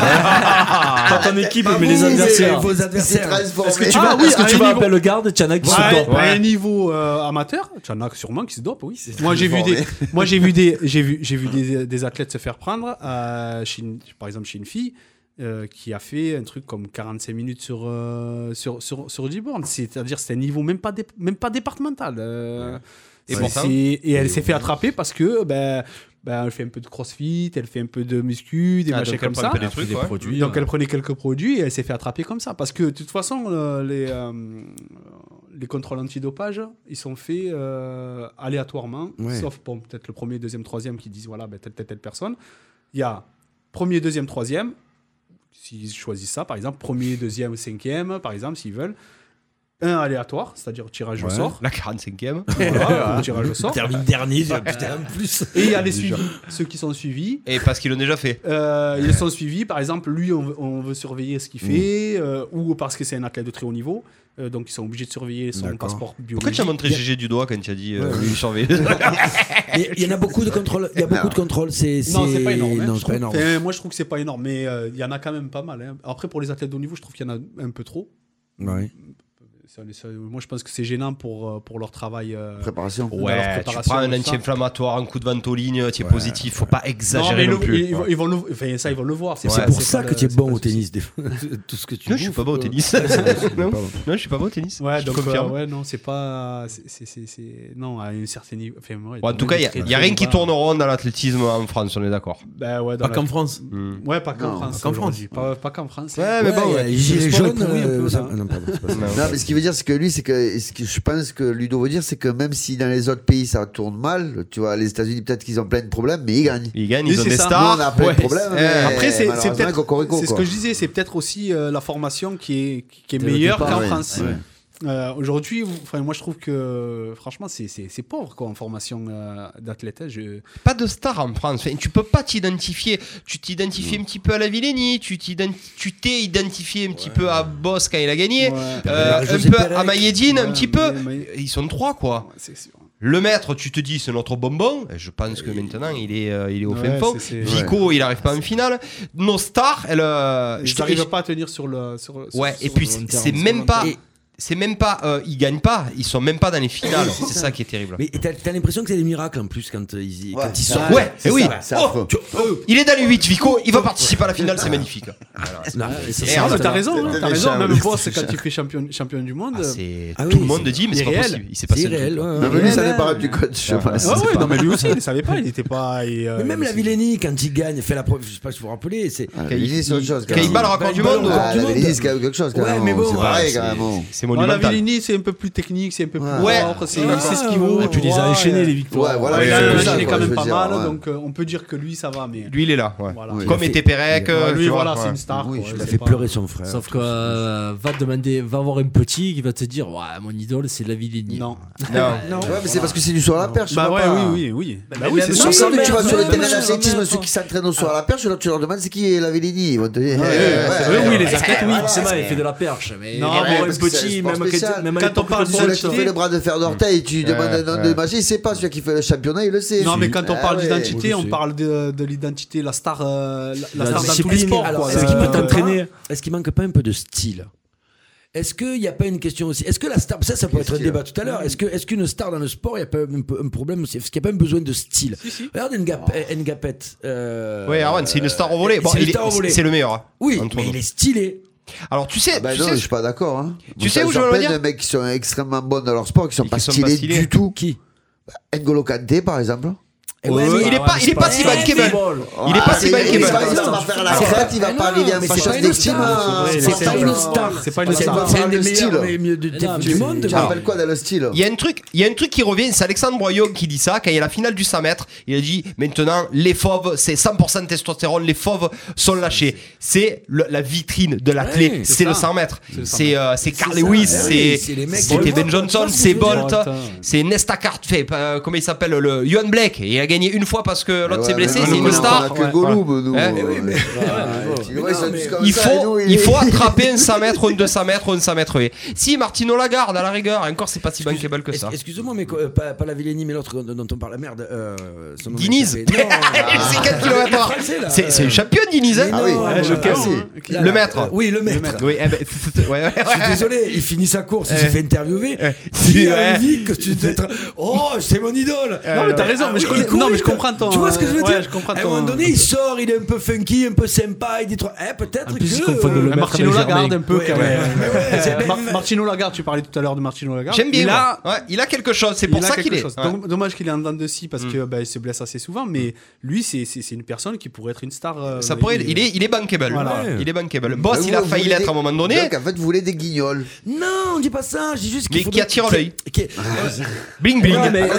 pas ton équipe, mais les adversaires. Vos adversaires. Est-ce que tu vas, ah, oui, est-ce que tu vas appeler le garde, tu en as qui ouais, se dopent. Ouais. À un niveau euh, amateur, tu en as sûrement qui se dopent, oui. Moi, j'ai vu des, moi, j'ai vu des, j'ai vu, j'ai vu des, des athlètes se faire prendre, euh, chez une, par exemple, chez une fille. Euh, qui a fait un truc comme quarante-cinq minutes sur, euh, sur, sur, sur dix bornes. C'est-à-dire c'est un niveau même pas, dé- même pas départemental. Euh, et, c'est, c'est, et elle et s'est fait attraper parce que ben, ben, elle fait un peu de crossfit, elle fait un peu de muscu, des ah, machins comme ça. Des trucs, des ouais. produits, donc ouais. Elle prenait quelques produits et elle s'est fait attraper comme ça. Parce que de toute façon, euh, les, euh, les contrôles antidopage, ils sont faits euh, aléatoirement, ouais. Sauf bon, peut-être le premier, deuxième, troisième qui disent voilà, ben, telle, telle, telle personne. Il y a premier, deuxième, troisième. S'ils choisissent ça, par exemple, premier, deuxième ou cinquième, par exemple, s'ils veulent. Un aléatoire, c'est-à-dire tirage ouais. au sort. La quarante-cinquième. Voilà, tirage au sort. Termine dernier, putain, en plus. Et il y a les suivis, ceux qui sont suivis. Et parce qu'ils l'ont déjà fait. Euh, ils sont suivis, par exemple, lui, on veut, on veut surveiller ce qu'il fait, mmh. euh, ou parce que c'est un athlète de très haut niveau. Euh, donc ils sont obligés de surveiller son D'accord. passeport biologique. Pourquoi tu as montré G G du doigt quand tu as dit euh, ouais, lui surveiller? Il y en a beaucoup de contrôles. Il y a beaucoup de contrôles. C'est, c'est... Non, c'est pas énorme. Hein, non, c'est pas énorme. Enfin, moi, je trouve que c'est pas énorme, mais il euh, y en a quand même pas mal. Hein. Après, pour les athlètes de haut niveau, je trouve qu'il y en a un peu trop. Ouais. Ça, ça, moi, je pense que c'est gênant pour, pour leur travail. Euh, préparation. Ouais, leur préparation, tu prends un anti-inflammatoire, un coup de ventoline, tu es ouais. positif. Faut pas exagérer non, non le, plus. Ils, ils vont le, enfin, ça, ils vont le voir. C'est, ouais, c'est pour c'est ça que tu es bon au tennis. Des fois. Tout ce que tu non, je suis pas bon au tennis. non, non, je suis pas bon au tennis. Ouais, donc euh, ouais, non, c'est pas, c'est, c'est, c'est, c'est... non, à un certain niveau. Enfin, ouais, ouais, en tout cas, il y a rien qui tourne rond dans l'athlétisme en France, on est d'accord. Bah ouais, pas qu'en France. Ouais, pas qu'en France. Qu'en France. Pas qu'en France. Ouais, mais bon, les gilets jaunes. Non, mais ce qui veut dire, c'est que lui, c'est que ce que je pense que Ludo veut dire, c'est que même si dans les autres pays ça tourne mal, tu vois, les États-Unis peut-être qu'ils ont plein de problèmes, mais ils gagnent. Ils gagnent, ils ont des stars. Nous, on a plein ouais. de problèmes. Euh, après, c'est, c'est peut-être, cocorico, c'est ce que je disais, c'est peut-être aussi euh, la formation qui est qui est Dès meilleure départ, qu'en ouais. France. Ouais. Euh, aujourd'hui, enfin, moi je trouve que franchement c'est, c'est, c'est pauvre quoi, en formation euh, d'athlète. Hein, je... Pas de star en France. Enfin, tu peux pas t'identifier. Tu t'identifies mmh. un petit peu à la Villeni, tu, tu t'es identifié un petit ouais. peu à Boss quand il a gagné, ouais. euh, un peu Pérec. À Mayedine, ouais, un petit peu. Mais... Ils sont trois quoi. Ouais, c'est sûr. Le maître, tu te dis, c'est notre bonbon. Je pense que maintenant, il est, euh, il est au ouais, fin fond. C'est, c'est... Vico, ouais. il n'arrive pas en finale. Nos stars, elles. Euh, je n'arrive pas à tenir sur le. Sur, ouais, sur, et puis c'est, c'est même pas. Et... C'est même pas, euh, ils gagnent pas, ils sont même pas dans les finales. C'est ça qui est terrible. Mais t'as, t'as l'impression que c'est des miracles en plus quand, euh, ils, ouais. quand ils sont. Ouais, et oui. Ça, oh, tu, oh, il est dans les huit, Vico, il va participer à la finale, c'est magnifique. Voilà, c'est non, c'est c'est c'est t'as raison, hein, t'as raison. Même Boss, quand il fait champion, champion du monde, ah, c'est... Ah, oui, tout le monde dit, mais c'est pas possible. Il s'est passé réel. Non, mais lui, ça n'est pas du coach. Ah ouais, non, mais lui aussi, il ne savait pas, il n'était pas. Mais même la Villeni, quand il gagne, fait la preuve, je sais pas si vous vous rappelez, c'est. Villeni, c'est autre chose. Quand il bat le record du monde. La Villeni, c'est quelque chose. Ouais, mais bon, c'est pareil quand même. C'est monumental. C'est un peu plus technique, c'est un peu plus ouais. propre, c'est, ouais. c'est ce qu'il vaut. Et puis il les a enchaînés les victoires. Ouais, voilà, ouais, il a enchaîné quand même pas mal, ouais. donc euh, on peut dire que lui ça va. Mais lui il est là, ouais. Voilà. Oui, comme était Pérec. Ouais, lui voilà, c'est une star. Oui, il a fait pleurer son frère. Sauf que euh, va demander, va avoir un petit qui va te dire, ouais, mon idole c'est la Villeni. Non, non. Ouais, mais c'est parce que c'est du saut à la perche. Bah ouais, oui, oui, oui. Bah oui, c'est ça. Tu vas sur les terrains d'athlétisme, ceux qui s'entraînent au saut à la perche, tu leur demandes c'est qui est la Villeni. Ils vont te dire. Oui, les athlètes, oui, forcément, il fait de la perche. Mais avoir un petit, même quand on parle de bras de fer d'orteil, tu demandes un nom de machin, il sait pas, celui qui fait le championnat, il le sait. Non, mais quand on parle d'identité, on parle de, de l'identité, la star, euh, la, la star dans tous les sports. Alors, est-ce qu'il peut t'entraîner ? Est-ce qu'il manque pas un peu de style ? Est-ce qu'il n'y a pas une question aussi ? Est-ce que la star, ça, ça peut être un débat tout à l'heure. Est-ce que, est-ce qu'une star dans le sport, il n'y a pas un, un problème aussi ? Est-ce qu'il n'y a pas un besoin de style ? Si, si. Regarde Ngapet. Euh, oui, Arwan, c'est une star au volet. Bon, c'est, il est, c'est le meilleur. Oui, mais il est stylé. Alors tu sais, ah bah tu non, sais, je suis pas d'accord. Hein. Tu sais où je veux le dire ? Plein de mecs qui sont extrêmement bons dans leur sport, qui sont, pas, qui sont stylés pas stylés du tout. Qui ? N'Golo Kanté par exemple. Il est pas, il est pas si bankable. Il est pas si bankable. Il va faire la retraite, il va pas arriver à fâcheuse d'estime. C'est pas une star. C'est pas une star. C'est un des meilleurs du monde. Tu rappelles quoi dans le style? Il y a un truc, il y a un truc qui revient. C'est Alexandre Broyot qui dit ça quand il y a la finale du cent mètres. Il a dit maintenant les fauves, c'est cent pour cent de testostérone. Les fauves sont lâchés. C'est la vitrine de l'athlète. C'est le cent mètres. C'est c'est Carl Lewis. C'est c'était Ben Johnson. C'est Bolt. C'est Nesta Cart. Fait comment il s'appelle le Johan Blake. Il a gagné une fois parce que l'autre s'est blessé. C'est une star. Il faut, il faut attraper un cent mètres, un deux cents mètres, un cent mètres. Si Martino Lagarde à la rigueur, encore c'est pas si bankable que ça. Excuse-moi, mais pas, pas la Villeni, mais l'autre dont on parle, la merde. Euh, Diniz. C'est quatre kilomètres. C'est le champion Diniz. Ah oui, je casse. Le maître. Oui, le maître. Oui, je suis désolé, il finit sa course, il s'est fait interviewer. Si envie que tu te oh, c'est mon idole. Non mais t'as raison, mais je connais. Non mais je comprends ton. Tu vois ce que je veux dire? À un moment donné, il sort, il est un peu funky, un peu sympa, il dit trop. Eh, peut-être que. Martino Lagarde un peu quand même. Ouais. Martino Lagarde, tu parlais tout à l'heure de Martino Lagarde. J'aime bien. Il a, ouais, il a quelque chose. C'est pour ça qu'il est. Donc, dommage qu'il est en dents de scie parce que bah, il se blesse assez souvent. Mais lui, c'est c'est une personne qui pourrait être une star. Euh, ça pourrait. Il est il est bankable. Voilà. Il est bankable. Boss, il a failli l'être à un moment donné. Donc en fait, vous voulez des guignols. Non, on dit pas ça. Je dis juste qu'il mais qui attire l'œil. Bling bling.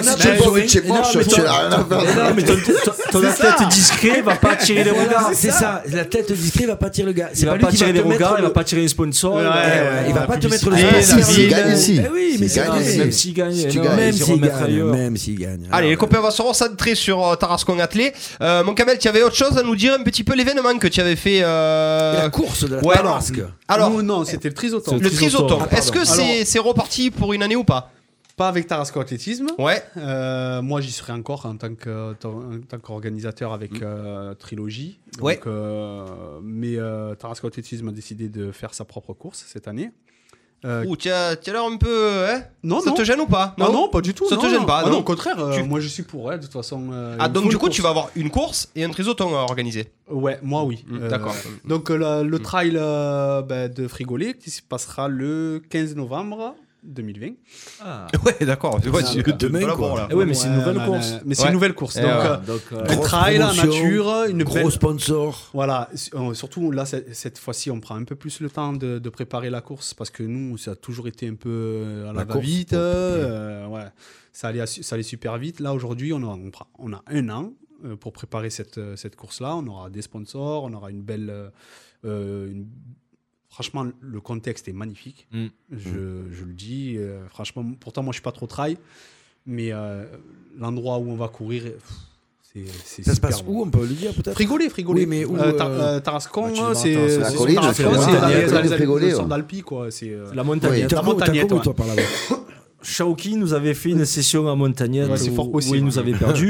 Mais ton athlète discret va pas attirer les regards. C'est ça. L'athlète discret va pas attirer le gars. Il va pas attirer les regards. Il va pas attirer les sponsors. Il va pas te mettre le sponsor. S'il gagne ici. Oui, mais même s'il gagne, même s'il gagne, même s'il gagne. Allez, les copains, on va se recentrer sur Tarascon athlé. Mon Kamel, tu avais autre chose à nous dire, un petit peu l'événement que tu avais fait. La course de la Tarasque. Alors non, c'était le trisoton. Le trisoton. Est-ce que c'est reparti pour une année ou pas? Pas avec Tarasco Athlétisme. Ouais. Euh, moi, j'y serai encore en tant que en tant qu'organisateur avec mmh. euh, Trilogie. Donc, ouais. Euh, mais euh, Tarasco Athlétisme a décidé de faire sa propre course cette année. Euh, Ouh, tu as l'air un peu. Hein non, ça non. te gêne ou pas? Non, non, non, pas du tout. Ça non, te gêne pas? Ah, non, non, au contraire. tu... Euh, moi, je suis pour. Ouais, de toute façon. Euh, ah, donc du coup, course. tu vas avoir une course et un trisoton à organiser. Ouais, moi oui. Mmh, euh, D'accord. Donc le, le trail euh, bah, de Frigolet qui se passera le quinze novembre. deux mille vingt. Ah. Ouais, d'accord. Ouais, c'est demain, quoi. Là. Ouais, mais c'est une nouvelle ouais, course. Mais c'est ouais. une nouvelle course. Donc, euh, donc euh, un trail, la nature, une gros belle... sponsor. Voilà. Surtout là, cette fois-ci, on prend un peu plus le temps de, de préparer la course parce que nous, ça a toujours été un peu à la, la va-vite. Euh, ouais. Ça allait, ça allait super vite. Là, aujourd'hui, on a, on, prend, on a un an pour préparer cette, cette course-là. On aura des sponsors, on aura une belle... Euh, une, Franchement, le contexte est magnifique. Mmh. Je, je le dis. Euh, franchement, pourtant, moi, je ne suis pas trop trail. Mais euh, l'endroit où on va courir, c'est, c'est ça super se passe bon. où, on peut le dire peut-être? Frigolet, Frigolet. Oui, mais où euh, tar- euh, Tarascon, bah, c'est, c'est la colline, c'est Frigolet. C'est d'Alpi, quoi. C'est euh, la montagnette. La montagnette, toi, par là-bas. Shaoki nous avait fait une session à Montagnette ouais, c'est fort possible. où il nous avait perdu.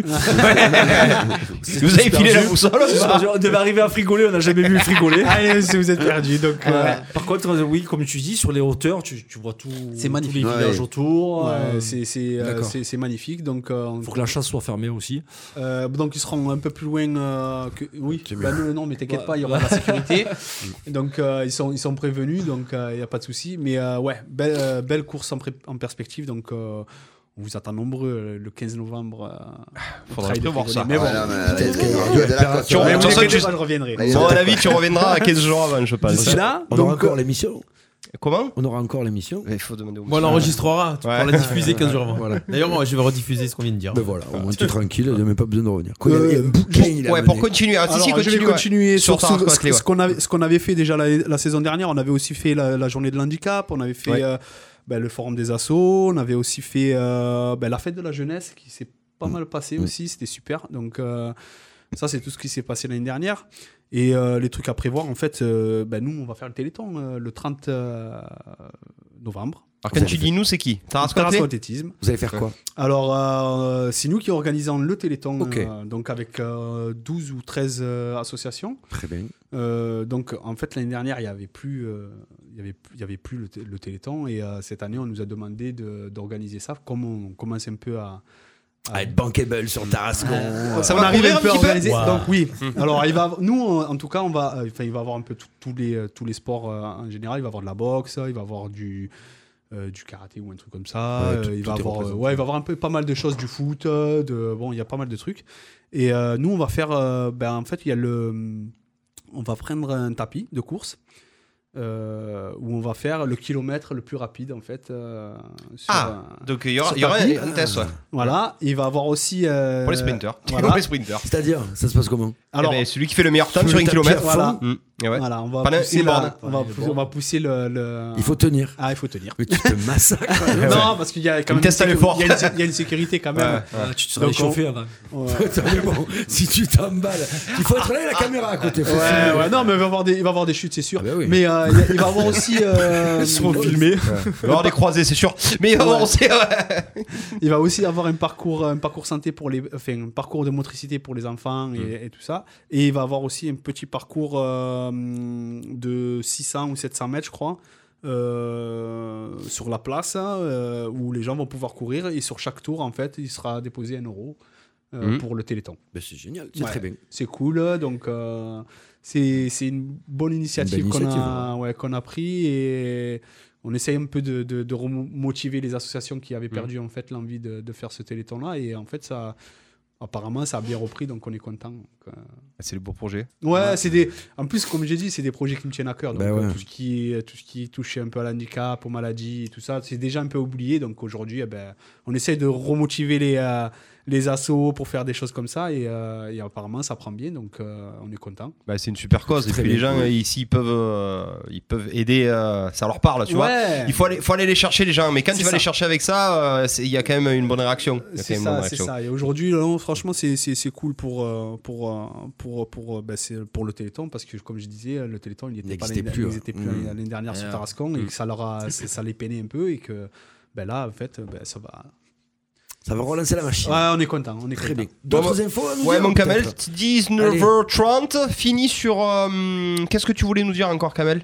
Vous avez filé la boussole. On devait arriver à Frigolet, on n'a jamais vu le Frigolet. Allez, si vous êtes perdu. Donc, euh... euh, par contre, oui, comme tu dis, sur les hauteurs, tu, tu vois tout, c'est magnifique. tous les villages ouais. autour. Ouais, euh, c'est, c'est, euh, c'est, c'est magnifique. Donc, il euh, faut que la chasse soit fermée aussi. Euh, donc, ils seront un peu plus loin. Euh, que... Oui, bah, non, non, mais t'inquiète ouais. pas, il y aura de la sécurité. Donc, euh, ils, sont, ils sont prévenus, donc il euh, n'y a pas de souci. Mais euh, ouais, belle, euh, belle course en, pré- en perspective. Donc, euh, on vous attend nombreux le quinze novembre. Euh, Faudra prévoir ça. Mais bon, de toute façon, je reviendrai. Bon, à la vie, tu reviendras quinze jours avant, je pense. Là, on aura encore l'émission. Comment? On aura encore l'émission. Il faut demander au Bon, on l'enregistrera. Tu ouais. pourras la diffuser quinze jours avant. Voilà. D'ailleurs, moi, je vais rediffuser ce qu'on vient de dire. Mais voilà, au moins tu es tranquille, il n'y a même pas besoin de revenir. Quoi, euh, il y a un bouquin, il a ouais, pour continuer. Ah, si, si, Alors, continue, je vais continuer ouais. sur, sur ce, ce, ce, qu'on avait, ce qu'on avait fait déjà la, la saison dernière. On avait aussi fait la, la journée de l'handicap. On avait fait ouais. euh, ben, le forum des assos. On avait aussi fait euh, ben, la fête de la jeunesse qui s'est pas mal passée mmh. aussi. C'était super. Donc, euh, ça, c'est tout ce qui s'est passé l'année dernière. Et euh, les trucs à prévoir, en fait, euh, ben, nous, on va faire le Téléthon euh, le trente novembre. Alors, quand tu dis nous, c'est qui? Tarasco Athlétisme. Vous allez faire quoi? Alors, euh, c'est nous qui organisons le Téléthon, okay. euh, donc avec euh, douze ou treize euh, associations. Très bien. Euh, donc, en fait, l'année dernière, il n'y avait plus, euh, il y avait, il y avait plus le, t- le Téléthon. Et euh, cette année, on nous a demandé de, d'organiser ça. Comme on commence un peu à... à être bankable sur Tarascon. Euh, ça on va arriver un, un peu organisé. Wow. Donc oui. Alors il va, nous en tout cas on va, enfin il va avoir un peu tous les tous les sports euh, en général. Il va avoir de la boxe, il va avoir du euh, du karaté ou un truc comme ça. Ouais, Euh, tout- il, tout va est avoir, euh, représenté. ouais, il va avoir un peu, pas mal de choses, du foot, euh, de, bon, il y a pas mal de trucs. Et euh, nous, on va faire, euh, ben, en fait, il y a le, on va prendre un tapis de course. Euh, où on va faire le kilomètre le plus rapide en fait. Euh, sur, Ah, euh, donc il y aura, sur il y aura tapis. un test, ouais. Voilà, il va avoir aussi euh, Pour les sprinters. voilà. Pour les sprinters. C'est-à-dire, ça se passe comment? Alors, Eh ben, celui qui fait le meilleur temps Sur sur le un tapis kilomètre. à fond. voilà. Mmh. Et ouais. Voilà, on va Pendant pousser une la- borne. on va, pousser, on va pousser le, le- Il faut tenir. Ah, il faut tenir. Mais tu te massacres. Non, parce qu'il y a quand Une même test à une, l'effort. il y a une- il y a une sécurité quand même. Ouais. Ah, tu te serais Donc, échauffé avant. Ouais. Attends, mais bon, si tu t'emballes, il faut être là et la caméra à côté. Faut Ouais, filmer. ouais, non, mais il va avoir des, il va avoir des chutes, c'est sûr. Ah bah oui. Mais euh, il y a- il va avoir aussi. Euh, Ils seront filmés. Il va y avoir des croisés, c'est sûr. Mais Ouais. on sait, ouais. il va aussi avoir un parcours, un parcours santé pour les, enfin, un parcours de motricité pour les enfants et, Mm. et tout ça. Et il va avoir aussi un petit parcours euh, de six cents ou sept cents mètres, je crois, euh, sur la place euh, où les gens vont pouvoir courir. Et sur chaque tour, en fait, il sera déposé un euro euh, Mm. pour le Téléthon. Ben, c'est génial, c'est Ouais. très bien. C'est cool, donc euh, c'est c'est une bonne initiative, Une belle qu'on a, initiative, ouais, qu'on a pris et on essaye un peu de, de, de remotiver les associations qui avaient perdu en fait l'envie de, de faire ce téléthon-là et en fait ça, apparemment ça a bien repris donc on est content. Donc, euh, C'est le beau projet. Ouais, c'est des. En plus, comme j'ai dit, c'est des projets qui me tiennent à cœur. Donc, Ben ouais. euh, tout ce qui est, tout ce qui touche un peu à l'handicap, aux maladies, et tout ça, c'est déjà un peu oublié. Donc aujourd'hui, eh ben, on essaye de remotiver les euh, les assos pour faire des choses comme ça. Et, euh, et apparemment, ça prend bien. Donc euh, on est content. Bah, c'est une super cause. Et Très puis les bien. gens, euh, ici, ils peuvent, euh, ils peuvent aider. euh, ça leur parle, tu vois. Ouais. Il faut aller, faut aller les chercher, les gens. Mais quand C'est tu vas ça. les chercher avec ça, euh, c'est- il y a quand même une bonne réaction. Il y a C'est quand même une bonne ça, c'est réaction. ça. Et aujourd'hui, non, franchement, c'est, c'est, c'est cool pour, euh, pour, euh, pour, pour, euh, ben, c'est pour le Téléthon parce que, comme je disais, le Téléthon, il était pas n'existait l'année, plus, il ouais. n'existait plus Mmh. l'année dernière sur Ouais. Tarascon et Mmh. que ça, leur a, ça, ça les peinait un peu et que ben, là, en fait, ben, ça va. Ça va relancer la machine. Ouais, on est content. On est Très content. bien. D'autres Bon, infos à nous Ouais, dire, mon Kamel, peut-être dix-neuf heures trente, fini sur. euh, Qu'est-ce que tu voulais nous dire encore, Kamel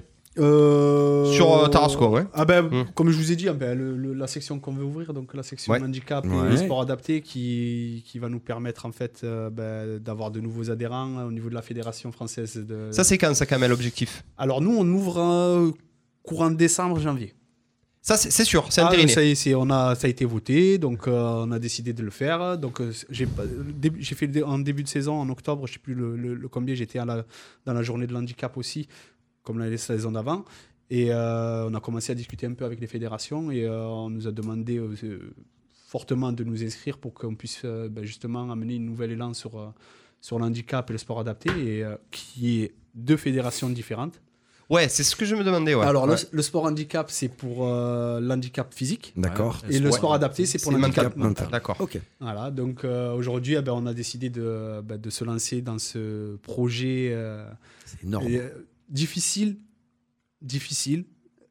Euh, Sur euh, Tarascon, ouais. Ah ben, Mm. comme je vous ai dit, ah ben, le- le- la section qu'on veut ouvrir, donc la section Ouais. handicap Ouais. et sport adapté, qui, qui va nous permettre en fait euh, ben, d'avoir de nouveaux adhérents euh, au niveau de la fédération française. De... Ça, c'est quand, ça, Kamel, objectif Alors nous, on ouvre euh, courant décembre, janvier. Ça, c'est c'est sûr, c'est Ah, entériné. ça, y est, c'est- on a, ça a été voté, donc euh, on a décidé de le faire. Donc euh, j'ai pas- début- j'ai fait le dé- en début de saison, en octobre, je sais plus le, le- le combien, j'étais à la- dans la journée de l'handicap aussi, comme la saison d'avant. Et euh, on a commencé à discuter un peu avec les fédérations et euh, on nous a demandé euh, euh, fortement de nous inscrire pour qu'on puisse euh, ben, justement amener une nouvelle élan sur, euh, sur l'handicap et le sport adapté, et euh, qui est deux fédérations différentes. Ouais, c'est ce que je me demandais. Ouais. Alors, Ouais. le, le sport handicap, c'est pour euh, l'handicap physique. D'accord. Et le Ouais. sport adapté, c'est pour C'est l'handicap mental. mental. D'accord. Ok. Voilà, donc euh, aujourd'hui, eh ben, on a décidé de, ben, de se lancer dans ce projet euh, C'est énorme. et, euh, difficile, difficile,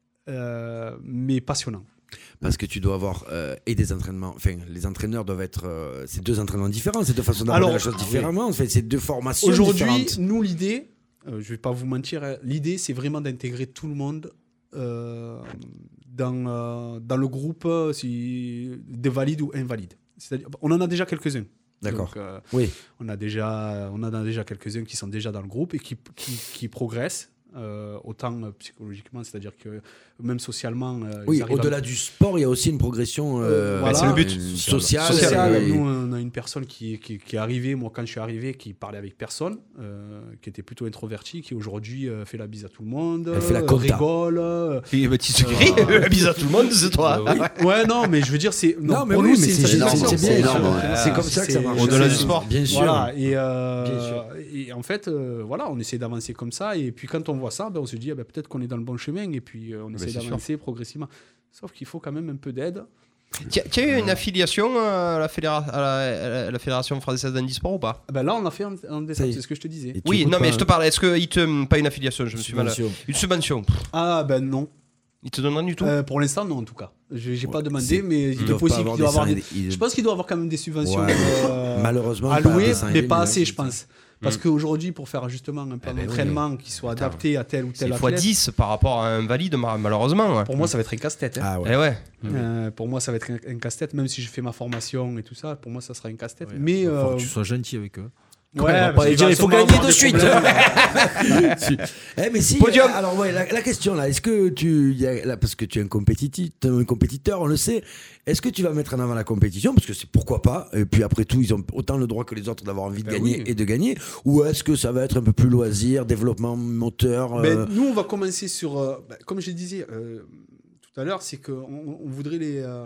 euh, mais passionnant. Parce que tu dois avoir euh, et des entraînements. Enfin, les entraîneurs doivent être. euh, c'est deux entraînements différents, c'est deux façons d'aborder Alors, la chose différemment. En fait, c'est deux formations Aujourd'hui, différentes. nous, l'idée, euh, je vais pas vous mentir, hein, l'idée, c'est vraiment d'intégrer tout le monde euh, dans, euh, dans le groupe euh, si, des valides ou invalides. C'est-à-dire, on en a déjà quelques-uns. D'accord. Donc, euh, Oui. On a déjà, on en a déjà quelques-uns qui sont déjà dans le groupe et qui, qui, qui progressent. Euh, autant euh, psychologiquement, c'est-à-dire que même socialement. euh, Oui, ils arrivent au-delà à... du sport, il y a aussi une progression. Euh, euh, voilà. C'est le but. euh, sociale. Social, et- nous, on a une personne qui, qui, qui est arrivée, moi, quand je suis arrivé, qui parlait avec personne, euh, qui était plutôt introverti, qui aujourd'hui euh, fait la bise à tout le monde, Elle fait la euh, compta. rigole. euh, Et bah, tu te cries, la bise à tout le monde, c'est toi. Euh, oui. Ouais, non, mais je veux dire, c'est. Non, Non, mais pour oui, nous, mais c'est c'est une c'est- satisfaction. c'est bien. énorme, c'est- ouais. C'est comme ça que ça C'est- marche. Au-delà du C'est- sport. Bien sûr. Voilà, et, euh, Bien sûr. et en fait, euh, voilà, on essaie d'avancer comme ça, et puis quand on voit ça, ben, on se dit, ah, ben, peut-être qu'on est dans le bon chemin, et puis euh, on essaie c'est sûr. d'avancer progressivement. Sauf qu'il faut quand même un peu d'aide. Tu as- tu as eu une affiliation à la, fédéra- à la, à la Fédération française d'handisport ou pas Ah ben là, on a fait en, en décembre, Ça y est. c'est ce que je te disais. Et tu Oui, écoutes non, mais pas, je te parle. Est-ce qu'ils te. Pas une affiliation, je me suis mal. subvention. Une subvention. Pff, Ah ben non. Ils te donnent rien du tout. Euh, pour l'instant, non, en tout cas. Je j'ai pas Ouais, demandé, c'est- mais Ils il est doivent pas possible avoir qu'il doit des avoir cent- des... ils- Je pense qu'il doit avoir quand même des subventions Ouais. euh, Malheureusement, à pas louer, des cent mais mille, pas mais assez, là, je pense. Mm. Parce qu'aujourd'hui, pour faire justement un plan Eh ben oui. d'entraînement qui soit Attends. adapté à tel ou C'est tel fois athlète, dix par rapport à un valide, ma- malheureusement. Ouais. pour moi, ça va être un casse-tête. hein. Ah ouais. Eh ouais. Euh, pour moi, ça va être un, un casse-tête, même si je fais ma formation et tout ça. Pour moi, ça sera un casse-tête. Ouais, mais il va falloir euh, que tu sois gentil avec eux. Ouais, bah, il, il faut gagner de suite. eh mais si. Podium. Alors ouais, la, la question là, est-ce que tu, y a, là, parce que tu es un compétiteur, un compétiteur, on le sait. Est-ce que tu vas mettre en avant la compétition parce que c'est pourquoi pas. Et puis après tout, ils ont autant le droit que les autres d'avoir envie de ben gagner oui. et de gagner. Ou est-ce que ça va être un peu plus loisir, développement moteur. Ben, euh... Nous, on va commencer sur, euh, ben, comme je disais euh, tout à l'heure, c'est qu'on on voudrait les euh,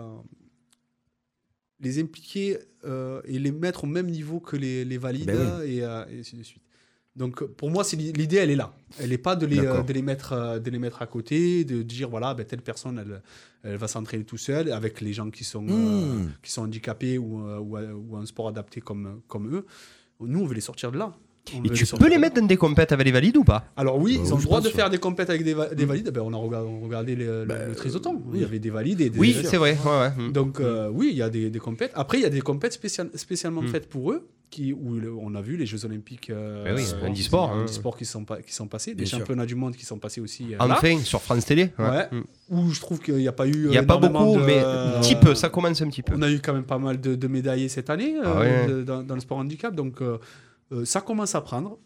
les impliquer euh, et les mettre au même niveau que les, les valides ben oui. et, euh, et ainsi de suite. Donc pour moi, c'est l'idée, elle est là. Elle n'est pas de les, euh, de, les mettre, euh, de les mettre à côté, de dire voilà, ben, telle personne, elle, elle va s'entraîner tout seul avec les gens qui sont, mmh. euh, qui sont handicapés ou, euh, ou, ou un sport adapté comme, comme eux. Nous, on veut les sortir de là. On et tu les peux les mettre dans des compètes avec les valides ou pas? Alors oui, ils ont le droit de faire des compètes avec des, va- des valides. Ben, on a regardé, on regardé les, bah, le, le trisoton. Oui. Il y avait des valides et des oui, c'est vrai. Ouais, ouais. Donc euh, oui, il y a des, des compètes. Après, il y a des compètes spécial, spécialement mm. faites pour eux. Qui, où le, on a vu les Jeux Olympiques euh, ben oui, sport, handisport, hein. handisport qui sont pas, qui sont passés, des Bien championnats sûr. Du monde qui sont passés aussi. Euh, enfin, là. sur France Télé. Ouais. ouais mm. Où je trouve qu'il n'y a pas eu. Il n'y a pas beaucoup, de, mais euh, petit peu. Ça commence un petit peu. On a eu quand même pas mal de, de médaillés cette année ah euh, ouais. de, dans, dans le sport handicap. Donc euh, euh, ça commence à prendre,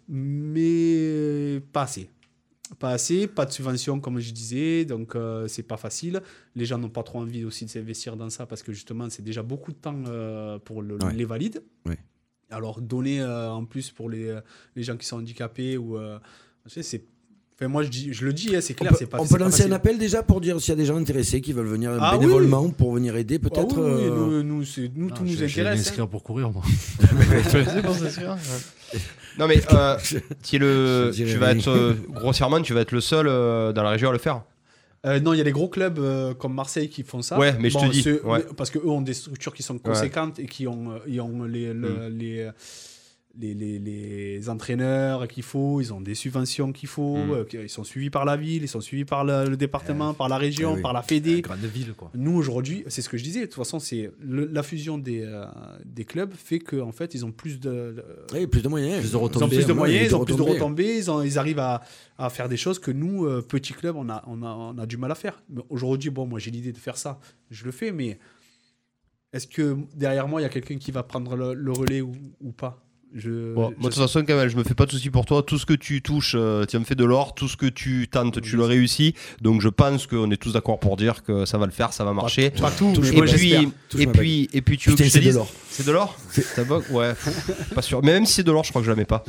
mais pas assez. Pas assez, pas de subvention comme je disais, donc euh, c'est pas facile. Les gens n'ont pas trop envie aussi de s'investir dans ça parce que justement c'est déjà beaucoup de temps euh, pour le, ouais. les valides. Ouais. Alors donner euh, en plus pour les, les gens qui sont handicapés ou euh, c'est enfin, moi je, dis, je le dis, hein, c'est clair. On peut, c'est pas, on c'est peut pas lancer facile. Un appel déjà pour dire s'il y a des gens intéressés qui veulent venir ah, bénévolement oui. pour venir aider peut-être. Ah, oui, oui. Euh... Nous, nous, c'est, nous non, tout nous je, intéresse. Je vais m'inscrire hein. pour courir moi. c'est bon, c'est sûr. Non mais euh, tu, es le, tu vas être euh, grossièrement, tu vas être le seul euh, dans la région à le faire. Euh, non, il y a des gros clubs euh, comme Marseille qui font ça. Ouais, mais bon, je te dis, ouais. parce que eux ont des structures qui sont conséquentes ouais. et qui ont, ils ont les, le, mm. les Les, les, les entraîneurs qu'il faut, ils ont des subventions qu'il faut, mmh. euh, ils sont suivis par la ville, ils sont suivis par le, le département, euh, par la région, oui. par la Fédé. Grande ville, quoi. Nous, aujourd'hui, c'est ce que je disais, de toute façon, c'est le, la fusion des, euh, des clubs fait qu'en en fait, ils ont plus de, de, oui, plus de moyens. Plus de retombées, ils ont plus de moyens, ils ont plus de retombées, ils, ont, ils arrivent à, à faire des choses que nous, euh, petits clubs, on a, on, a, on a du mal à faire. Mais aujourd'hui, bon, moi, j'ai l'idée de faire ça, je le fais, mais est-ce que derrière moi, il y a quelqu'un qui va prendre le, le relais ou, ou pas? Je, bon, je moi de toute façon Kamel, je me fais pas de soucis pour toi, tout ce que tu touches euh, tu en fais de l'or, tout ce que tu tentes tu le réussis, donc je pense qu'on est tous d'accord pour dire que ça va le faire, ça va marcher. Pas, pas tout, et, mais puis, et, puis, et puis tu veux que je te dise, c'est de l'or, c'est de l'or ouais, pas sûr, mais même si c'est de l'or je crois que je la mets pas.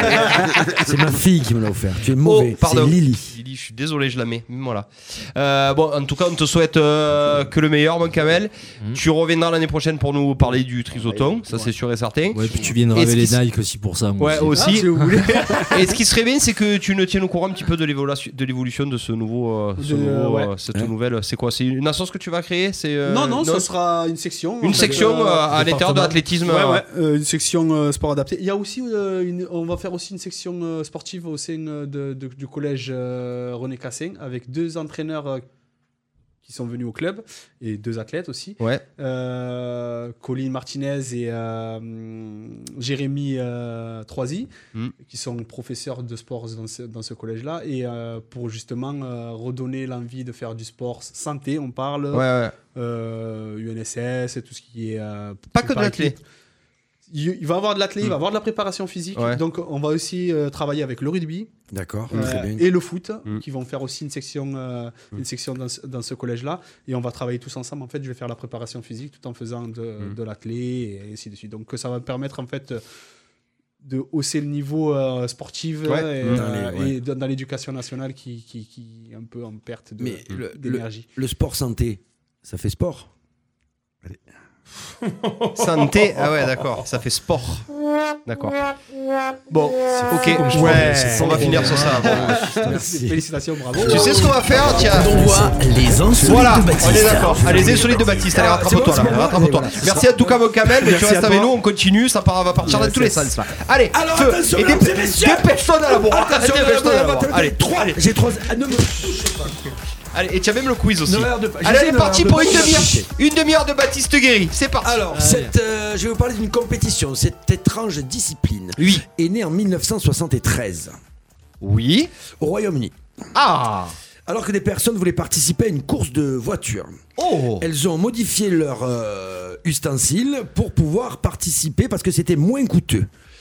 C'est ma fille qui me l'a offert, tu es mauvais. Oh, pardon. C'est Lily. Lily, je suis désolé, je la mets, voilà. euh, bon, en tout cas on te souhaite euh, que le meilleur mon Kamel. Mmh. Tu reviendras l'année prochaine pour nous parler du trisoton, ça ouais. c'est sûr et certain. Ouais, puis tu viendras avec les Nike aussi pour ça. Ouais, aussi. Ah, si vous voulez. Et ce qui serait bien, c'est que tu nous tiennes au courant un petit peu de l'évolution de, l'évolution de ce nouveau, euh, ce de, nouveau ouais. euh, cette ouais. nouvelle. C'est quoi? C'est une association que tu vas créer? C'est euh, non, non, ça sera une section. Une section fait, euh, à l'intérieur de l'athlétisme. Ouais, ouais. Euh, une section euh, sport adapté. Il y a aussi, euh, une, on va faire aussi une section euh, sportive au sein de, de, du collège euh, René Cassin avec deux entraîneurs. Euh, qui sont venus au club et deux athlètes aussi. Ouais. Euh, Colline Martinez et euh, Jérémy euh, Troisi, mm. qui sont professeurs de sport dans ce, dans ce collège-là et euh, pour justement euh, redonner l'envie de faire du sport santé, on parle, ouais, ouais. Euh, U N S S et tout ce qui est... Euh, pas que de l'athlète. Il va y avoir de l'athlète, mm. il va y avoir de la préparation physique. Ouais. Donc, on va aussi euh, travailler avec le rugby. D'accord, euh, très bien. Et le foot, mm. qui vont faire aussi une section, euh, mm. une section dans, dans ce collège-là. Et on va travailler tous ensemble. En fait, je vais faire la préparation physique tout en faisant de, mm. de l'athlète et ainsi de suite. Donc, ça va me permettre, en fait, de hausser le niveau euh, sportif ouais. et, dans, euh, les, ouais. et dans l'éducation nationale qui, qui, qui est un peu en perte de, Mais de, le, d'énergie. Le, le sport santé, ça fait sport. Allez. Santé, ah ouais, d'accord, ça fait sport. D'accord. Bon, ok, ouais, on va finir sur ça. Bon. Merci. Félicitations, bravo. Tu sais ce qu'on va faire? Tiens, on voit les insolites voilà, de Baptiste. On est d'accord. Allez, les insolites de Baptiste. Allez, rattrape-toi là. Rattrape-toi. Merci à tout cas, mon Kamel. Mais tu restes avec nous, on continue. Ça va partir dans tous les sens là. Allez, alors, feu. attention, et des personnes à la bourre. Attention, allez, trois. J'ai trois. Ne me touchez pas. Allez, et tu as même le quiz aussi. De... Allez, elle est partie pour une demi-heure. Une demi-heure de Baptiste Guéry. C'est parti. Alors, cette, euh, je vais vous parler d'une compétition. Cette étrange discipline oui. est née en dix-neuf cent soixante-treize. Oui. Au Royaume-Uni. Ah. Alors que des personnes voulaient participer à une course de voiture. Oh. Elles ont modifié leurs euh, ustensiles pour pouvoir participer parce que c'était moins coûteux.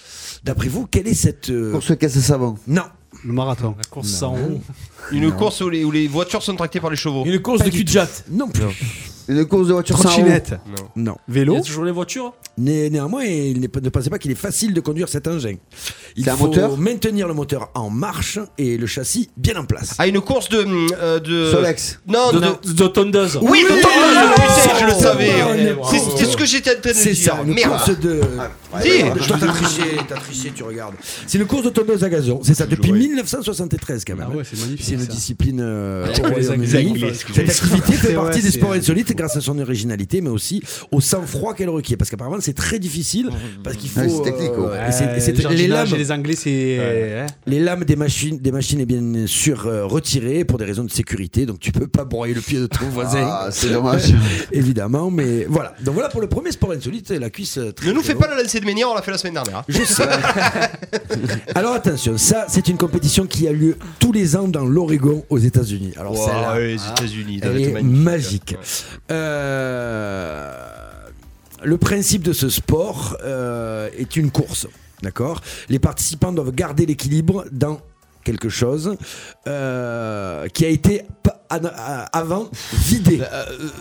D'après vous, quelle est cette. Euh... Course caisse savon. Non. Le marathon. La course sans roue. Une non. course où les, où les voitures sont tractées par les chevaux. Une course Pas de cul-de-jatte. Non plus. Une course de voiture sans roue. Trottinette. Non. non. Vélo. Il y a toujours les voitures. Né, néanmoins, il ne pensez pas qu'il est facile de conduire cet engin. Il un faut moteur maintenir le moteur en marche et le châssis bien en place. Ah, une course de. Euh, de... Solex. Non, de, de. de tondeuse. Oui, de tondeuse. Putain, je le savais. Oh, c'est, c'est ce que j'étais en train de c'est dire. Ça, une Merde. course de. Ah, si. Toi, t'as triché, t'as triché, tu regardes. C'est une course de tondeuse à gazon. C'est ça depuis dix-neuf cent soixante-treize quand même. Ah ouais, c'est magnifique. C'est une ça. discipline euh, Ouais, au Royaume-Uni. Cette activité fait partie ouais, des sports c'est... insolites grâce à son originalité, mais aussi au sang-froid qu'elle requiert. Parce qu'apparemment, c'est très difficile. Parce qu'il faut. Ouais, c'est technique. euh, Ouais, et c'est, et c'est, les, les lames. les Anglais, c'est. Ouais. Les lames des machines, des machines est bien sûr euh, retirées pour des raisons de sécurité, donc tu peux pas broyer le pied de ton voisin. Ah, c'est dommage. Évidemment, mais voilà. Donc voilà pour le premier sport insolite, la cuisse. Très, ne nous très fais pas la lancée de menhir, on l'a fait la semaine dernière. Je sais. Alors attention, ça c'est une compétition qui a lieu tous les ans dans l'Oregon aux États-Unis. Alors wow, celle-là, les États-Unis, elle est magnifique. magique. Ouais. Euh, le principe de ce sport euh, est une course. D'accord ? Les participants doivent garder l'équilibre dans quelque chose euh, qui a été pa- a- a- avant vidé. D'accord ?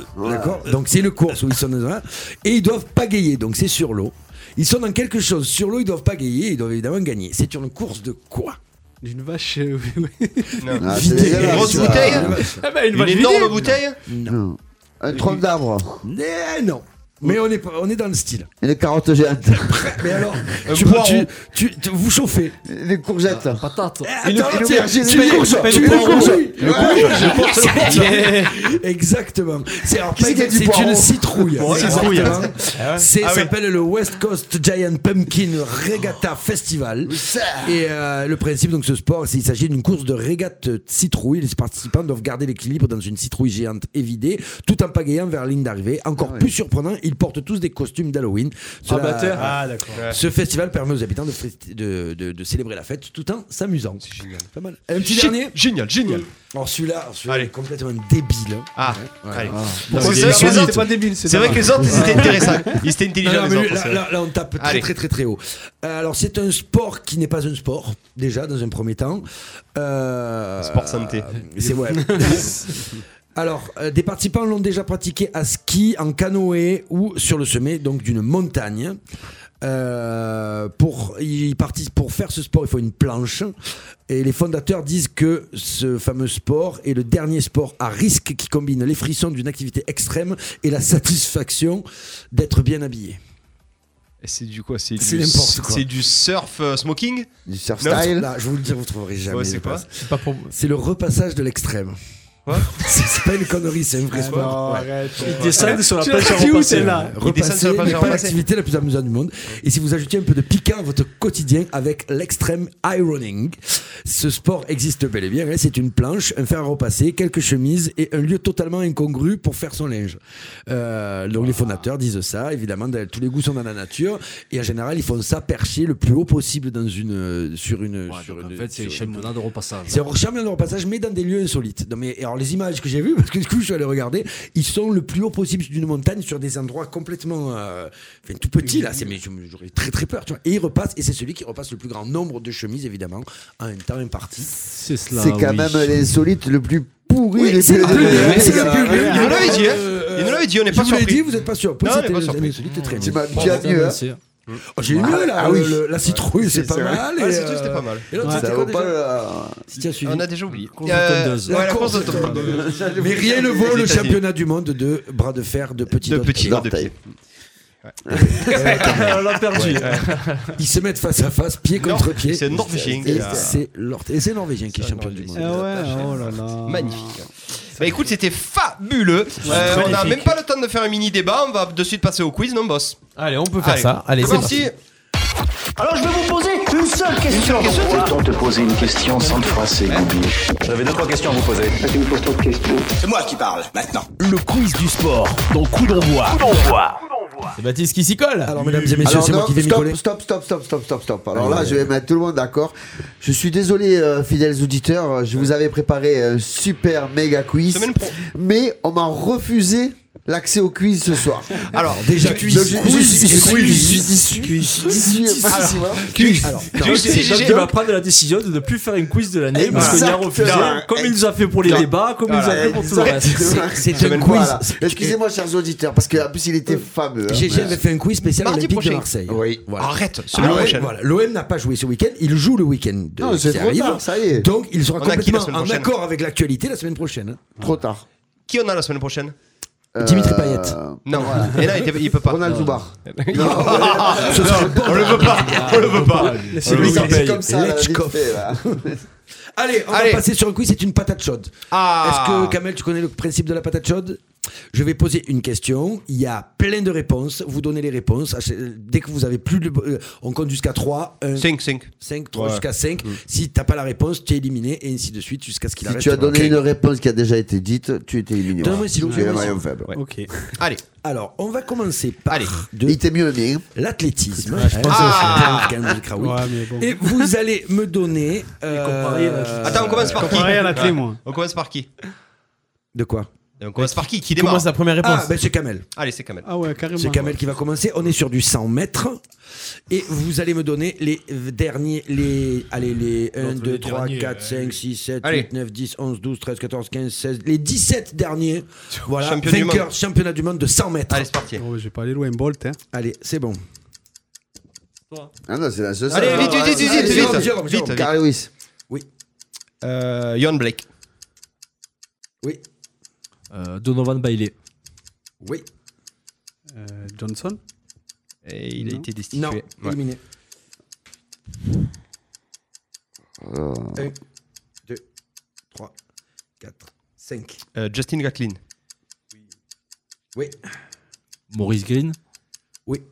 Donc c'est une course où ils sont dans un... et ils doivent pagayer. Donc c'est sur l'eau. Ils sont dans quelque chose sur l'eau, ils doivent pagayer, ils doivent évidemment gagner. C'est une course de quoi ? D'une vache. Euh, Non. Ah, Vidé. c'est Une grosse ça. bouteille Eh ben, une, Une énorme bouteille Non. Un tronc d'arbre. Eh, non. Mais on est, pas- on est dans le style. Une carotte géante. Mais alors, Un tu, poireau. tu, tu, tu- vous chauffez. Des courgettes. Patate. Une, une aubergine, tu une courge, tu une les courge. courges. Yeah. Exactement. C'est, alors, Qui c'est qui a dit c'est poireau une citrouille. Ouais, Exactement. citrouille. C'est, Ah oui. s'appelle le West Coast Giant Pumpkin Regatta Festival. Et euh, le principe donc ce sport, c'est il s'agit d'une course de régate citrouille. Les participants doivent garder l'équilibre dans une citrouille géante évidée, tout en pagayant vers la ligne d'arrivée. Encore Ah ouais. plus surprenant, ils portent tous des costumes d'Halloween. Cela- bah, tiens. Ah, d'accord. Ce festival permet aux habitants de, fêter- de, de, de célébrer la fête tout en s'amusant. C'est génial. Pas mal. Un petit Gé- dernier. Génial, génial. Alors celui-là, celui-là Allez. est complètement débile. Ah, Ouais. allez. Ah. Parce Non, que mais c'est vrai que les C'est autres, pas débile, c'est c'est vrai que les autres, ils étaient intéressants. Ils étaient Non, intelligents, non, les mais autres. là, c'est là, vrai. là, on tape très Allez. très très très haut. Euh, alors c'est un sport qui n'est pas un sport déjà dans un premier temps. Euh, Sport santé. euh, C'est ouais. Alors, euh, des participants l'ont déjà pratiqué à ski, en canoë ou sur le sommet donc d'une montagne. Euh, pour, ils participent- pour faire ce sport, il faut une planche. Et les fondateurs disent que ce fameux sport est le dernier sport à risque qui combine les frissons d'une activité extrême et la satisfaction d'être bien habillé. Et c'est du quoi C'est C'est du, n'importe quoi. c'est du surf euh, smoking Du surf Non, style. Là, je vous le dis, vous trouverez jamais. Ouais, c'est les quoi passes. C'est pas pour. C'est le repassage de l'extrême. Quoi c'est, c'est pas une connerie, c'est un vrai sport. Ouais. Ils descendent sur la Tu plage l'as à dit où, repasser. celle-là Ils descendent sur la Repasser plage n'est à pas repasser. l'activité la plus amusante du monde. Et si vous ajoutiez un peu de piquant à votre quotidien avec l'extrême ironing, ce sport existe bel et bien. Hein. C'est une planche, un fer à repasser, quelques chemises et un lieu totalement incongru pour faire son linge. Euh, donc les fondateurs disent ça. Évidemment, tous les goûts sont dans la nature. Et en général, ils font ça perché le plus haut possible dans une, sur une. Ouais, sur donc, une en fait, c'est sur une- championnat de repassage. C'est un championnat de repassage, mais dans des lieux insolites. Non, mais, alors, les images que j'ai vues, parce que du coup, je suis allé regarder, ils sont le plus haut possible d'une montagne sur des endroits complètement. Euh, enfin, tout petits, là. C'est, mais j'aurais très très peur, tu vois. Et ils repassent, et c'est celui qui repasse le plus grand nombre de chemises, évidemment, en un temps imparti. C'est cela. C'est quand oui. même l'insolite le plus pourri Oui, des c'est plus- le plus- des- c'est des- le plus- des- Il nous l'avait dit, hein. Euh, Il nous l'avait dit, on n'est Je pas vous l'ai surpris. dit, vous n'êtes pas surpris. Non, on n'est C'était pas le- surpris. insolite, très Tu bien. m'as tu as mieux, hein. C'est- Oh, j'ai eu mieux, là. Ah oui. le- la citrouille, c'est, C'est- pas c'est vrai. mal. Ouais, et, c'est tout, c'était euh, pas mal. Et l'autre, Ouais. c'était Ça quoi vaut pas déjà le- Si tu as suivi. On a déjà oublié. Course de Euh, tondeuse. ouais, la La course de course de tondeuse. Mais rien ne vaut Les le États-Unis. championnat du monde de bras de fer de petits De doigts petits pied. doigts de D'orteil. pied. On l'a perdu. Ils se mettent face à face, pied contre Nord- pied. c'est norvégien Et qui a- c'est l'Ort- et c'est norvégien qui est C'est champion du monde. norvégien. Ah ouais, oh là là. Magnifique. Bah écoute, c'était fabuleux. Euh, on n'a même pas le temps de faire un mini débat. On va de suite passer au quiz, non, boss? Allez, on peut faire Allez. ça. Allez, c'est Merci. parti. Alors je vais vous poser une seule question. Peut-on te poser une question sans te froisser, Goubi? J'avais deux, trois questions à vous poser. Tu me poses trop de questions. C'est moi qui parle, maintenant. Le quiz du sport dans Coup d'envoi. C'est Baptiste qui s'y colle. Alors, mesdames et messieurs, Alors, c'est moi non, qui vais m'y stop, coller. stop, stop, stop, stop, stop, stop. Alors Allez, là, allez. je vais mettre tout le monde d'accord. Je suis désolé, euh, fidèles auditeurs, je vous avais préparé un super méga quiz, Semaine pro. mais on m'a refusé L'accès au quiz ce soir. Alors, déjà, quiz. Je suis déçu. Quiz. Alors, il va prendre la décision de ne plus faire une quiz de l'année parce qu'il a refusé, comme il nous a fait pour les débats, comme il nous a fait pour tout le reste. C'est un quiz. Excusez-moi, chers auditeurs, parce qu'en plus, il était fameux. G G avait fait un quiz spécial Olympique de Marseille. Oui. Arrête, semaine prochaine. L'O M n'a pas joué ce week-end, il joue le week-end. Non, c'est trop tard, ça y est. Donc, il sera complètement en accord avec l'actualité la semaine prochaine. Trop tard. Qui on a la semaine prochaine? Dimitri Payet. Non, et là il peut pas. Ronald Zubar. On le veut pas. On le veut pas. C'est comme ça. Allez, on Allez. va passer sur un quiz, c'est une patate chaude. Ah. Est-ce que, Kamel, tu connais le principe de la patate chaude? Je vais poser une question, il y a plein de réponses, vous donnez les réponses. Dès que vous avez plus de... On compte jusqu'à trois. cinq, cinq. cinq, trois Ouais. jusqu'à cinq. Mm. Si t'as pas la réponse, tu es éliminé, et ainsi de suite, jusqu'à ce qu'il Si arrête. tu as donné Okay. une réponse qui a déjà été dite, tu étais éliminé. Donne-moi s'il vous Tu es plaît. un maillon faible. Ouais. Ok. Allez. Alors, on va commencer par Allez. de Il était mieux le mien. l'athlétisme. Ouais, je pense Ah. Ouais, mais bon. Et vous allez me donner... euh, Attends, on commence par qui? Comparé à l'athlé, moi. On commence par qui? De quoi? On commence par qui? Qui démarre? Commence la première réponse. Ah, ben c'est Kamel. Allez, c'est Kamel. Ah ouais, carrément. C'est Kamel qui va commencer. On est sur du cent mètres. Et vous allez me donner les derniers, les, allez, les un, deux, trois, quatre, cinq, six, sept, Allez. huit, neuf, dix, onze, douze, treize, quatorze, quinze, seize, les dix-sept derniers. Voilà, Champion du vainqueurs, monde. championnat du monde de cent mètres. Allez, c'est parti. Oh, je vais pas aller loin, Bolt. Hein. Allez, c'est bon. Ah non, c'est la seule. Allez, vite, vite, vite, vite, Allez, vite, Jérôme, vite. Jérôme, Vite, Jérôme. vite. Carré Lewis. Euh, Johan Blake. Oui, Euh, Donovan Bailey. oui. Euh, Johnson. Et il a Non. été destitué. Non, Ouais. éliminé. Euh, un, deux, trois, quatre, cinq. Euh, Justin Gatlin. Oui, Maurice Green. oui.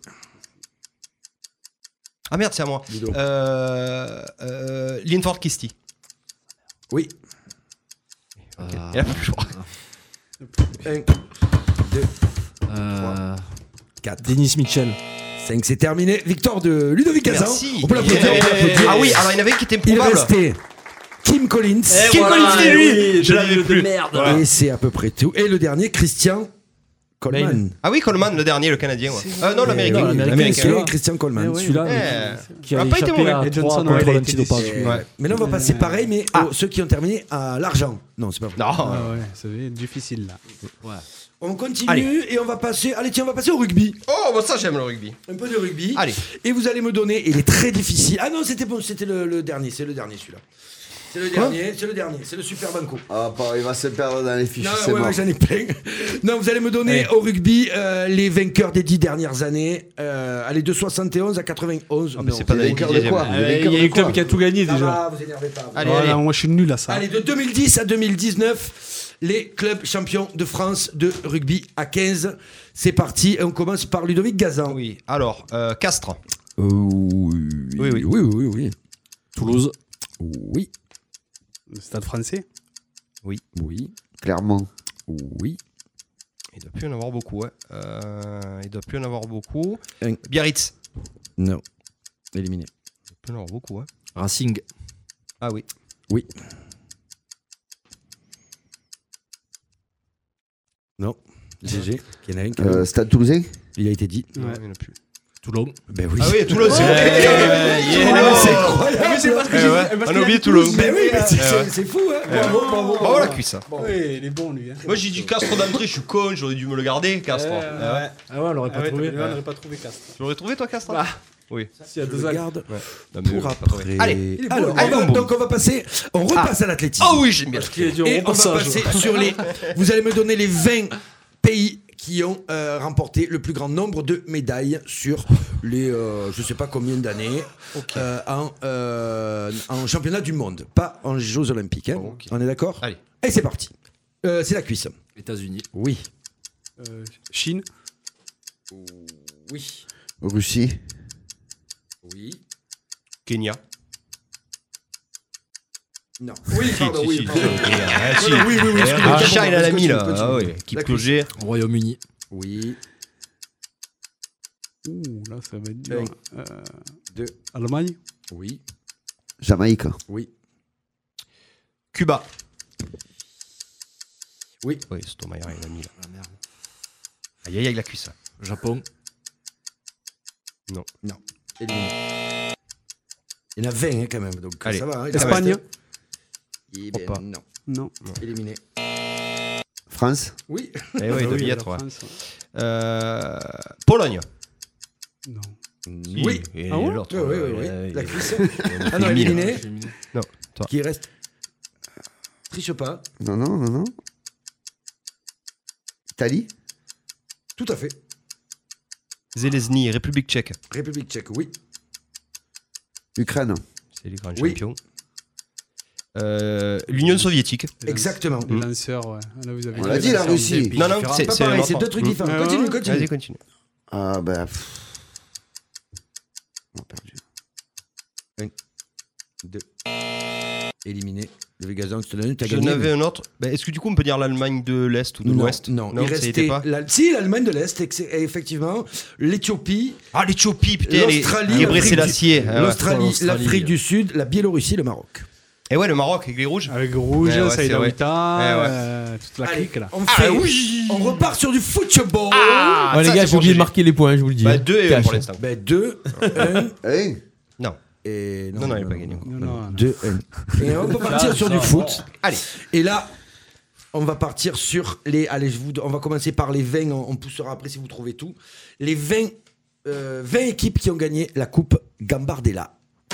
Ah merde, c'est à moi. Dis donc. Euh, euh, Linford Kisty. Oui. Okay. Il a pas le choix. un, deux, Euh, quatre, Dennis Mitchell. cinq. C'est terminé. Victoire de Ludovic Gazan. Merci. On peut l'applaudir. on peut l'applaudir. Ah oui, alors il y en avait qui étaient Il improbables. restait Kim Collins. Kim Collins, c'est lui. Je l'avais plus. Merde. Et c'est à peu près tout. Et le dernier, Christian Coleman. Ah oui, Coleman, le dernier, le Canadien. Ouais. Euh, non, l'Américain. non, l'Américain, L'Américain. c'est- C'est Christian Coleman. Celui-là, Eh, qui a a pas été échappé mauvais. à Et trois Johnson, contre ouais, il a été l'antidopage. déçu. Ouais. Mais là, on va passer pareil, mais Ah. aux- ceux qui ont terminé à l'argent. Non, c'est pas vrai. Non. Ah ouais, ça va être difficile là. On continue Allez. et on va passer. Allez, tiens, on va passer au rugby. Oh, bah ça, j'aime le rugby. Un peu de rugby. Allez. Et vous allez me donner. Il est très difficile. Ah non, c'était bon, c'était le, le dernier. C'est le dernier, celui-là. C'est le dernier, c'est le dernier. C'est le Super Banco. Ah, pas, il va se perdre dans les fiches. Non, c'est ouais, mort. ouais, j'en ai plein. Non, vous allez me donner au rugby euh, les vainqueurs des dix dernières années. Euh, allez, de soixante et onze à quatre-vingt-onze. Ah, mais Non. c'est pas Les dans les vainqueurs de dixièmes. quoi Euh, Les Il vainqueurs y a de un club quoi qui a tout gagné Ça déjà. va, vous énervez pas. Allez, Voilà, allez. moi je suis nul à ça. Allez, de deux mille dix à deux mille dix-neuf, les clubs champions de France de rugby à quinze. C'est parti. Et on commence par Ludovic Gazan. Oui. Alors, euh, Castres. Euh, oui, Oui, oui. oui, oui, oui. Toulouse. Oui, Le Stade français. oui, Clairement. oui. Il doit plus en avoir beaucoup. Ouais. Euh, il doit plus en avoir beaucoup. Un. Biarritz. Non. Éliminé. Il doit plus en avoir beaucoup. Ouais. Racing. Ah oui. Oui. Non. G G. Il y en a un qui a- Euh, Stade Toulousain. Il a été dit. Non, il n'y en a plus. Toulon. Ben oui. Ah oui, Toulon, c'est Ouais, vrai. c'est incroyable. Mais c'est parce que j'ai- on a oublié Toulon. Ben oui, mais c'est- Ouais, ouais. c'est c'est fou, hein. Bravo, bravo. Bravo la cuisse. Oui, il est bon lui. Hein. Moi j'ai dit Castres d'entrée, je suis con, j'aurais dû me le garder, Castres. Ouais, Ah ouais. Ah ouais, on l'aurait Ah pas ouais, trouvé. t'as- on n'aurait pas trouvé Castres. Tu l'aurais trouvé toi, Castres? Bah. Oui. S'il y a Je deux le actes. garde Ouais. Non, mais pour je l'ai pas trouvé. après. Allez. il est beau, Alors, allez, on va- boum, boum. donc on va passer, on repasse à l'athlétisme. Oh oui, j'aime bien. Parce qu'il est du Et on va repassage. passer sur les. Vous allez me donner les vingt pays qui ont euh, remporté le plus grand nombre de médailles sur les, euh, je sais pas combien d'années, euh, en, euh, en championnat du monde, pas en Jeux Olympiques. Hein. Ok. On est d'accord? Allez. Et c'est parti. Euh, c'est la cuisse. États-Unis. Oui. Euh, Chine. Oui. Russie. Oui. Kenya. Non. Oui, pardon, oui. si, pardon. si, ah, si. Oui, oui, oui, excuse-moi. Ah, Chat, il a la mis là. Continue, Ah continue. ouais, qui La plongeait. Royaume-Uni. Oui. Ouh, là ça va être dur. Euh, Deux. Allemagne. Oui. Jamaïque. Oui. Cuba. Oui. Oui, Stomayer, il a mis là. Aïe aïe aïe la cuisse. Japon. Non. Non. Éliminé. Il y en a vingt hein, quand même, donc Allez. ça va. Hein, Espagne. Eh ben, Opa. non. Non. Éliminé. France. Oui. Eh oui, il doit y la être, ouais. France, ouais. Euh, Pologne. Non. Oui. Et Ah ouais l'autre. Oui, oui, oui, oui. euh, La il- cuisse. il- Ah non, il- éliminé. Non, toi. Qui reste Triche pas. Non, non, non, non. Italie. Tout à fait. Zelezny, République tchèque. République tchèque, oui. Ukraine. C'est les grands Oui. champions. Euh, L'Union soviétique. Exactement. Les lanceurs, ouais. Là, vous avez On l'a dit, la Russie. Non, non, c'est Pas c'est pareil, un c'est autre- deux trucs Mm. différents. Ouais, Continue, ouais. continue. Vas-y, continue. Ah, ben. pff. On a perdu. Deux. Éliminé. Le Végazan, tu te donnes, tu as Je gagné. n'avais mais- un autre. Bah, Est-ce que du coup on peut dire l'Allemagne de l'Est ou de Non, l'Ouest non, non il ça y restait était pas. la- si l'Allemagne de l'Est, ex- effectivement, l'Éthiopie, Ah, l'Éthiopie, putain, les l'Australie, Gebre l'Afrique Selassie. du- Ah ouais. l'Australie, l'Australie. l'Afrique du Sud, la Biélorussie, le Maroc. Et ouais, le Maroc avec les rouges. Avec Rouge, Ouais, ouais, Saïd c'est vrai. Aouita, Ouais, ouais. euh, toute la Allez, clique là. on, fait, Ah oui. on repart sur du football. Ah, Ouais, les ça, gars, c'est j'ai pour oublié de G G. marquer les points, je vous le dis. Bah, deux et un Cash. pour l'instant. Ben deux, un Hein Non. et Non, non, il n'a pas gagné encore. Non, non, non. deux, un. Et on va partir Ça, sur ça, du bon. foot. Allez. Et là, on va partir sur les. Allez, je vous, on va commencer par les vingt. On, on poussera après si vous trouvez tout. Les vingt, euh, vingt équipes qui ont gagné la coupe Gambardella.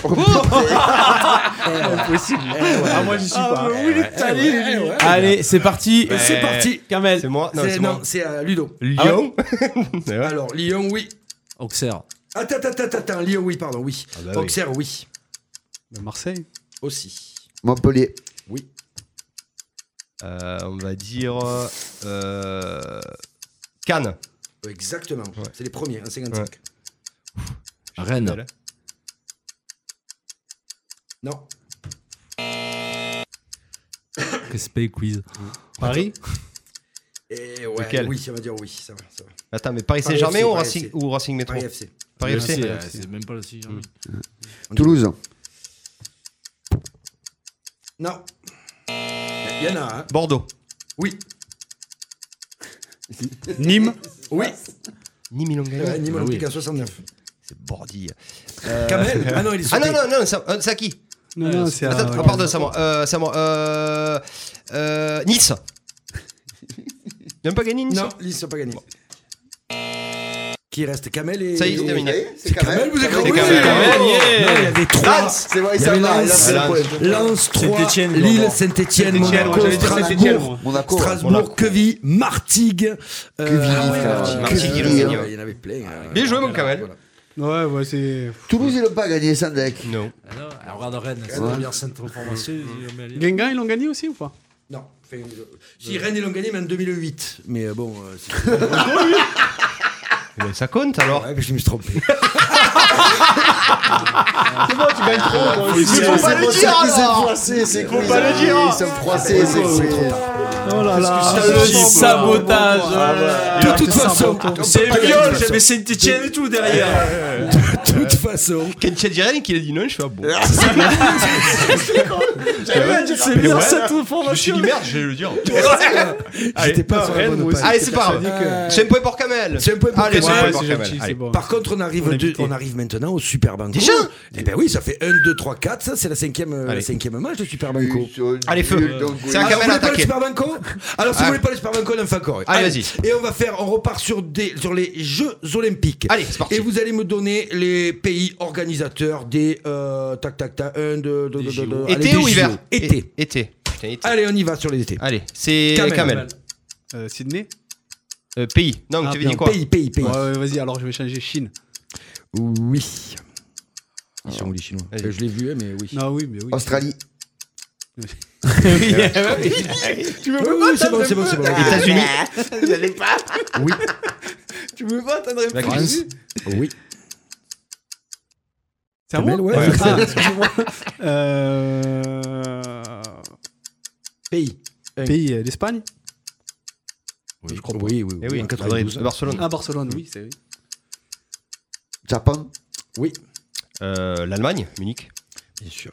Impossible. Ah, moi, j'y suis pas. Allez, c'est parti. Ouais. C'est parti, Kamel. C'est moi. Non, C'est- c'est non, moi. c'est euh, Ludo. Lyon. C'est vrai. Alors, Lyon, oui. Auxerre. Attends, attends, attends, attends. Lyon, oui, pardon, oui. Ah bah oui. Auxerre, oui. De Marseille. Aussi. Montpellier. Oui. Euh, on va dire euh, Cannes. Exactement. Ouais. C'est les premiers, un cinquante-cinq. Rennes. Non. Respect quiz. Paris. Et ouais, Lequel oui, ça va dire oui. Ça va, ça va. Attends, mais Paris Paris Saint-Germain F C, ou Paris Racing, F C. ou Racing Métro Paris F C. Paris F C. C'est Ouais, c'est même pas le si jamais. Toulouse. Non. Il y en a un. Bordeaux. Oui. Nîmes. Oui. Nîmes, ils l'ont gagné. Ouais, Nîmes Ah Olympique oui. à soixante-neuf. C'est bordille. Kamel. Ah non, il est Ah sauté. non, non, non, ça- euh, c'est à qui Non, non, c'est à. Attends, ah, pardon, c'est à moi. Euh, c'est à moi. Euh, euh, Nice. Ils n'ont pas gagné Nice Non, Nice n'a pas gagné. Qui reste Kamel et. Ça y est, c'est et- terminé. C'est Kamel, vous êtes C'est oui. Kamel, Kamel, Non, yeah. il y avait trois. Lens. C'est vrai, Il y ça avait va. Lens, Là, c'est le Lens. point. Lens trois, Saint-Étienne, Lille, Bordeaux. Saint-Etienne, Saint-Étienne, Monaco, moi, j'allais dire Saint-Étienne, moi. Strasbourg, Monaco. Strasbourg, Monaco. Queville, Martigues. euh, Queville, ah ouais, frère. Martigues, Martigues, Queville, il y en a ouais, gagné. il y en avait plein. euh, Bien joué, mon voilà, Kamel. voilà. Ouais, ouais, c'est. Toulouse, ils n'ont pas gagné, Sandek. Non. Ah non, alors regarde Rennes, c'est Ouais. la meilleure centre de formation. ils ont mis à Lille. Guingamp, ils l'ont gagné aussi ou pas? Non. Enfin, euh, si Rennes, ils l'ont gagné, mais en deux mille huit. Mais euh, bon, euh, c'est- Mais ça compte alors. ouais, mais je me suis trompé. C'est bon, tu gagnes trop. moi aussi. Mais faut pas le dire alors. froissé, c'est Faut pas le dire. Ils sont froissés, c'est cool. Oh là là. Le sabotage. De toute façon, C'est pas viol, gagné. j'avais Saint-Etienne et tout derrière. de toute façon, Quand tu as dit rien qu'il a dit non, je fais ah bon. C'est bien cette Je me suis formation. dit merde, je vais le dire. j'étais pas sur la bonne page. Allez, c'est pas grave. Euh, C'est un point pour Kamel. C'est un point pour Allez, c'est un Kamel. point pour C'est Kamel. gentil, Allez. c'est bon. Par contre, on arrive, On est de- invité. on arrive maintenant au Super Banco. Déjà Eh ben oui, ça fait un, deux, trois, quatre. Ça, c'est la cinquième, euh, Allez. la cinquième match de Super Banco. Allez, feu. C'est à Alors, vous Kamel voulez pas le attaquer. Super Banco Alors, si Ah. vous voulez pas le Super Banco, on en fait encore. Allez, vas-y. Et on va faire, on repart sur, des, sur les Jeux Olympiques. Allez, c'est parti. Et vous allez me donner les pays organisateurs des. Euh, tac, tac, tac. Un, deux, deux, deux, deux, deux. Allez, Été des ou J O. hiver Été. Été. Putain, été. Allez, on y va sur les étés. Allez, c'est Kamel. Kamel. Euh, Sydney. Euh, Pays. Non, Ah, tu avais bien. dit quoi Pays, pays, pays. Ouais, ouais, vas-y, alors je vais changer Chine. Oui. Ils sont où les Chinois Vas-y. Euh, Je l'ai vu, hein, mais oui. Non, oui, mais oui. Australie. Oui, oui, c'est bon, c'est bon, c'est bon. États-Unis. Oui. Tu veux pas t'en La France. Grèce. Oui. C'est à Kamel, moi. ouais. Ouais. Ah, excuse-moi. Euh... Pays. Pays euh, d'Espagne. Oui, je crois. Oui, oui, Eh oui, en Madrid, quatre-vingt-douze. Barcelone. Ah, Barcelone, oui, c'est oui. Japon. Oui, Euh, L'Allemagne, Munich. bien sûr.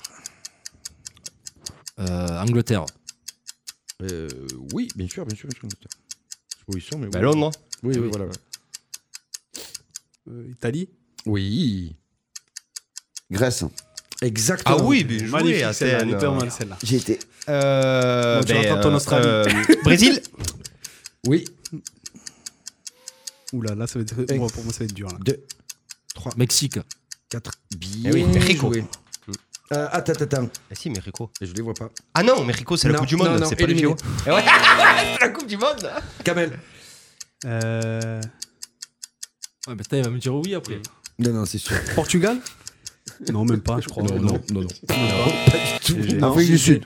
Euh, Angleterre. Euh, oui, bien sûr, bien sûr, bien sûr. Oui, ils sont, mais Bah, oui. Londres. Oui, oui, voilà. Euh, Italie. Oui. Grèce. Exactement. Ah oui, bien joué, Magnifique, Athènes. celle-là, elle était pas mal, celle-là. J'y étais. Euh, Non, tu ben, rattrapes ton euh, Australie. euh, Brésil. Oui. Oula, là, ça va être... Et- ouais, pour moi, ça va être dur. Là. deux, trois, Mexique. quatre. Bien Eh oui, Mexico. joué. Euh, attends, attends, attends. Ah si, Mexico. Je les vois pas. Ah non, Mexico, c'est la Non, Coupe du Monde, non, non, c'est pas les éliminé. J O. Eh ouais, c'est la Coupe du Monde. Kamel. Euh... Ouais, mais il va me dire oui après. Non, non, c'est sûr. Portugal. Non, même pas, je crois. Non, non, non, non. Pas du tout. Non, Afrique du Sud.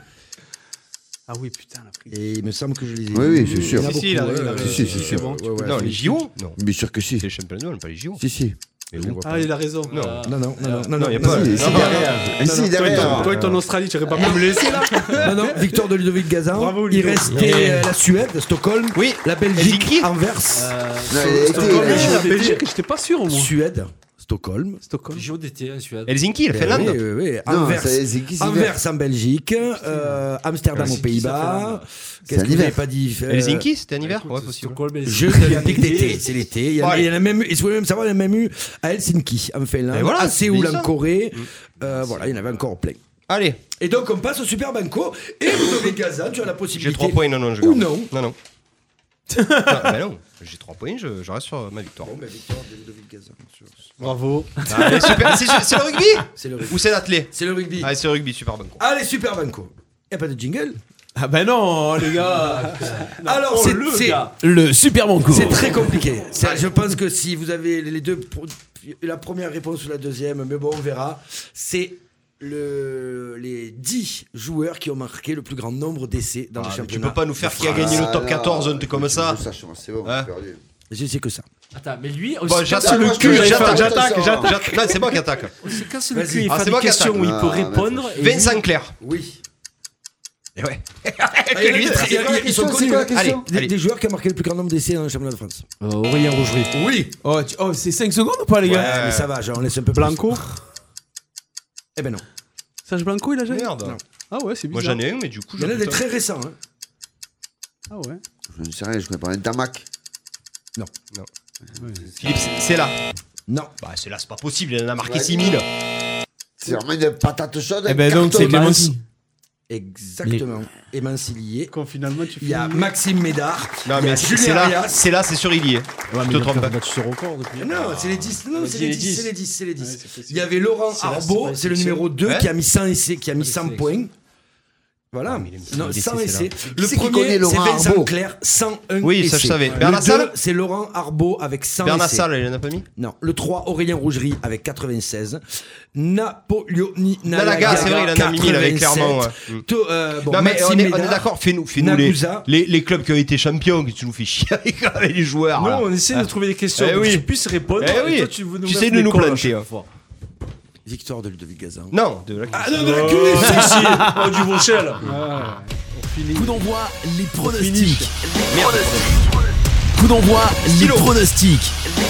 Ah oui, putain, l'Afrique. Et il me semble que je les ai. Oui, oui, c'est sûr. Il y en a Si, si, beaucoup, il a- il a ouais, raison. ouais, Si, si, ouais, c'est bon. ouais, ouais, Non, ouais. les J O Non. Bien sûr que si. C'est les championnats du monde, pas les J O. Si, si. Mais Je où vois Ah, pas. il a raison. Non. Euh, Non, non, non, non, Non, non. y a pas. Si, Non, si, non, derrière. non, Si, non, derrière. Toi et ton Australie, tu n'aurais pas pu me laisser là. Non, non, victoire de Ludovic Gazan. Bravo, Il Ludo. restait Ouais. euh, la Suède, Stockholm, Oui. la Belgique, Helsinki. Anvers, Euh, Non, il a été- Stockholm, il a- la Belgique, j'étais pas sûr au moins. Suède, Stockholm. Stockholm. J O d'été en Suède. Helsinki, la Eh Finlande. oui, oui, oui. Non, Anvers, c'est c'est qui c'est Anvers en Belgique, euh, Amsterdam aux C'est qui, Pays-Bas. C'est Qu'est-ce un que vous hiver. n'avez pas dit euh, Helsinki, c'était un hiver Écoute, Ouais, possible. Stockholm, Helsinki, Jeux olympiques d'été, c'est l'été. Il y en a, Ouais. il y en a même eu, et vous pouvez même savoir, il y en a même eu à Helsinki, en Finlande, Et voilà, à Séoul, c'est ça. en Corée. Euh, voilà, il y en avait encore plein. Allez, Et donc, on passe au Super Banco. Et Ludovic Gazan, tu as la j'ai possibilité. trois points, non, non, je Ou garde. non. Non, non. non, bah non, j'ai trois points, je, je reste sur ma victoire. Bon, ben, victoire de Ludovic Gazan. Bravo. Allez, super. C'est c'est le rugby C'est le rugby. Ou c'est l'athlé C'est le rugby. Allez, c'est le rugby, super bon. Allez, Super Banco. Il n'y a pas de jingle. Ah bah non, les gars. Alors, Oh, c'est le c'est- gars. Le Super Banco. c'est très compliqué. C'est- Je pense que si vous avez les deux, pro- la première réponse ou la deuxième, mais bon, on verra. C'est le, les dix joueurs qui ont marqué le plus grand nombre d'essais dans Ah, le mais championnat. tu peux pas nous faire qui a gagné le top quatorze, un truc comme ça. C'est bon, Hein perdu. Je sais que ça. Attends, mais lui, on Bon, sait j'attaque quand le moi, c'est je cul, peux- j'attaque, j'attaque, j'attaque, j'attaque. j'attaque. Non, c'est moi qui attaque. on sait quand c'est le Vas-y. cul, il Ah, fait c'est des moi qui questions attaque. où il peut Ah, répondre. et Vincent lui- Clair. Oui. Et ouais. Ah, il y en a lui, des- c'est il y a- quoi la ils sont question, connus. c'est quoi la hein. question Des- Allez. Des joueurs qui ont marqué le plus grand nombre d'essais dans le championnat de France. Euh, Aurélien Rougerie. Oui. Oh, tu- oh, c'est cinq secondes ou pas, les Ouais, gars mais ça va, genre, on laisse un peu plus. Blanco. Eh ben non. Serge Blanco, il a jamais. Merde. Non. Ah ouais, c'est Moi bizarre. j'en ai un, mais du coup, Il y en a je- des très récents. Hein. Ah ouais. Je ne sais rien, je connais pas un Tamac. Philippe, c'est- c'est là. Non. Bah, c'est là, c'est pas possible, il en a marqué Ouais. six mille. C'est vraiment une patate chaude. Eh un ben donc, carton. c'est Clémency. Exactement. Et Mancilier. Quand finalement tu Il y a Maxime Médard. Non, il y a mais c'est Julien c'est là, Arias. c'est là, c'est sur Illier. Ouais, Je mais te il a trompe pas pas. battu ce record depuis. Non, c'est les dix. Non, On c'est dit les les dix. dix. C'est les dix. C'est les Ouais, dix. c'est possible. Il y avait Laurent C'est la- c'est Arbeau, pas c'est le sélection. numéro deux, Ouais. qui a mis cent essais, qui a mis Pas cent sélection. points. Voilà. mais il a mis Non, des cent essais, c'est essais. là. Le Qui c'est qui premier, connaît c'est Laurent Vincent Arbeau Clair, cent un Oui, essais. ça, je savais. Le Bernard deux, Salle c'est Laurent Arbeau avec cent Bernard essais. Salle, il en a pas mis Non. Le trois, Aurélien Rougerie avec quatre-vingt-seize. Napoléoni Nalaga, c'est vrai, il en a mis mille avec Clermont. ouais. Mm. To- euh, bon, Non, mais Maxime on est, on est Médard. d'accord, fais-nous, fais-nous les, Nagusa. les, les clubs qui ont été champions, que tu nous fais chier avec, avec les joueurs. Non, là. on essaie de trouver des questions Eh pour oui. que tu puisses répondre. Eh et oui. toi, tu veux nous Tu mettre sais de des nous cols à planter, chaque hein. fois. Victoire de Ludovic Gazan. Non, de la Ah non, de la Oh, culée. sexy. Oh, du Vauchel. Coup d'envoi, les pronostics. merde. Coup d'envoi, les Stylo. pronostics.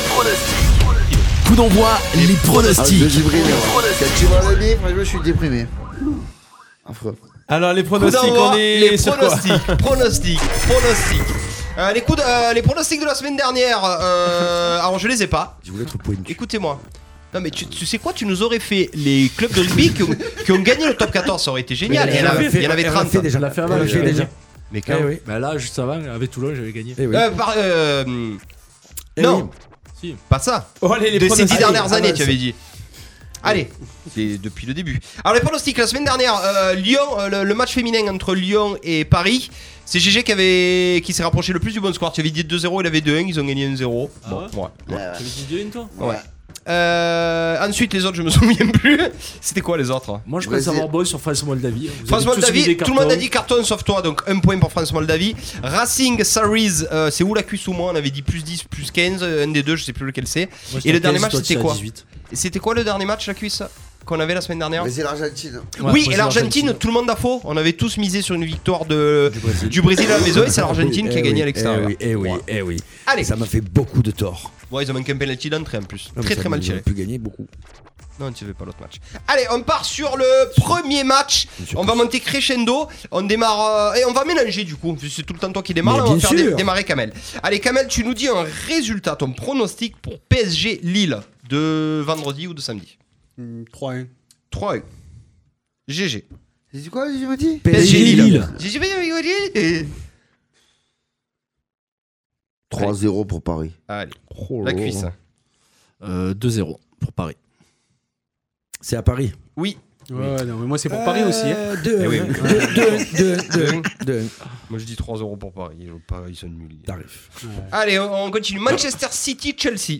Coup d'envoi, les Ah, je suis pronostics. déprimé. moi. Quand tu vois le livre, je suis déprimé. Affreux. Alors, les Coup pronostics, d'envoi, on est les sur quoi pronostics, pronostics, pronostics. Euh, les, coups de- euh, les pronostics de la semaine dernière, euh, alors je les ai pas. Je voulais être pointu. Écoutez-moi. Non mais tu, tu sais quoi, tu nous aurais fait les clubs de rugby qui ont, qui ont gagné le top quatorze, ça aurait été génial. Il y en avait, il y en avait Elle l'a trente. fait déjà. Elle l'a fait avant, Elle l'a j'ai fait gagné. déjà. Mais Eh quand oui. Bah là, juste avant, avec Toulon, j'avais gagné. Eh oui. Euh, par- euh, Eh non, Si. pas ça. Oh, allez, les De ces pronostics. dix dernières Allez, années, tu avance. avais dit. Allez, c'est depuis le début. Alors les pronostics, la semaine dernière, euh, Lyon, euh, le, le match féminin entre Lyon et Paris, c'est G G qui avait qui s'est rapproché le plus du bon score. Tu avais dit deux zéro, il avait deux un, ils ont gagné un zéro. Ah Bon, ouais ouais. T'avais dit deux une, toi Ouais. Euh, ensuite les autres je me souviens plus. C'était quoi les autres? Moi, je pense Vas-y. avoir bon sur France-Moldavie. Vous France avez tous mis Moldavie, des tout le monde a cartons. dit carton sauf toi, donc un point pour France Moldavie. Racing Saris, euh, c'est où la cuisse ou moi? On avait dit plus dix, plus quinze, un des deux, je sais plus lequel c'est. Moi, Et le j'étais dernier à match quinze, toi, c'était tu es à quoi? dix-huit. C'était quoi le dernier match la cuisse? qu'on avait la semaine dernière. Mais c'est l'Argentine. Ouais, oui, et l'Argentine, tout le monde a faux. On avait tous misé sur une victoire de, du, Brésil. du Brésil à la maison et c'est l'Argentine oui, qui a eh gagné oui, à l'extérieur. Eh oui, eh oui, eh oui. Allez. Ça m'a fait beaucoup de tort. Ouais, ils ont manqué un penalty d'entrée en plus. Non, très très mal tiré. Ils ont pu gagner beaucoup. Non, tu ne veux pas l'autre match. Allez, on part sur le premier match. On va monter crescendo. On démarre. Euh, et on va mélanger du coup. C'est tout le temps toi qui démarre. On va faire dé- démarrer Kamel. Allez, Kamel, tu nous dis un résultat, ton pronostic pour P S G Lille de vendredi ou de samedi. mmh, trois un. trois un. G G. C'est quoi, j'ai me dit P S G Lille. G G. trois zéro pour Paris. Allez, oh la cuisse. Euh, deux zéro pour Paris. C'est à Paris. Oui. Ouais, non, mais moi c'est pour Paris aussi. deux deux Moi je dis trois zéro pour Paris. Paris ils sont nuls. Tarif. Ouais. Allez, on continue. Manchester City, Chelsea.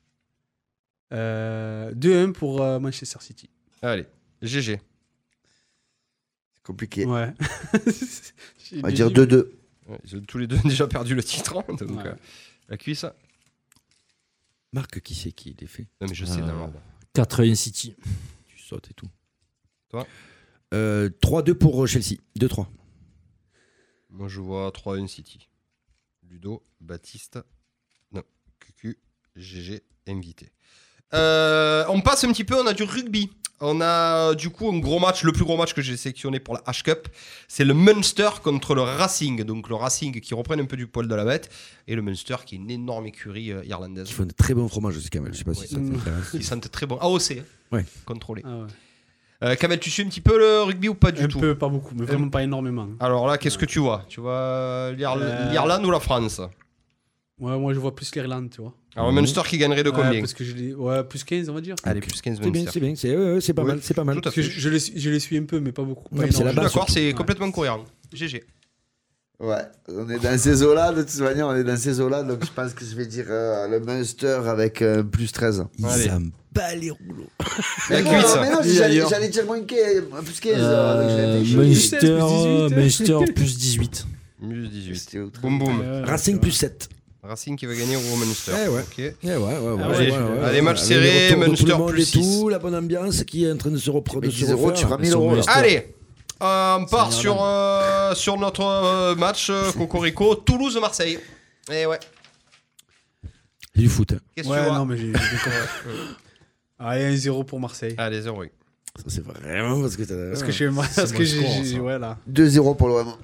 Euh, deux un pour euh, Manchester City. Allez, G G. C'est compliqué. Ouais. On va dire deux deux. Ouais, ils ont tous les deux déjà perdu le titre. Hein, donc ouais. euh, la cuisse. Marc, qui c'est qui les fait? Non mais je sais euh, dans l'ordre. quatre un City. Tu sautes et tout. Toi euh, trois deux pour Chelsea. deux trois. Moi je vois trois un City. Ludo, Baptiste. Non, Q Q, G G, invité. Euh, on passe un petit peu, on a du rugby. On a du coup un gros match, le plus gros match que j'ai sélectionné pour la H-Cup. C'est le Munster contre le Racing. Donc le Racing qui reprenne un peu du poil de la bête. Et le Munster qui est une énorme écurie euh, irlandaise. Qui font de très bons fromages aussi, Kamel. Je sais pas si ça t'intéresse. Ils sentent très bon. A O C. Hein. Ouais. Contrôlé. Ah ouais. Euh, Kamel, tu suis un petit peu le rugby ou pas du un tout? Un peu, pas beaucoup, mais vraiment euh, pas énormément. Alors là, qu'est-ce que tu vois? Tu vois l'Irl- euh... l'Irlande ou la France? Ouais, moi je vois plus l'Irlande, tu vois. Alors le Munster qui gagnerait de combien? Ouais, parce que je les... ouais, plus quinze, on va dire. Allez, plus quinze c'est bien, c'est bien, c'est, ouais, c'est pas ouais, mal, c'est pas mal. Parce que je, je, les, je les suis un peu, mais pas beaucoup. Ouais, pas c'est la base, d'accord, c'est ouais. complètement cohérent. G G. Ouais, on est dans ces eaux-là, de toute manière, on est dans ces eaux-là, donc je pense que je vais dire euh, le Munster avec euh, plus treize. Il s'en bat les rouleaux. Mais non, non, mais non j'allais, j'allais dire moins quinze, plus quinze. Euh, euh, Munster, Munster plus dix-huit. Plus dix-huit. Boum boum. Euh, Racing plus sept. Racing qui va gagner au Munster. Eh ouais. Okay. Eh ouais, ouais, ouais, ah ouais, allez, ouais, ouais, allez, match serré, Munster plus six. La bonne ambiance qui est en train de se reproduire. dix euros, tu feras mille euros. Allez, euh, on part sur, euh, sur notre euh, match euh, Cocorico, Toulouse-Marseille. Eh ouais. C'est du foot. Hein. Qu'est-ce ouais, que tu vois? Non, mais j'ai. Allez, un zéro pour Marseille. Allez, zéro, oui. Ça, c'est vraiment parce que t'as. Parce que j'ai. Parce que j'ai. Ouais, là. deux zéro pour l'O M.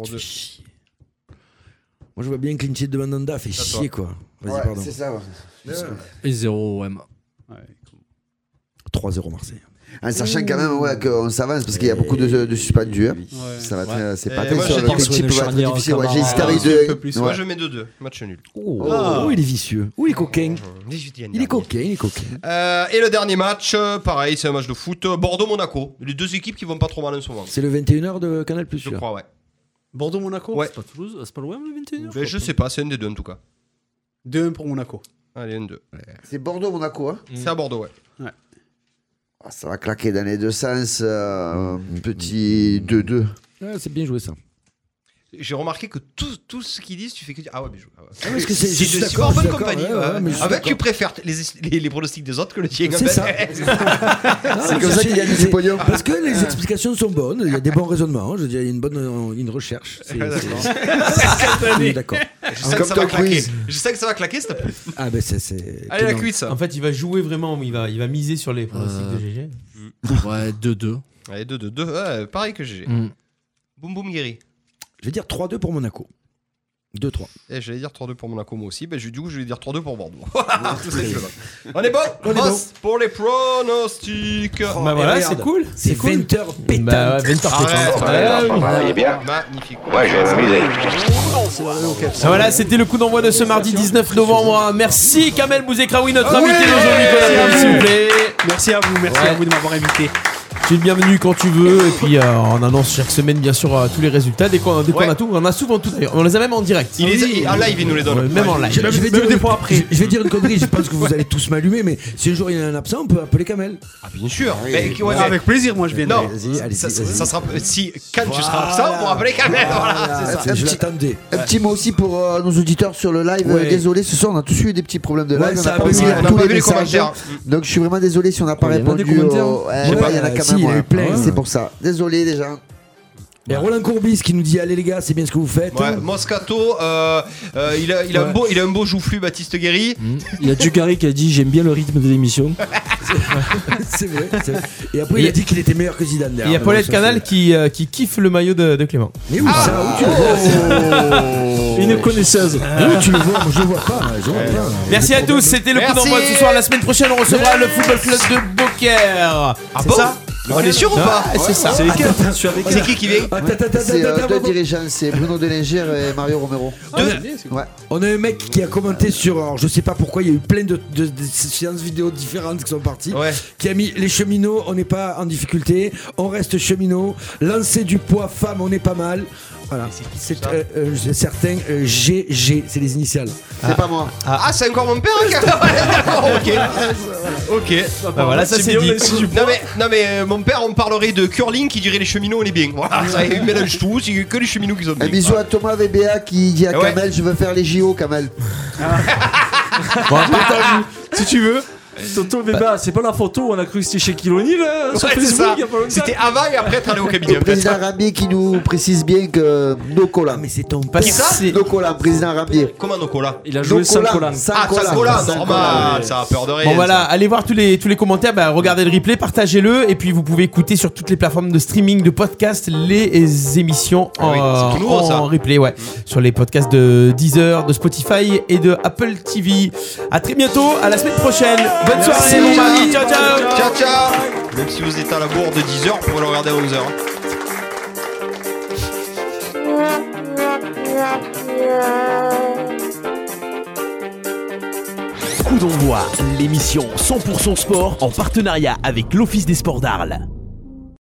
Moi, je vois bien Clinchy de Mandanda fait chier, quoi. Vas-y, ouais, pardon. c'est ça, ouais. Et zéro O M. Ouais. trois zéro Marseille. En sachant quand même ouais, qu'on s'avance parce qu'il y a beaucoup de, de suspendus. Hein. Ouais. Ça va être, ouais. C'est pas très sûr. Le type va être difficile. Ouais, j'ai hésité avec deux. Moi, je mets deux deux. Match nul. Oh, oh. Oh, il est vicieux. Oh, il est coquin. Il est coquin, il est coquin. Euh, et le dernier match, pareil, c'est un match de foot. Bordeaux-Monaco. Les deux équipes qui vont pas trop mal en ce moment. C'est le vingt et une heures de Canal+. Je crois, ouais. Bordeaux-Monaco? Ouais. C'est pas Toulouse, c'est pas l'O M le vingt et une heures? Mais je sais pas, c'est un des deux en tout cas. deux un pour Monaco. Allez, un deux. Ouais. C'est Bordeaux-Monaco, hein? C'est à Bordeaux, ouais. Ouais. Ah, ça va claquer dans les deux sens. Euh, un petit deux deux. Ah, c'est bien joué ça. J'ai remarqué que tout, tout ce qu'ils disent, tu fais que dire ah ouais, mais je. Ah ouais. Ah, parce que c'est, c'est je de suis super bonne d'accord, compagnie. ouais, ouais, ouais. Ah bah, tu préfères les, les, les pronostics des autres que le tien. C'est ça. C'est comme ça qu'il y a des podiums. Parce que les explications sont bonnes, il y a des bons raisonnements. Je veux dire, il y a une bonne une recherche. C'est, c'est... D'accord. Je sais que ça va claquer. Je sais que ça va claquer, s'il te plaît. Ah ben c'est. c'est... Allez la cuisse. En fait, il va jouer vraiment. Il va, il va miser sur les pronostics euh... de G G. Ouais, deux deux. Allez, deux deux deux. Ouais, pareil que G G. Mm. Boum boum guéri. Je vais dire trois deux pour Monaco. deux trois. Et j'allais dire trois deux pour Monaco moi aussi. Ben, du coup, je vais dire trois deux pour Bordeaux. Voilà, tout simplement. On est bon. On est bon pour les pronostics. Oh, bah voilà, c'est cool. C'est, c'est cool. vingt heures pétantes. Bah ouais, vingt heures pétantes. Il est bien. Magnifique. Ouais, je vais m'amuser. Ah, voilà, c'était le coup d'envoi de ce mardi dix-neuf novembre. Merci Kamel Bouzekraoui, notre invité d'aujourd'hui. S'il vous plaît. Merci à vous. Merci ouais. à vous de m'avoir invité. Tu es le bienvenu quand tu veux. Et puis euh, on annonce chaque semaine bien sûr euh, tous les résultats. Dès qu'on dès qu'on Ouais. a tout, on a souvent tout d'ailleurs. On les a même en direct. Il les a- en live, il nous les donne. Ouais, même en live. Je, je vais Même dire, des fois après. je, je vais dire une connerie, je pense que vous allez tous m'allumer, mais si un jour il y a un absent, on peut appeler Kamel. Ah, bien sûr. Oui. Mais, ouais, Ah, mais- avec plaisir, moi je viendrai. Non, Vas-y, allez-y, ça, ça- vas-y. ça sera si quand tu seras Voilà. absent pour appeler Kamel. Voilà, c'est ça. C'est- Un je petit- l'attendais. Un petit mot aussi pour euh, nos auditeurs sur le live. Ouais. Euh, Désolé, ce soir on a tous eu des petits problèmes de Ouais, live. on ça n'a a pas bugué, pu lire on a tous pas les vu les messages. commentaires. Donc je suis vraiment désolé si on n'a pas Oh, il y en a des répondu. commentaires. au- Ouais, Je sais ouais, pas, il y en a euh, quand si, même. il y en a eu ouais. plein. C'est pour ça. Désolé déjà. Il y a Roland Courbis qui nous dit allez les gars, c'est bien ce que vous faites. Ouais, Moscato, euh, euh, il a, il a un Ouais. beau, il a un beau joufflu, Baptiste Guéry. Il y a Dugarry qui a dit j'aime bien le rythme de l'émission. C'est vrai, c'est vrai. Et après, Et- il a dit qu'il était meilleur que Zidane. Il y a derrière. Paulette Ça, Canal c'est- qui, euh, qui kiffe le maillot de, de Clément. Mais où ça Où tu le vois Une connaisseuse. Où tu le vois Moi, je le vois pas. Je le vois pas. Merci à tous, c'était le coup Merci. d'envoi de ce soir. La semaine prochaine, on recevra le Football Club de Beaucaire. Ah C'est bon ça On est sûr ou pas Ah, c'est ça. C'est lesquels Je suis avec C'est qui qui vient Attends, attends, attends, C'est euh, attends, deux attends. dirigeants, c'est Bruno Dellinger et Mario Romero. Ouais. On a un mec qui a commenté sur. Alors, je sais pas pourquoi, il y a eu plein de, de- de séances vidéo différentes qui sont parties. Ouais. Qui a mis les cheminots, on n'est pas en difficulté, on reste cheminots. Lancer du poids, femme, on est pas mal. Voilà. C'est euh, euh, c'est certain, euh, G G, c'est les initiales. C'est pas moi. Ah, c'est encore mon père qui a- Ouais, d'accord, ok. Ok. Bah voilà, ça c'est dit. Non mais, non mais euh, mon père, on parlerait de curling qui dirait les cheminots, on est bien. Voilà, ça il mélange tout, c'est que les cheminots qui sont bien. Un bisou à Thomas V B A qui dit à Ouais. Kamel je veux faire les J O, Kamel. Si tu veux. Toto Beba, c'est pas la photo où on a cru que c'était chez Kiloni là sur Ouais, c'est Facebook ça. il y a pas longtemps. C'était avant et après être allé au cabinet. Le président Rambier qui nous précise bien que no collant. Mais c'est ton Parce Qui ça c'est- No collant, président Rambier. Comment nos colas Il a joué No sans collant, collant. sans Ah, collant, ça cola, sans normal, ça a peur de rien. Bon voilà, ça. allez voir tous les, tous les commentaires, bah, regardez le replay, partagez-le et puis vous pouvez écouter sur toutes les plateformes de streaming, de podcast, les émissions Ah oui, en, c'est tout nouveau, en ça. replay, ouais, sur les podcasts de Deezer, de Spotify et de Apple T V. À très bientôt, à la semaine prochaine. Bonne soirée, mon mari, ciao ciao. Ciao, ciao. Même si vous êtes à la bourre de dix heures, vous pouvez le regarder à onze heures. Coup d'envoi, l'émission cent pour cent sport en partenariat avec l'Office des sports d'Arles.